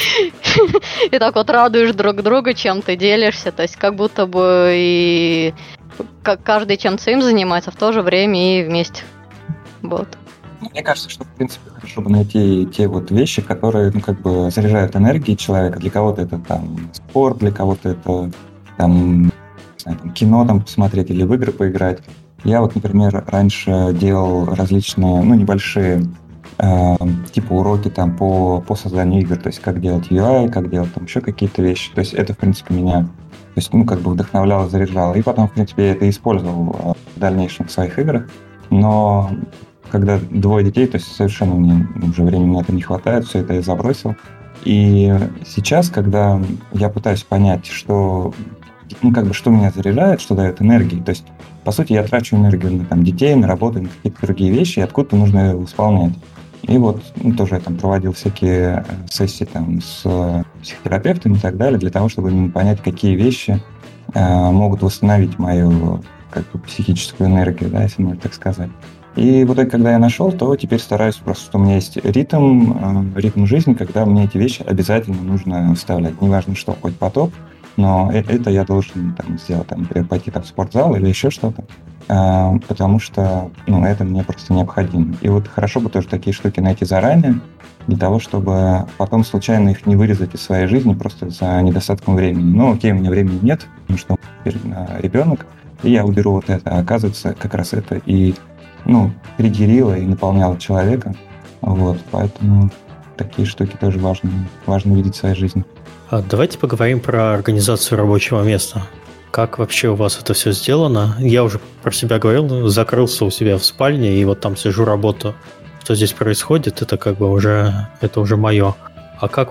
И так вот радуешь друг друга, чем ты делишься. То есть как будто бы и каждый чем-то своим занимается, в то же время и вместе. Вот. Мне кажется, что, в принципе, хорошо бы найти те вот вещи, которые, заряжают энергией человека. Для кого-то это там спорт, для кого-то это там кино там посмотреть или в игры поиграть. Я вот, например, раньше делал различные, небольшие типа уроки там по созданию игр, то есть как делать UI, как делать там еще какие-то вещи. То есть это, в принципе, меня вдохновляло, заряжало. И потом, в принципе, я это использовал в дальнейшем в своих играх. Но когда 2 детей, то есть совершенно мне уже времени на это не хватает, все это я забросил. И сейчас, когда я пытаюсь понять, что меня заряжает, что дает энергии, то есть, по сути, я трачу энергию на детей, на работу, на какие-то другие вещи, и откуда-то нужно ее восполнять. И вот тоже я там проводил всякие сессии там с психотерапевтами и так далее, для того, чтобы именно понять, какие вещи могут восстановить мою психическую энергию, да, если можно так сказать. И вот когда я нашел, то теперь стараюсь просто, что у меня есть ритм жизни, когда мне эти вещи обязательно нужно вставлять. Неважно что, хоть потоп, но это я должен сделать, например, пойти в спортзал или еще что-то, потому что это мне просто необходимо. И вот хорошо бы тоже такие штуки найти заранее, для того, чтобы потом случайно их не вырезать из своей жизни просто за недостатком времени. Окей, у меня времени нет, потому что теперь ребенок, и я уберу вот это. А оказывается, как раз это и триггерило и наполняло человека. Вот, поэтому такие штуки тоже важно видеть в своей жизни. Давайте поговорим про организацию рабочего места. Как вообще у вас это все сделано? Я уже про себя говорил, закрылся у себя в спальне, и вот там сижу, работаю. Что здесь происходит, это уже мое. А как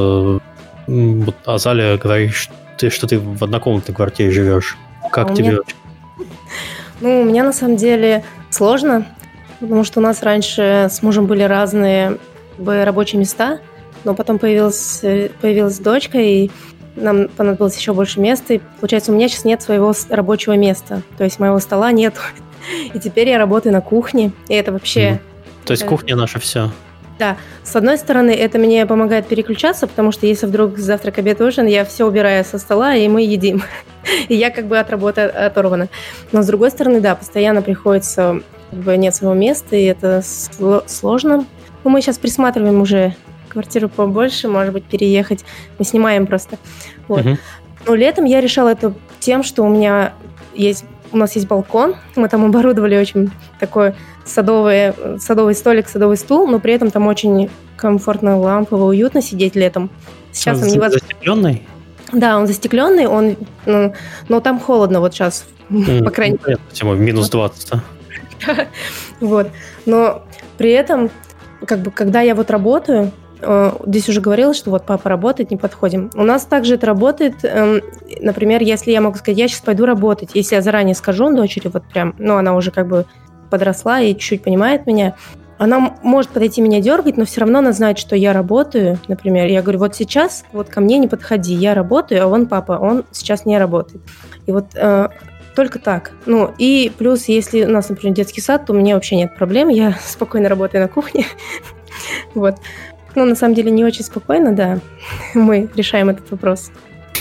Азалия, говоришь, что ты в однокомнатной квартире живешь? Как тебе? У меня на самом деле сложно, потому что у нас раньше с мужем были разные рабочие места, но потом появилась дочка, и нам понадобилось еще больше места, и получается, у меня сейчас нет своего рабочего места, то есть моего стола нет, и теперь я работаю на кухне, и это вообще... То есть кухня наша все. Да, с одной стороны, это мне помогает переключаться, потому что если вдруг завтрак, обед, ужин, я все убираю со стола, и мы едим. И я как бы от работы оторвана. Но с другой стороны, да, постоянно приходится, нет своего места, и это сложно. Но мы сейчас присматриваем уже квартиру побольше, может быть, переехать. Мы снимаем просто. Вот. Но летом я решала это тем, что у нас есть балкон, мы там оборудовали очень такой садовый столик, садовый стул, но при этом там очень комфортно, лампово, уютно сидеть летом. Сейчас он застекленный? Да, он застекленный, но там холодно вот сейчас, по крайней мере. Тема минус 20, да? Вот. Но при этом, как бы, когда я вот работаю, здесь уже говорилось, что вот папа работает, не подходим. У нас также это работает, например, если я могу сказать, я сейчас пойду работать, если я заранее скажу дочери, вот прям, она уже как бы подросла и чуть-чуть понимает меня, она может подойти меня дергать, но все равно она знает, что я работаю, например. Я говорю, вот сейчас вот ко мне не подходи, я работаю, а вон папа, он сейчас не работает. И вот только так. И плюс, если у нас, например, детский сад, то у меня вообще нет проблем, я спокойно работаю на кухне. Вот. На самом деле не очень спокойно, да. Мы решаем этот вопрос.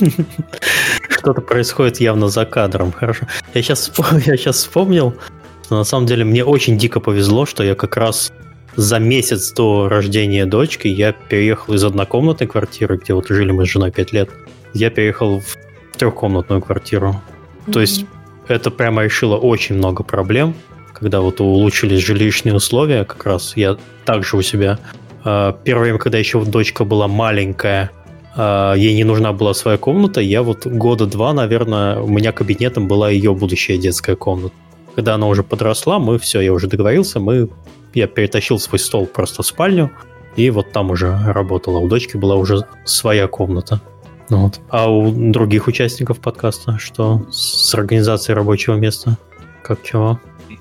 Что-то происходит явно за кадром. Хорошо. Я сейчас вспомнил, что на самом деле мне очень дико повезло, что я как раз за месяц до рождения дочки я переехал из однокомнатной квартиры, где вот жили мы с женой 5 лет, я переехал в трехкомнатную квартиру. То есть это прямо решило очень много проблем, когда вот улучшились жилищные условия, как раз я также у себя... Первое время, когда еще дочка была маленькая, ей не нужна была своя комната, я вот 2 года, наверное, у меня кабинетом была ее будущая детская комната. Когда она уже подросла, я уже договорился, я перетащил свой стол просто в спальню, и вот там уже работала. У дочки была уже своя комната. Вот. А у других участников подкаста что с организацией рабочего места? Как чего?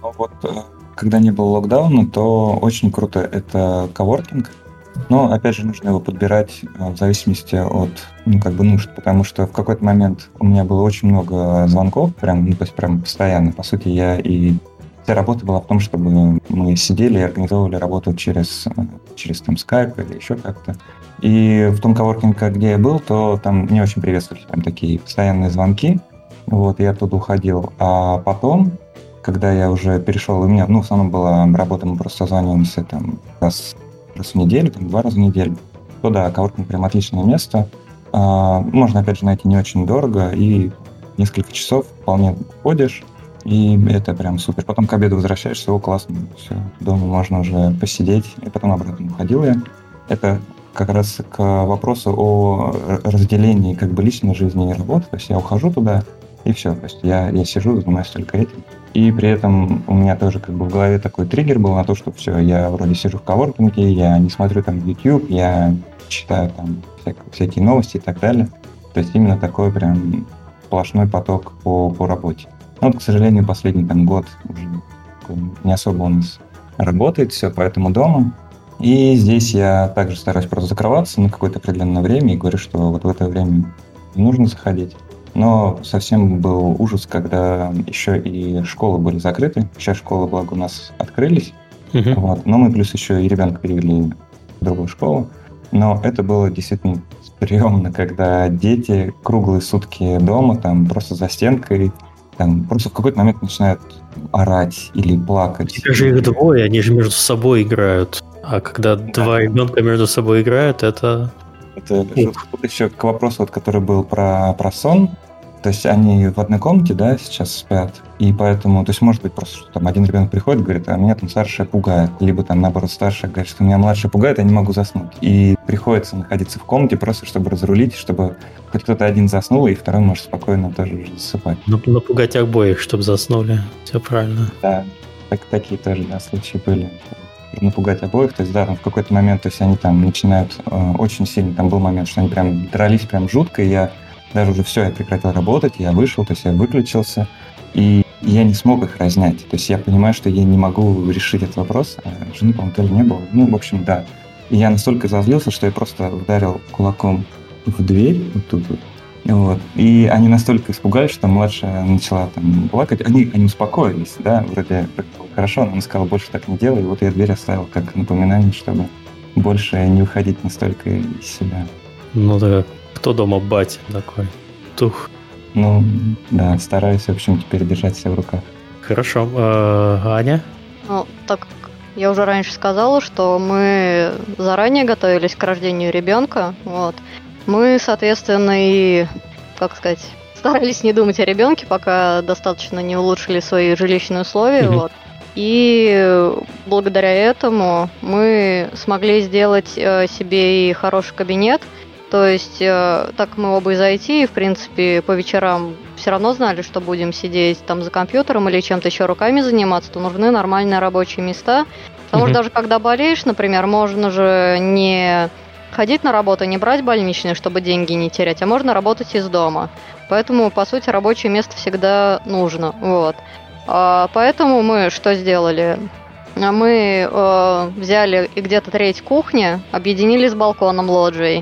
Когда не было локдауна, то очень круто это коворкинг. Но, опять же, нужно его подбирать в зависимости от нужд, потому что в какой-то момент у меня было очень много звонков, прям постоянно. По сути, вся работа была в том, чтобы мы сидели и организовывали работу через там Skype или еще как-то. И в том коворкинге, где я был, то там не очень приветствовались прям такие постоянные звонки. Вот, я оттуда уходил. А потом, когда я уже перешел, у меня, в основном была работа, мы просто созваниваемся там раз в неделю, 2 раза в неделю, то да, коворкинг прям отличное место. Можно, опять же, найти не очень дорого, и несколько часов вполне ходишь, и это прям супер. Потом к обеду возвращаешься, классно, все, дома можно уже посидеть, и потом обратно уходил я. Это как раз к вопросу о разделении как бы личной жизни и работы, то есть я ухожу туда, и все, то есть я сижу, занимаюсь только этим. И при этом у меня тоже как бы в голове такой триггер был на то, что все, я вроде сижу в коворкинге, я не смотрю там YouTube, я читаю там всякие новости и так далее. То есть именно такой прям сплошной поток по работе. Но, к сожалению, последний год уже не особо у нас работает все, поэтому дома. И здесь я также стараюсь просто закрываться на какое-то определенное время и говорю, что вот в это время не нужно заходить. Но совсем был ужас, когда еще и школы были закрыты. Сейчас школы, благо, у нас открылись. Вот. Но мы плюс еще и ребенка перевели в другую школу. Но это было действительно стрёмно, когда дети круглые сутки дома, там просто за стенкой, там просто в какой-то момент начинают орать или плакать. Теперь же их 2, они же между собой играют. А когда 2 ребенка между собой играют, это... Это тут еще к вопросу, который был про сон. То есть они в одной комнате, да, сейчас спят, и поэтому, то есть может быть просто, что там один ребенок приходит, говорит, а меня там старшая пугает, либо там наоборот старшая говорит, что меня младшая пугает, я не могу заснуть. И приходится находиться в комнате просто, чтобы разрулить, чтобы хоть кто-то один заснул, и второй может спокойно тоже уже засыпать. Напугать обоих, чтобы заснули, все правильно. Да, такие тоже, да, случаи были. Напугать обоих, то есть, да, там в какой-то момент, то есть они там начинают очень сильно, там был момент, что они прям дрались прям жутко, и я даже уже все, я прекратил работать, я вышел, то есть я выключился, и я не смог их разнять. То есть я понимаю, что я не могу решить этот вопрос, а жены, по-моему, тоже не было. В общем, да. И я настолько разозлился, что я просто ударил кулаком в дверь, вот тут вот. Вот. И они настолько испугались, что младшая начала там плакать. Они успокоились, да, вроде хорошо, но она сказала, больше так не делай. И вот я дверь оставил как напоминание, чтобы больше не выходить настолько из себя. Ну да, кто дома батя такой? Тух. Ну, да, стараюсь, в общем, теперь держать себя в руках. Хорошо. Аня? Ну, так как я уже раньше сказала, что мы заранее готовились к рождению ребенка, вот. Мы, соответственно, и, как сказать, старались не думать о ребенке, пока достаточно не улучшили свои жилищные условия, вот. И благодаря этому мы смогли сделать себе и хороший кабинет. То есть, так мы оба из IT, и, в принципе, по вечерам все равно знали, что будем сидеть там за компьютером или чем-то еще руками заниматься, то нужны нормальные рабочие места. Потому что даже когда болеешь, например, можно же не ходить на работу, не брать больничные, чтобы деньги не терять, а можно работать из дома. Поэтому, по сути, рабочее место всегда нужно. Вот. Поэтому мы что сделали? Мы взяли и где-то треть кухни, объединили с балконом лоджией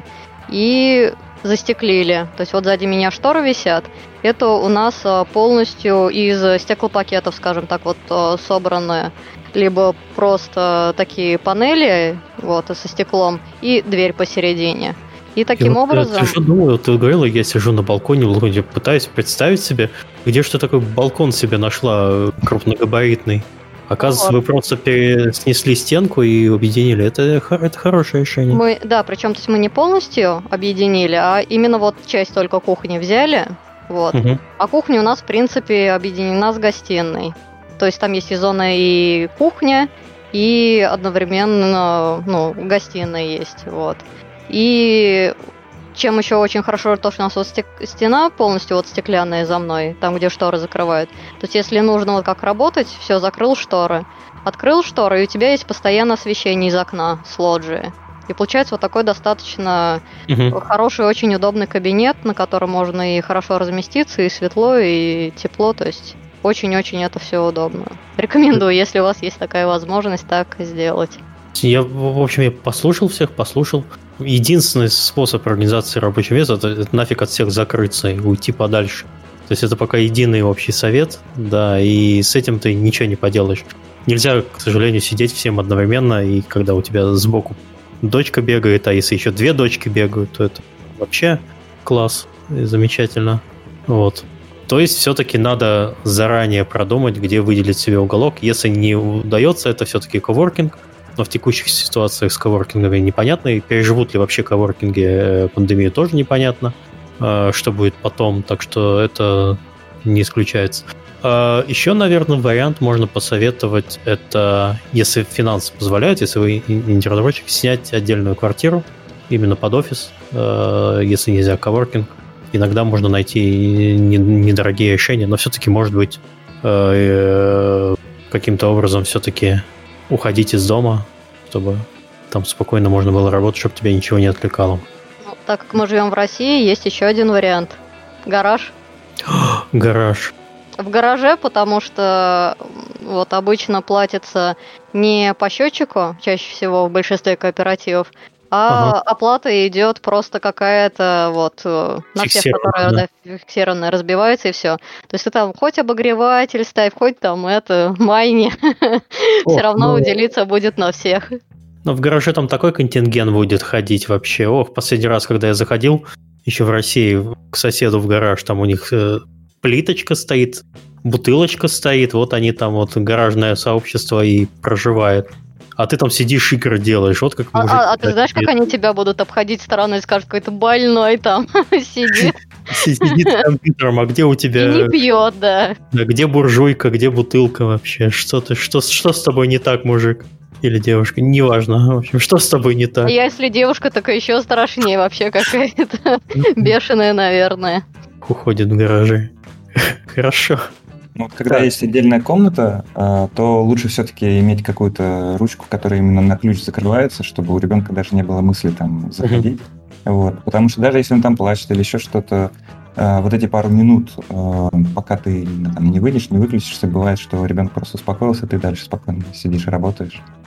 и застеклили. То есть вот сзади меня шторы висят. Это у нас полностью из стеклопакетов, скажем так, вот собранные. Либо просто такие панели вот, со стеклом и дверь посередине. И таким образом... Я сижу, думаю, ты говорила, я сижу на балконе, пытаюсь представить себе, где что такой балкон себе нашла крупногабаритный. Оказывается, вы просто снесли стенку и объединили. Это хорошее решение. Да, причем то есть мы не полностью объединили, а именно вот часть только кухни взяли. Вот. А кухня у нас, в принципе, объединена с гостиной. То есть там есть и зона и кухня, и одновременно гостиная есть. Вот. И чем еще очень хорошо то, что у нас вот стена полностью вот стеклянная за мной, там, где шторы закрывают. То есть если нужно вот как работать, все, закрыл шторы. Открыл шторы, и у тебя есть постоянное освещение из окна с лоджии. И получается вот такой достаточно хороший, очень удобный кабинет, на котором можно и хорошо разместиться, и светло, и тепло, то есть... Очень-очень это все удобно. Рекомендую, если у вас есть такая возможность, так сделать. Я послушал всех. Единственный способ организации рабочего места – это нафиг от всех закрыться и уйти подальше. То есть это пока единый общий совет, да, и с этим ты ничего не поделаешь. Нельзя, к сожалению, сидеть всем одновременно, и когда у тебя сбоку дочка бегает, а если еще две дочки бегают, то это вообще класс, замечательно. Вот. То есть все-таки надо заранее продумать, где выделить себе уголок. Если не удается, это все-таки коворкинг. Но в текущих ситуациях с коворкингами непонятно. И переживут ли вообще коворкинги пандемию, тоже непонятно. Что будет потом. Так что это не исключается. Еще, наверное, вариант можно посоветовать. Это, если финансы позволяют, если вы инди-разработчик, снять отдельную квартиру именно под офис. Если нельзя коворкинг. Иногда можно найти недорогие решения, но все-таки, может быть, каким-то образом все-таки уходить из дома, чтобы там спокойно можно было работать, чтобы тебя ничего не отвлекало. Ну, так как мы живем в России, есть еще один вариант. Гараж. Гараж. В гараже, потому что вот обычно платится не по счетчику, чаще всего в большинстве кооперативов, а оплата идет просто какая-то вот на всех, которая фиксированная, разбивается и все. То есть ты там хоть обогреватель ставь, хоть там майни, все равно уделиться будет на всех. Но в гараже там такой контингент будет ходить вообще. Последний раз, когда я заходил еще в России к соседу в гараж, там у них плиточка стоит, бутылочка стоит, вот они там вот гаражное сообщество и проживает. А ты там сидишь, игры делаешь, вот как мужик. А ты знаешь, как они тебя будут обходить стороной и скажут, какой-то больной там сидит. Сидит с компьютером, а где у тебя... И не пьет, да. Где буржуйка, где бутылка вообще? Что с тобой не так, мужик? Или девушка? Неважно. В общем, что с тобой не так? Если девушка, так еще страшнее вообще какая-то. Бешеная, наверное. Уходит в гаражи. Хорошо. Вот когда есть отдельная комната, то лучше все-таки иметь какую-то ручку, которая именно на ключ закрывается, чтобы у ребенка даже не было мысли там заходить. Вот. Потому что даже если он там плачет или еще что-то, вот эти пару минут, пока ты там не выйдешь, не выключишься, бывает, что ребенок просто успокоился, ты дальше спокойно сидишь и работаешь.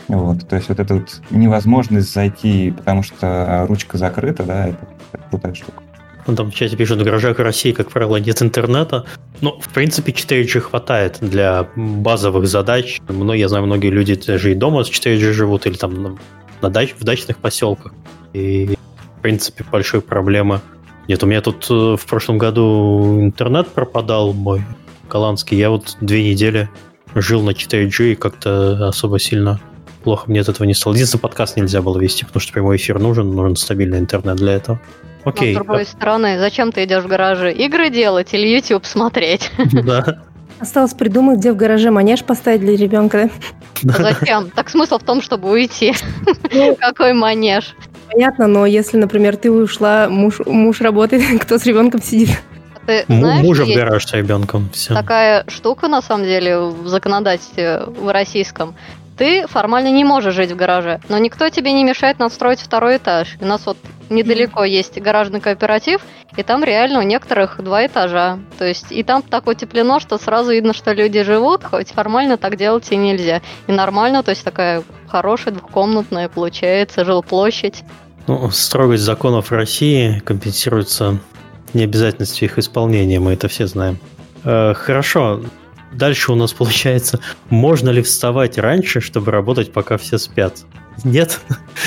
Вот. То есть вот эта вот невозможность зайти, потому что ручка закрыта, да, это крутая штука. Ну, там в чате пишут, в гаражах России, как правило, нет интернета. Но, в принципе, 4G хватает для базовых задач. Я знаю, многие люди даже и дома с 4G живут, или там в дачных поселках. И, в принципе, большой проблемы нет. У меня тут в прошлом году интернет пропадал мой голландский. Я вот 2 недели жил на 4G и как-то особо сильно плохо мне от этого не стало. Единственное, подкаст нельзя было вести, потому что прямой эфир нужен стабильный интернет для этого. Окей. Но, с другой стороны, зачем ты идешь в гараже? Игры делать или YouTube смотреть? Да. Осталось придумать, где в гараже манеж поставить для ребенка. Зачем? Так смысл в том, чтобы уйти. Какой манеж? Понятно, но если, например, ты ушла, муж работает, кто с ребенком сидит? Мужа в гараж с ребенком. Все. Такая штука, на самом деле, в законодательстве в российском. Ты формально не можешь жить в гараже, но никто тебе не мешает настроить 2-й этаж. У нас вот недалеко есть гаражный кооператив, и там реально у некоторых 2 этажа. То есть и там так утеплено, что сразу видно, что люди живут, хоть формально так делать и нельзя. И нормально, то есть такая хорошая 2-комнатная получается жилплощадь. Ну, строгость законов России компенсируется необязательностью их исполнения, мы это все знаем. Хорошо. Дальше у нас получается, можно ли вставать раньше, чтобы работать, пока все спят? Нет?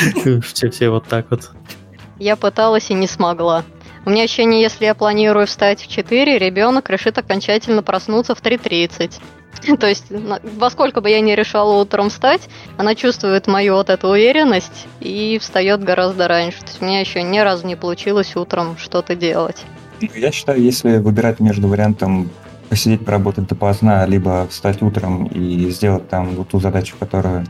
Все вот так вот. Я пыталась и не смогла. У меня ощущение, если я планирую встать в 4, ребенок решит окончательно проснуться в 3:30. То есть, во сколько бы я ни решала утром встать, она чувствует мою вот эту уверенность и встает гораздо раньше. То есть у меня еще ни разу не получилось утром что-то делать. Я считаю, если выбирать между вариантом посидеть, поработать допоздна, либо встать утром и сделать там вот ту задачу, которую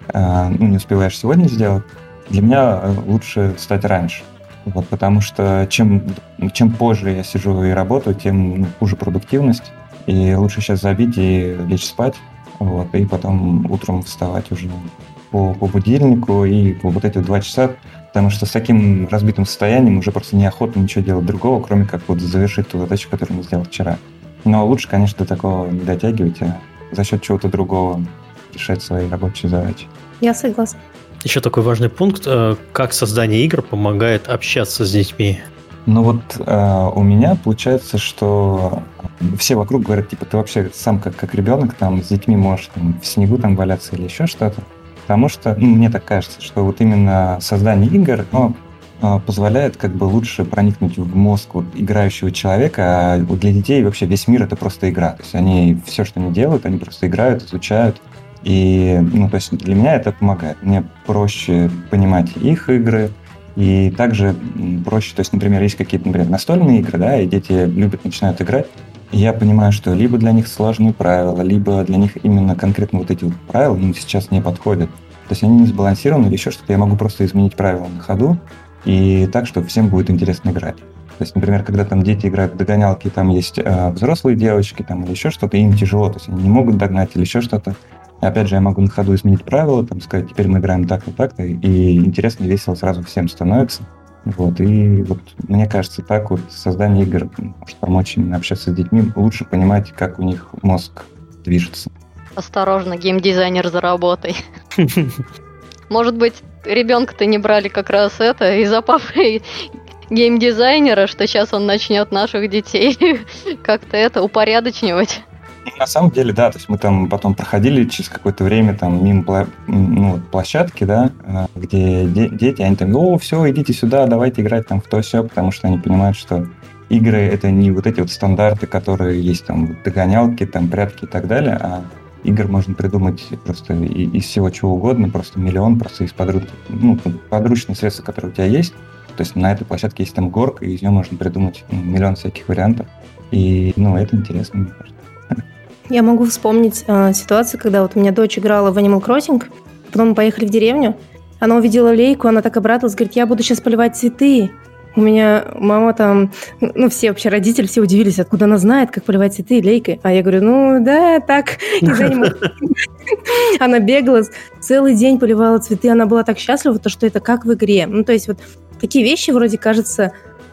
не успеваешь сегодня сделать, для меня лучше встать раньше. Вот, потому что чем позже я сижу и работаю, тем хуже продуктивность. И лучше сейчас забить и лечь спать, вот, и потом утром вставать уже по будильнику и по вот эти 2 часа, потому что с таким разбитым состоянием уже просто неохота ничего делать другого, кроме как вот завершить ту задачу, которую мы сделали вчера. Но лучше, конечно, до такого не дотягивать, а за счет чего-то другого решать свои рабочие задачи. Я согласна. Еще такой важный пункт, как создание игр помогает общаться с детьми. Ну вот у меня получается, что все вокруг говорят, типа, ты вообще сам как ребенок там с детьми можешь там, в снегу там валяться или еще что-то. Потому что, мне так кажется, что вот именно создание игр, позволяет как бы лучше проникнуть в мозг вот играющего человека, а вот для детей вообще весь мир — это просто игра. То есть они все, что они делают, они просто играют, изучают. И, то есть для меня это помогает. Мне проще понимать их игры, и также проще, то есть, например, есть какие-то, например, настольные игры, да, и дети любят, начинают играть, и я понимаю, что либо для них сложные правила, либо для них именно конкретно вот эти вот правила им сейчас не подходят. То есть они не сбалансированы или еще что-то. Я могу просто изменить правила на ходу, и так, что всем будет интересно играть. То есть, например, когда там дети играют в догонялки, там есть взрослые девочки там, или еще что-то, им тяжело, то есть они не могут догнать или еще что-то. Опять же, я могу на ходу изменить правила, там, сказать, теперь мы играем так-то, так-то, и интересно, весело сразу всем становится. Вот, и вот мне кажется, так вот создание игр может помочь именно общаться с детьми, лучше понимать, как у них мозг движется. Осторожно, геймдизайнер за работой. Может быть, ребенка-то не брали как раз это из-за папы геймдизайнера, что сейчас он начнет наших детей как-то это упорядочивать. На самом деле, да, то есть мы там потом проходили через какое-то время там мимо площадки, да, где дети, они там, все, идите сюда, давайте играть там в то все, потому что они понимают, что игры — это не вот эти вот стандарты, которые есть там догонялки, там прятки и так далее, а игр можно придумать просто из всего чего угодно, просто миллион, просто из подручных средств, которые у тебя есть. То есть на этой площадке есть там горка, и из нее можно придумать миллион всяких вариантов. И, это интересно, мне кажется. Я могу вспомнить ситуацию, когда вот у меня дочь играла в Animal Crossing, потом мы поехали в деревню, она увидела лейку, она так обрадовалась, говорит, я буду сейчас поливать цветы. У меня мама там, все вообще родители, все удивились, откуда она знает, как поливать цветы лейкой. А я говорю, да, так, из Animal Crossing. Она бегала, целый день поливала цветы, она была так счастлива, что это как в игре. То есть вот такие вещи вроде кажется,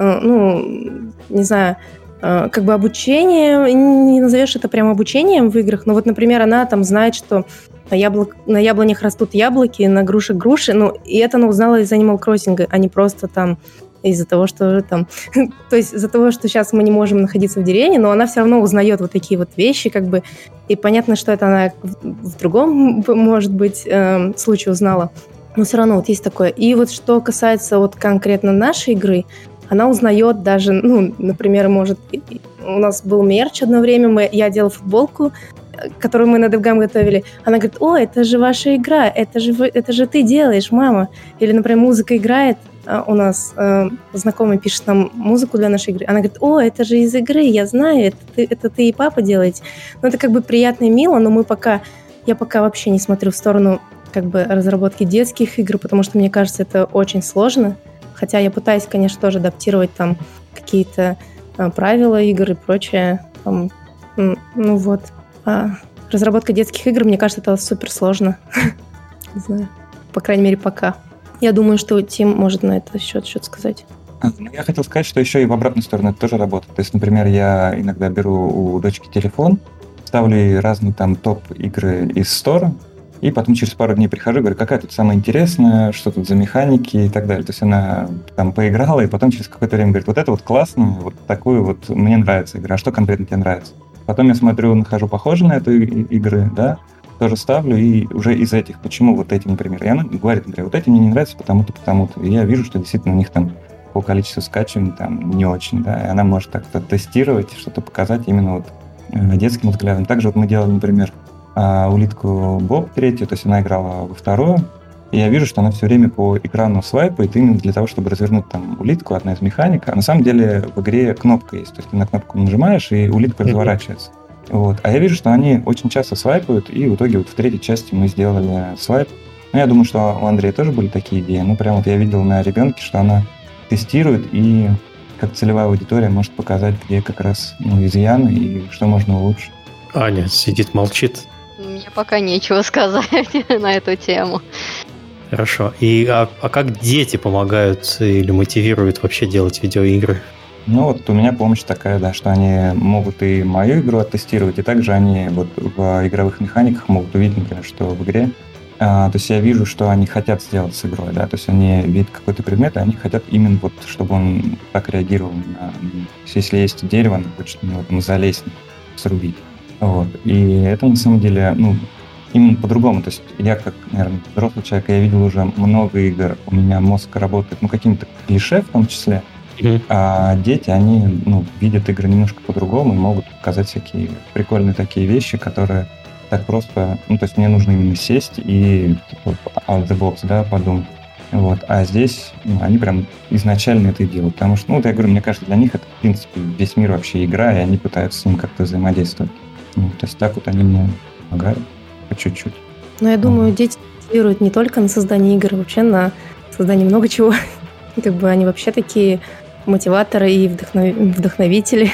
не знаю, как бы обучение, не назовешь это прям обучением в играх, но вот, например, она там знает, что на яблонях растут яблоки, на грушах груши. Ну, и это она узнала из Animal Crossing, а не просто там из-за того, что там... То есть из-за того, что сейчас мы не можем находиться в деревне, но она все равно узнает вот такие вот вещи, как бы. И понятно, что это она в другом, может быть, случае узнала. Но все равно вот есть такое. И вот что касается вот конкретно нашей игры, она узнает даже, ну, например, может... У нас был мерч одно время, я делала футболку, которую мы на DevGam готовили. Она говорит: о, это же ваша игра, это же ты делаешь, мама. Или, например, музыка играет, у нас знакомый пишет нам музыку для нашей игры. Она говорит: о, это же из игры, я знаю, это ты и папа делаете. Ну, это как бы приятно и мило, но я пока вообще не смотрю в сторону как бы разработки детских игр, потому что, мне кажется, это очень сложно. Хотя я пытаюсь, конечно, тоже адаптировать там какие-то правила игр и прочее. Там, ну вот. Разработка детских игр, мне кажется, это супер сложно. Не знаю. По крайней мере, пока. Я думаю, что Тим может на это счет что-то сказать. Я хотел сказать, что еще и в обратную сторону это тоже работает. То есть, например, я иногда беру у дочки телефон, ставлю разные там топ-игры из стора, и потом через пару дней прихожу и говорю: какая тут самая интересная, что тут за механики и так далее. То есть она там поиграла, и потом через какое-то время говорит: вот это вот классно, вот такую вот мне нравится игра. А что конкретно тебе нравится? Потом я смотрю, нахожу похожие на эту игры, да, тоже ставлю, и уже из этих, почему вот эти, например. И она говорит, например: вот эти мне не нравятся потому-то, потому-то. И я вижу, что действительно у них там по количеству скачиваний там не очень, да, и она может так-то тестировать, что-то показать именно вот детским взглядом. Также вот мы делали, например, улитку Боб третью, то есть она играла во вторую, и я вижу, что она все время по экрану свайпает именно для того, чтобы развернуть там улитку, одна из механик. А на самом деле в игре кнопка есть, то есть ты на кнопку нажимаешь, и улитка разворачивается. Вот. А я вижу, что они очень часто свайпают, и в итоге вот в третьей части мы сделали свайп. Ну, я думаю, что у Андрея тоже были такие идеи. Ну, прям вот я видел на ребенке, что она тестирует, и как целевая аудитория может показать, где как раз изъяны и что можно улучшить. Аня сидит, молчит. Мне пока нечего сказать на эту тему. Хорошо. А как дети помогают или мотивируют вообще делать видеоигры? Ну вот у меня помощь такая, да, что они могут и мою игру оттестировать, и также они вот в игровых механиках могут увидеть, например, что в игре, то есть я вижу, что они хотят сделать с игрой, да, то есть они видят какой-то предмет, и они хотят именно вот, чтобы он так реагировал на... Если есть дерево, он хочет на него там залезть, срубить. Вот. И это на самом деле, именно по-другому. То есть я, как, наверное, взрослый человек, я видел уже много игр, у меня мозг работает, каким-то клише в том числе, а дети, они, видят игры немножко по-другому и могут показать всякие прикольные такие вещи, которые так просто, то есть мне нужно именно сесть и типа, out the box, да, подумать. Вот. А здесь они прям изначально это и делают, потому что, вот я говорю, мне кажется, для них это, в принципе, весь мир вообще игра, и они пытаются с ним как-то взаимодействовать. То есть так вот они мне помогают по чуть-чуть. Но я думаю, дети мотивируют не только на создание игр, вообще на создание много чего. Как бы они вообще такие мотиваторы и вдохновители.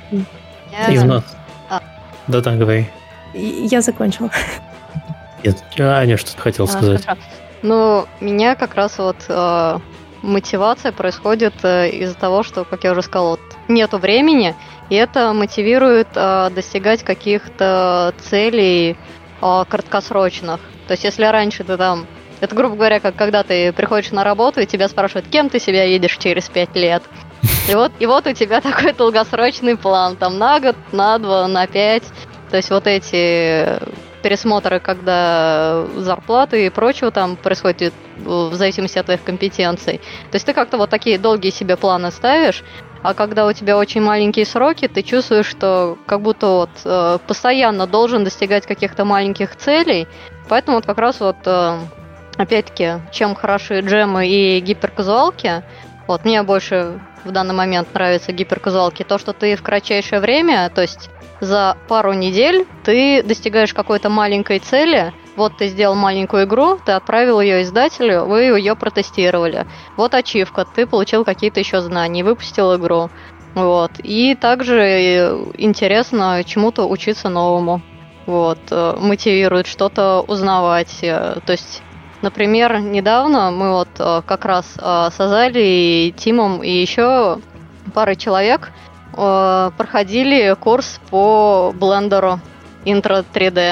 И у нас. Да, говори. Я закончила. Нет, Аня что-то хотела сказать. Хорошо. Меня как раз вот мотивация происходит из-за того, что, как я уже сказала, вот, нету времени, и это мотивирует достигать каких-то целей краткосрочных. То есть, если раньше ты там... Это, грубо говоря, как когда ты приходишь на работу, и тебя спрашивают, кем ты себя видишь через 5 лет. И вот у тебя такой долгосрочный план, там на год, на 2, на 5. То есть вот эти пересмотры, когда зарплаты и прочего там происходит в зависимости от твоих компетенций. То есть ты как-то вот такие долгие себе планы ставишь, а когда у тебя очень маленькие сроки, ты чувствуешь, что как будто вот постоянно должен достигать каких-то маленьких целей. Поэтому вот как раз вот, опять-таки, чем хороши джемы и гиперказуалки, вот мне больше в данный момент нравятся гиперказуалки, то, что ты в кратчайшее время, то есть за пару недель ты достигаешь какой-то маленькой цели. Вот ты сделал маленькую игру, ты отправил ее издателю, вы ее протестировали. Вот ачивка, ты получил какие-то еще знания, выпустил игру. Вот. И также интересно чему-то учиться новому. Вот. Мотивирует что-то узнавать. То есть, например, недавно мы вот как раз с Азали и Тимом и еще парой человек проходили курс по блендеру Intro 3D. То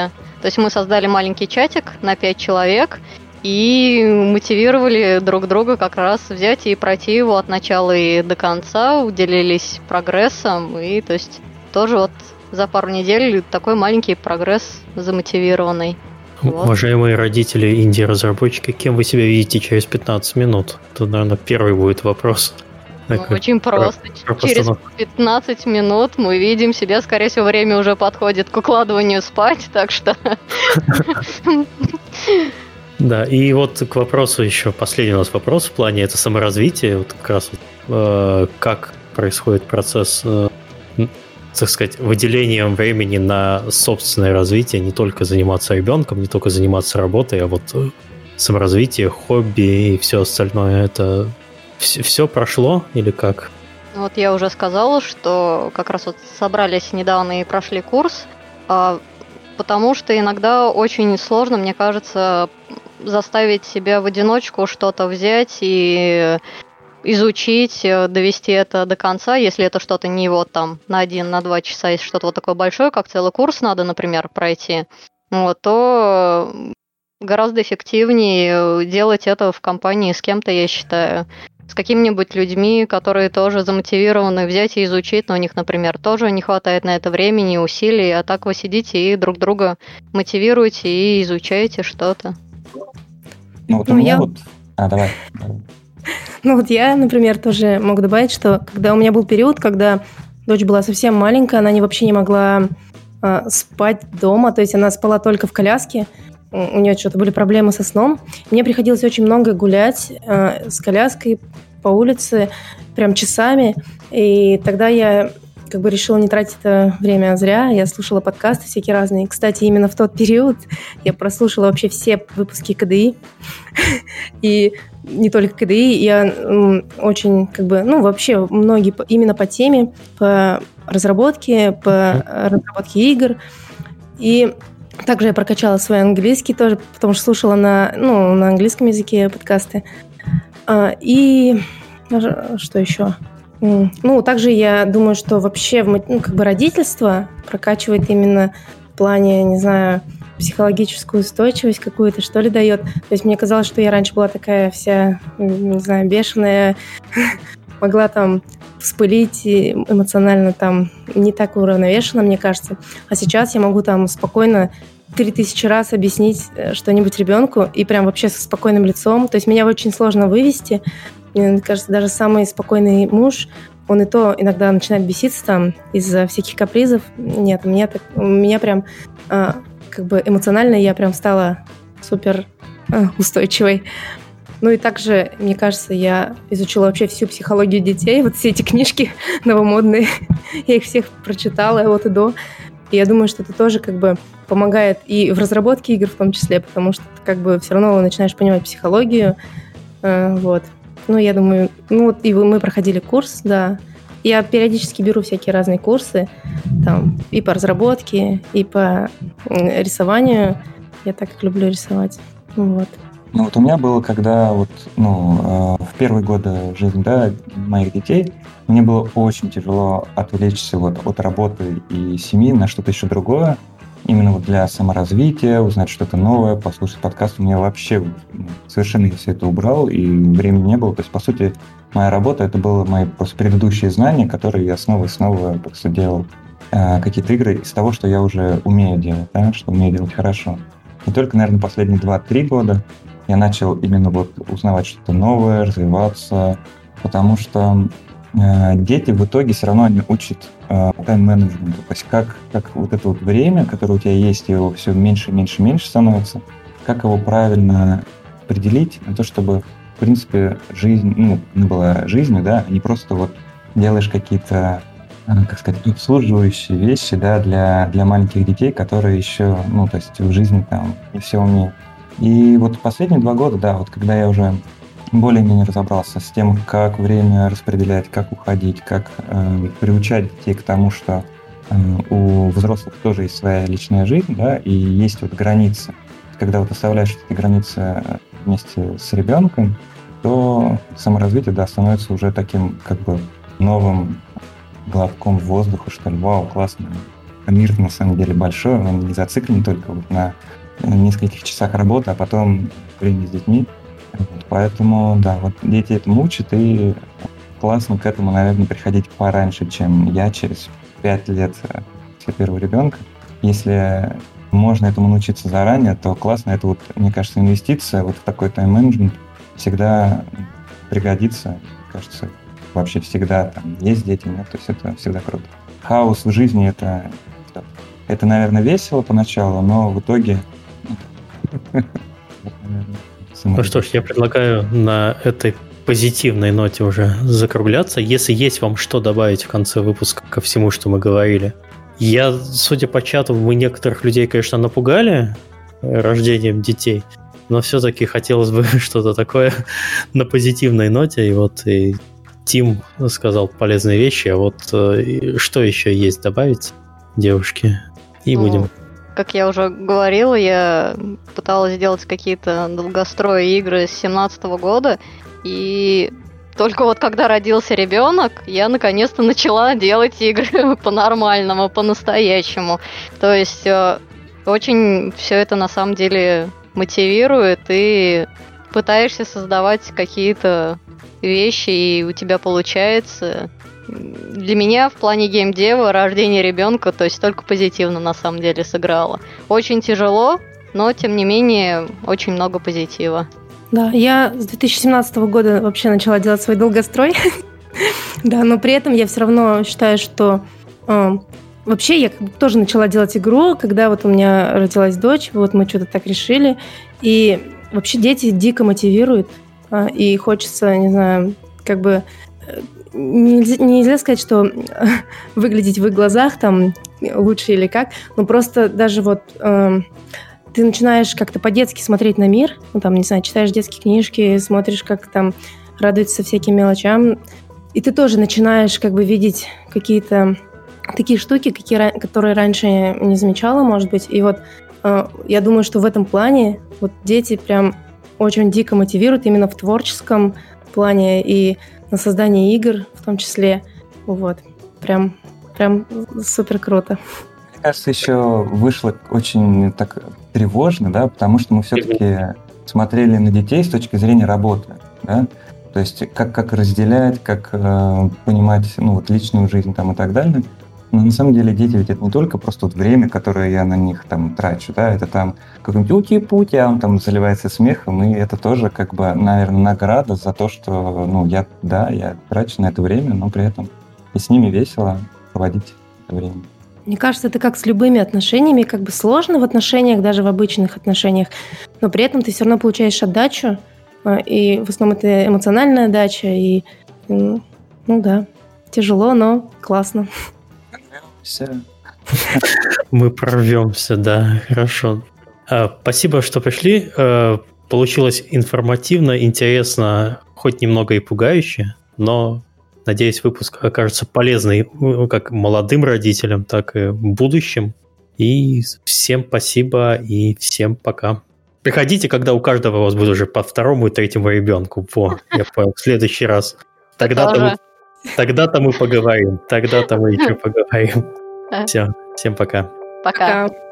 То есть мы создали маленький чатик на 5 человек и мотивировали друг друга как раз взять и пройти его от начала и до конца, уделились прогрессом, и то есть тоже вот за пару недель такой маленький прогресс замотивированный. Вот. Уважаемые родители инди-разработчика, кем вы себя видите через 15 минут? Это, наверное, первый будет вопрос. Очень просто. Через 15 минут мы видим себя, скорее всего, время уже подходит к укладыванию спать, так что... Да, и вот к вопросу еще, последний у нас вопрос в плане это саморазвития, вот как раз как происходит процесс, так сказать, выделением времени на собственное развитие, не только заниматься ребенком, не только заниматься работой, а вот саморазвитие, хобби и все остальное, это все прошло или как? Вот я уже сказала, что как раз вот собрались недавно и прошли курс, потому что иногда очень сложно, мне кажется, заставить себя в одиночку что-то взять и изучить, довести это до конца, если это что-то не вот там на 1-2 часа, если что-то вот такое большое, как целый курс надо, например, пройти, вот, то гораздо эффективнее делать это в компании с кем-то, я считаю, с какими-нибудь людьми, которые тоже замотивированы взять и изучить, но у них, например, тоже не хватает на это времени, усилий, а так вы сидите и друг друга мотивируете и изучаете что-то. Ну вот у меня вот... давай. Ну вот я, например, тоже могу добавить, что когда у меня был период, когда дочь была совсем маленькая, она вообще не могла спать дома, то есть она спала только в коляске, у нее что-то были проблемы со сном. Мне приходилось очень много гулять с коляской по улице, прям часами, и тогда я как бы решила не тратить это время зря, я слушала подкасты всякие разные. Кстати, именно в тот период я прослушала вообще все выпуски КДИ, и не только КДИ, я очень как бы, ну вообще многие именно по теме, по разработке игр, и также я прокачала свой английский тоже, потому что слушала на английском языке подкасты. И что еще? Ну, также я думаю, что вообще как бы родительство прокачивает именно в плане, не знаю, психологическую устойчивость какую-то, что ли, дает. То есть мне казалось, что я раньше была такая вся, не знаю, бешеная, могла там вспылить и эмоционально там не так уравновешена, мне кажется. А сейчас я могу там спокойно 3000 раз объяснить что-нибудь ребенку и прям вообще со спокойным лицом. То есть меня очень сложно вывести. Мне кажется, даже самый спокойный муж, он и то иногда начинает беситься там из-за всяких капризов. Нет, у меня прям как бы эмоционально я прям стала супер устойчивой. Ну и также, мне кажется, я изучила вообще всю психологию детей, вот все эти книжки новомодные, я их всех прочитала от и до. И я думаю, что это тоже как бы помогает и в разработке игр в том числе, потому что ты как бы все равно начинаешь понимать психологию, вот. Ну, я думаю, вот и мы проходили курс, да. Я периодически беру всякие разные курсы, там, и по разработке, и по рисованию. Я так как люблю рисовать, вот. Ну, вот у меня было, когда вот, в первые годы жизни, да, моих детей, мне было очень тяжело отвлечься вот от работы и семьи на что-то еще другое, именно вот для саморазвития, узнать что-то новое, послушать подкаст. У меня вообще совершенно все это убрал, и времени не было. То есть, по сути, моя работа — это было мои просто предыдущие знания, которые я снова и снова просто делал какие-то игры из того, что я уже умею делать, да, что умею делать хорошо. И только, наверное, последние 2-3 года я начал именно вот узнавать что-то новое, развиваться, потому что дети в итоге все равно они учат тайм-менеджменту. То есть как вот это вот время, которое у тебя есть, его все меньше, меньше, меньше становится, как его правильно определить на то, чтобы, в принципе, жизнь, была жизнью, да, а не просто вот делаешь какие-то, как сказать, обслуживающие вещи, да, для маленьких детей, которые еще, то есть в жизни там не все умеют. И вот последние 2 года, да, вот когда я уже более-менее разобрался с тем, как время распределять, как уходить, как приучать детей к тому, что у взрослых тоже есть своя личная жизнь, да, и есть вот границы. Когда вот оставляешь эти границы вместе с ребенком, то саморазвитие, да, становится уже таким как бы новым глотком воздуха, что ли. Вау, классно. мир на самом деле большой, он не зациклен только вот на нескольких часах работы, а потом времени с детьми. Вот, поэтому, да, вот дети этому учат, и классно к этому, наверное, приходить пораньше, чем я, через 5 лет после первого ребенка. Если можно этому научиться заранее, то классно. Это вот, мне кажется, инвестиция вот в такой тайм-менеджмент всегда пригодится. Мне кажется, вообще всегда там есть дети, нет, то есть это всегда круто. Хаос в жизни это, наверное, весело поначалу, но в итоге... Ну что ж, я предлагаю на этой позитивной ноте уже закругляться. Если есть вам что добавить в конце выпуска ко всему, что мы говорили. Я, судя по чату, мы некоторых людей, конечно, напугали рождением детей, но все-таки хотелось бы что-то такое на позитивной ноте. И вот и Тим сказал полезные вещи, а вот что еще есть добавить, девушки? И будем... Как я уже говорила, я пыталась сделать какие-то долгострои игры с 2017 года, и только вот когда родился ребенок, я наконец-то начала делать игры по-нормальному, по-настоящему. То есть очень все это на самом деле мотивирует, и пытаешься создавать какие-то вещи, и у тебя получается. Для меня в плане геймдева рождение ребенка, то есть только позитивно на самом деле сыграло. Очень тяжело, но тем не менее очень много позитива. Да, я с 2017 года вообще начала делать свой долгострой. Да, но при этом я все равно считаю, что вообще я тоже начала делать игру, когда вот у меня родилась дочь, вот мы что-то так решили. И вообще дети дико мотивируют, и хочется, не знаю, как бы... Нельзя сказать, что выглядеть в их глазах там лучше или как, но просто даже вот ты начинаешь как-то по-детски смотреть на мир, ну там, не знаю, читаешь детские книжки, смотришь, как там радуются всяким мелочам, и ты тоже начинаешь как бы видеть какие-то такие штуки, которые раньше не замечала, может быть, и вот я думаю, что в этом плане вот дети прям очень дико мотивируют именно в творческом плане и на создание игр в том числе. Вот. Прям супер круто. Мне кажется, еще вышло очень так тревожно, да, потому что мы все-таки смотрели на детей с точки зрения работы, да, то есть как разделять, как понимать, ну, вот личную жизнь там и так далее. Но на самом деле дети ведь это не только просто вот время, которое я на них там трачу, да, это там какой-нибудь ути-пути, а он там заливается смехом, и это тоже как бы, наверное, награда за то, что, ну, я трачу на это время, но при этом и с ними весело проводить это время. Мне кажется, это как с любыми отношениями, как бы сложно в отношениях, даже в обычных отношениях, но при этом ты все равно получаешь отдачу, и в основном это эмоциональная отдача, и, ну да, тяжело, но классно. Мы прорвемся, да, хорошо. Спасибо, что пришли. Получилось информативно, интересно, хоть немного и пугающе, но, надеюсь, выпуск окажется полезный как молодым родителям, так и будущим. И всем спасибо и всем пока. Приходите, когда у каждого у вас будет уже по второму и третьему ребенку. Я понял, в следующий раз. Тогда-то мы поговорим. Тогда-то мы еще поговорим. Все, всем пока. Пока.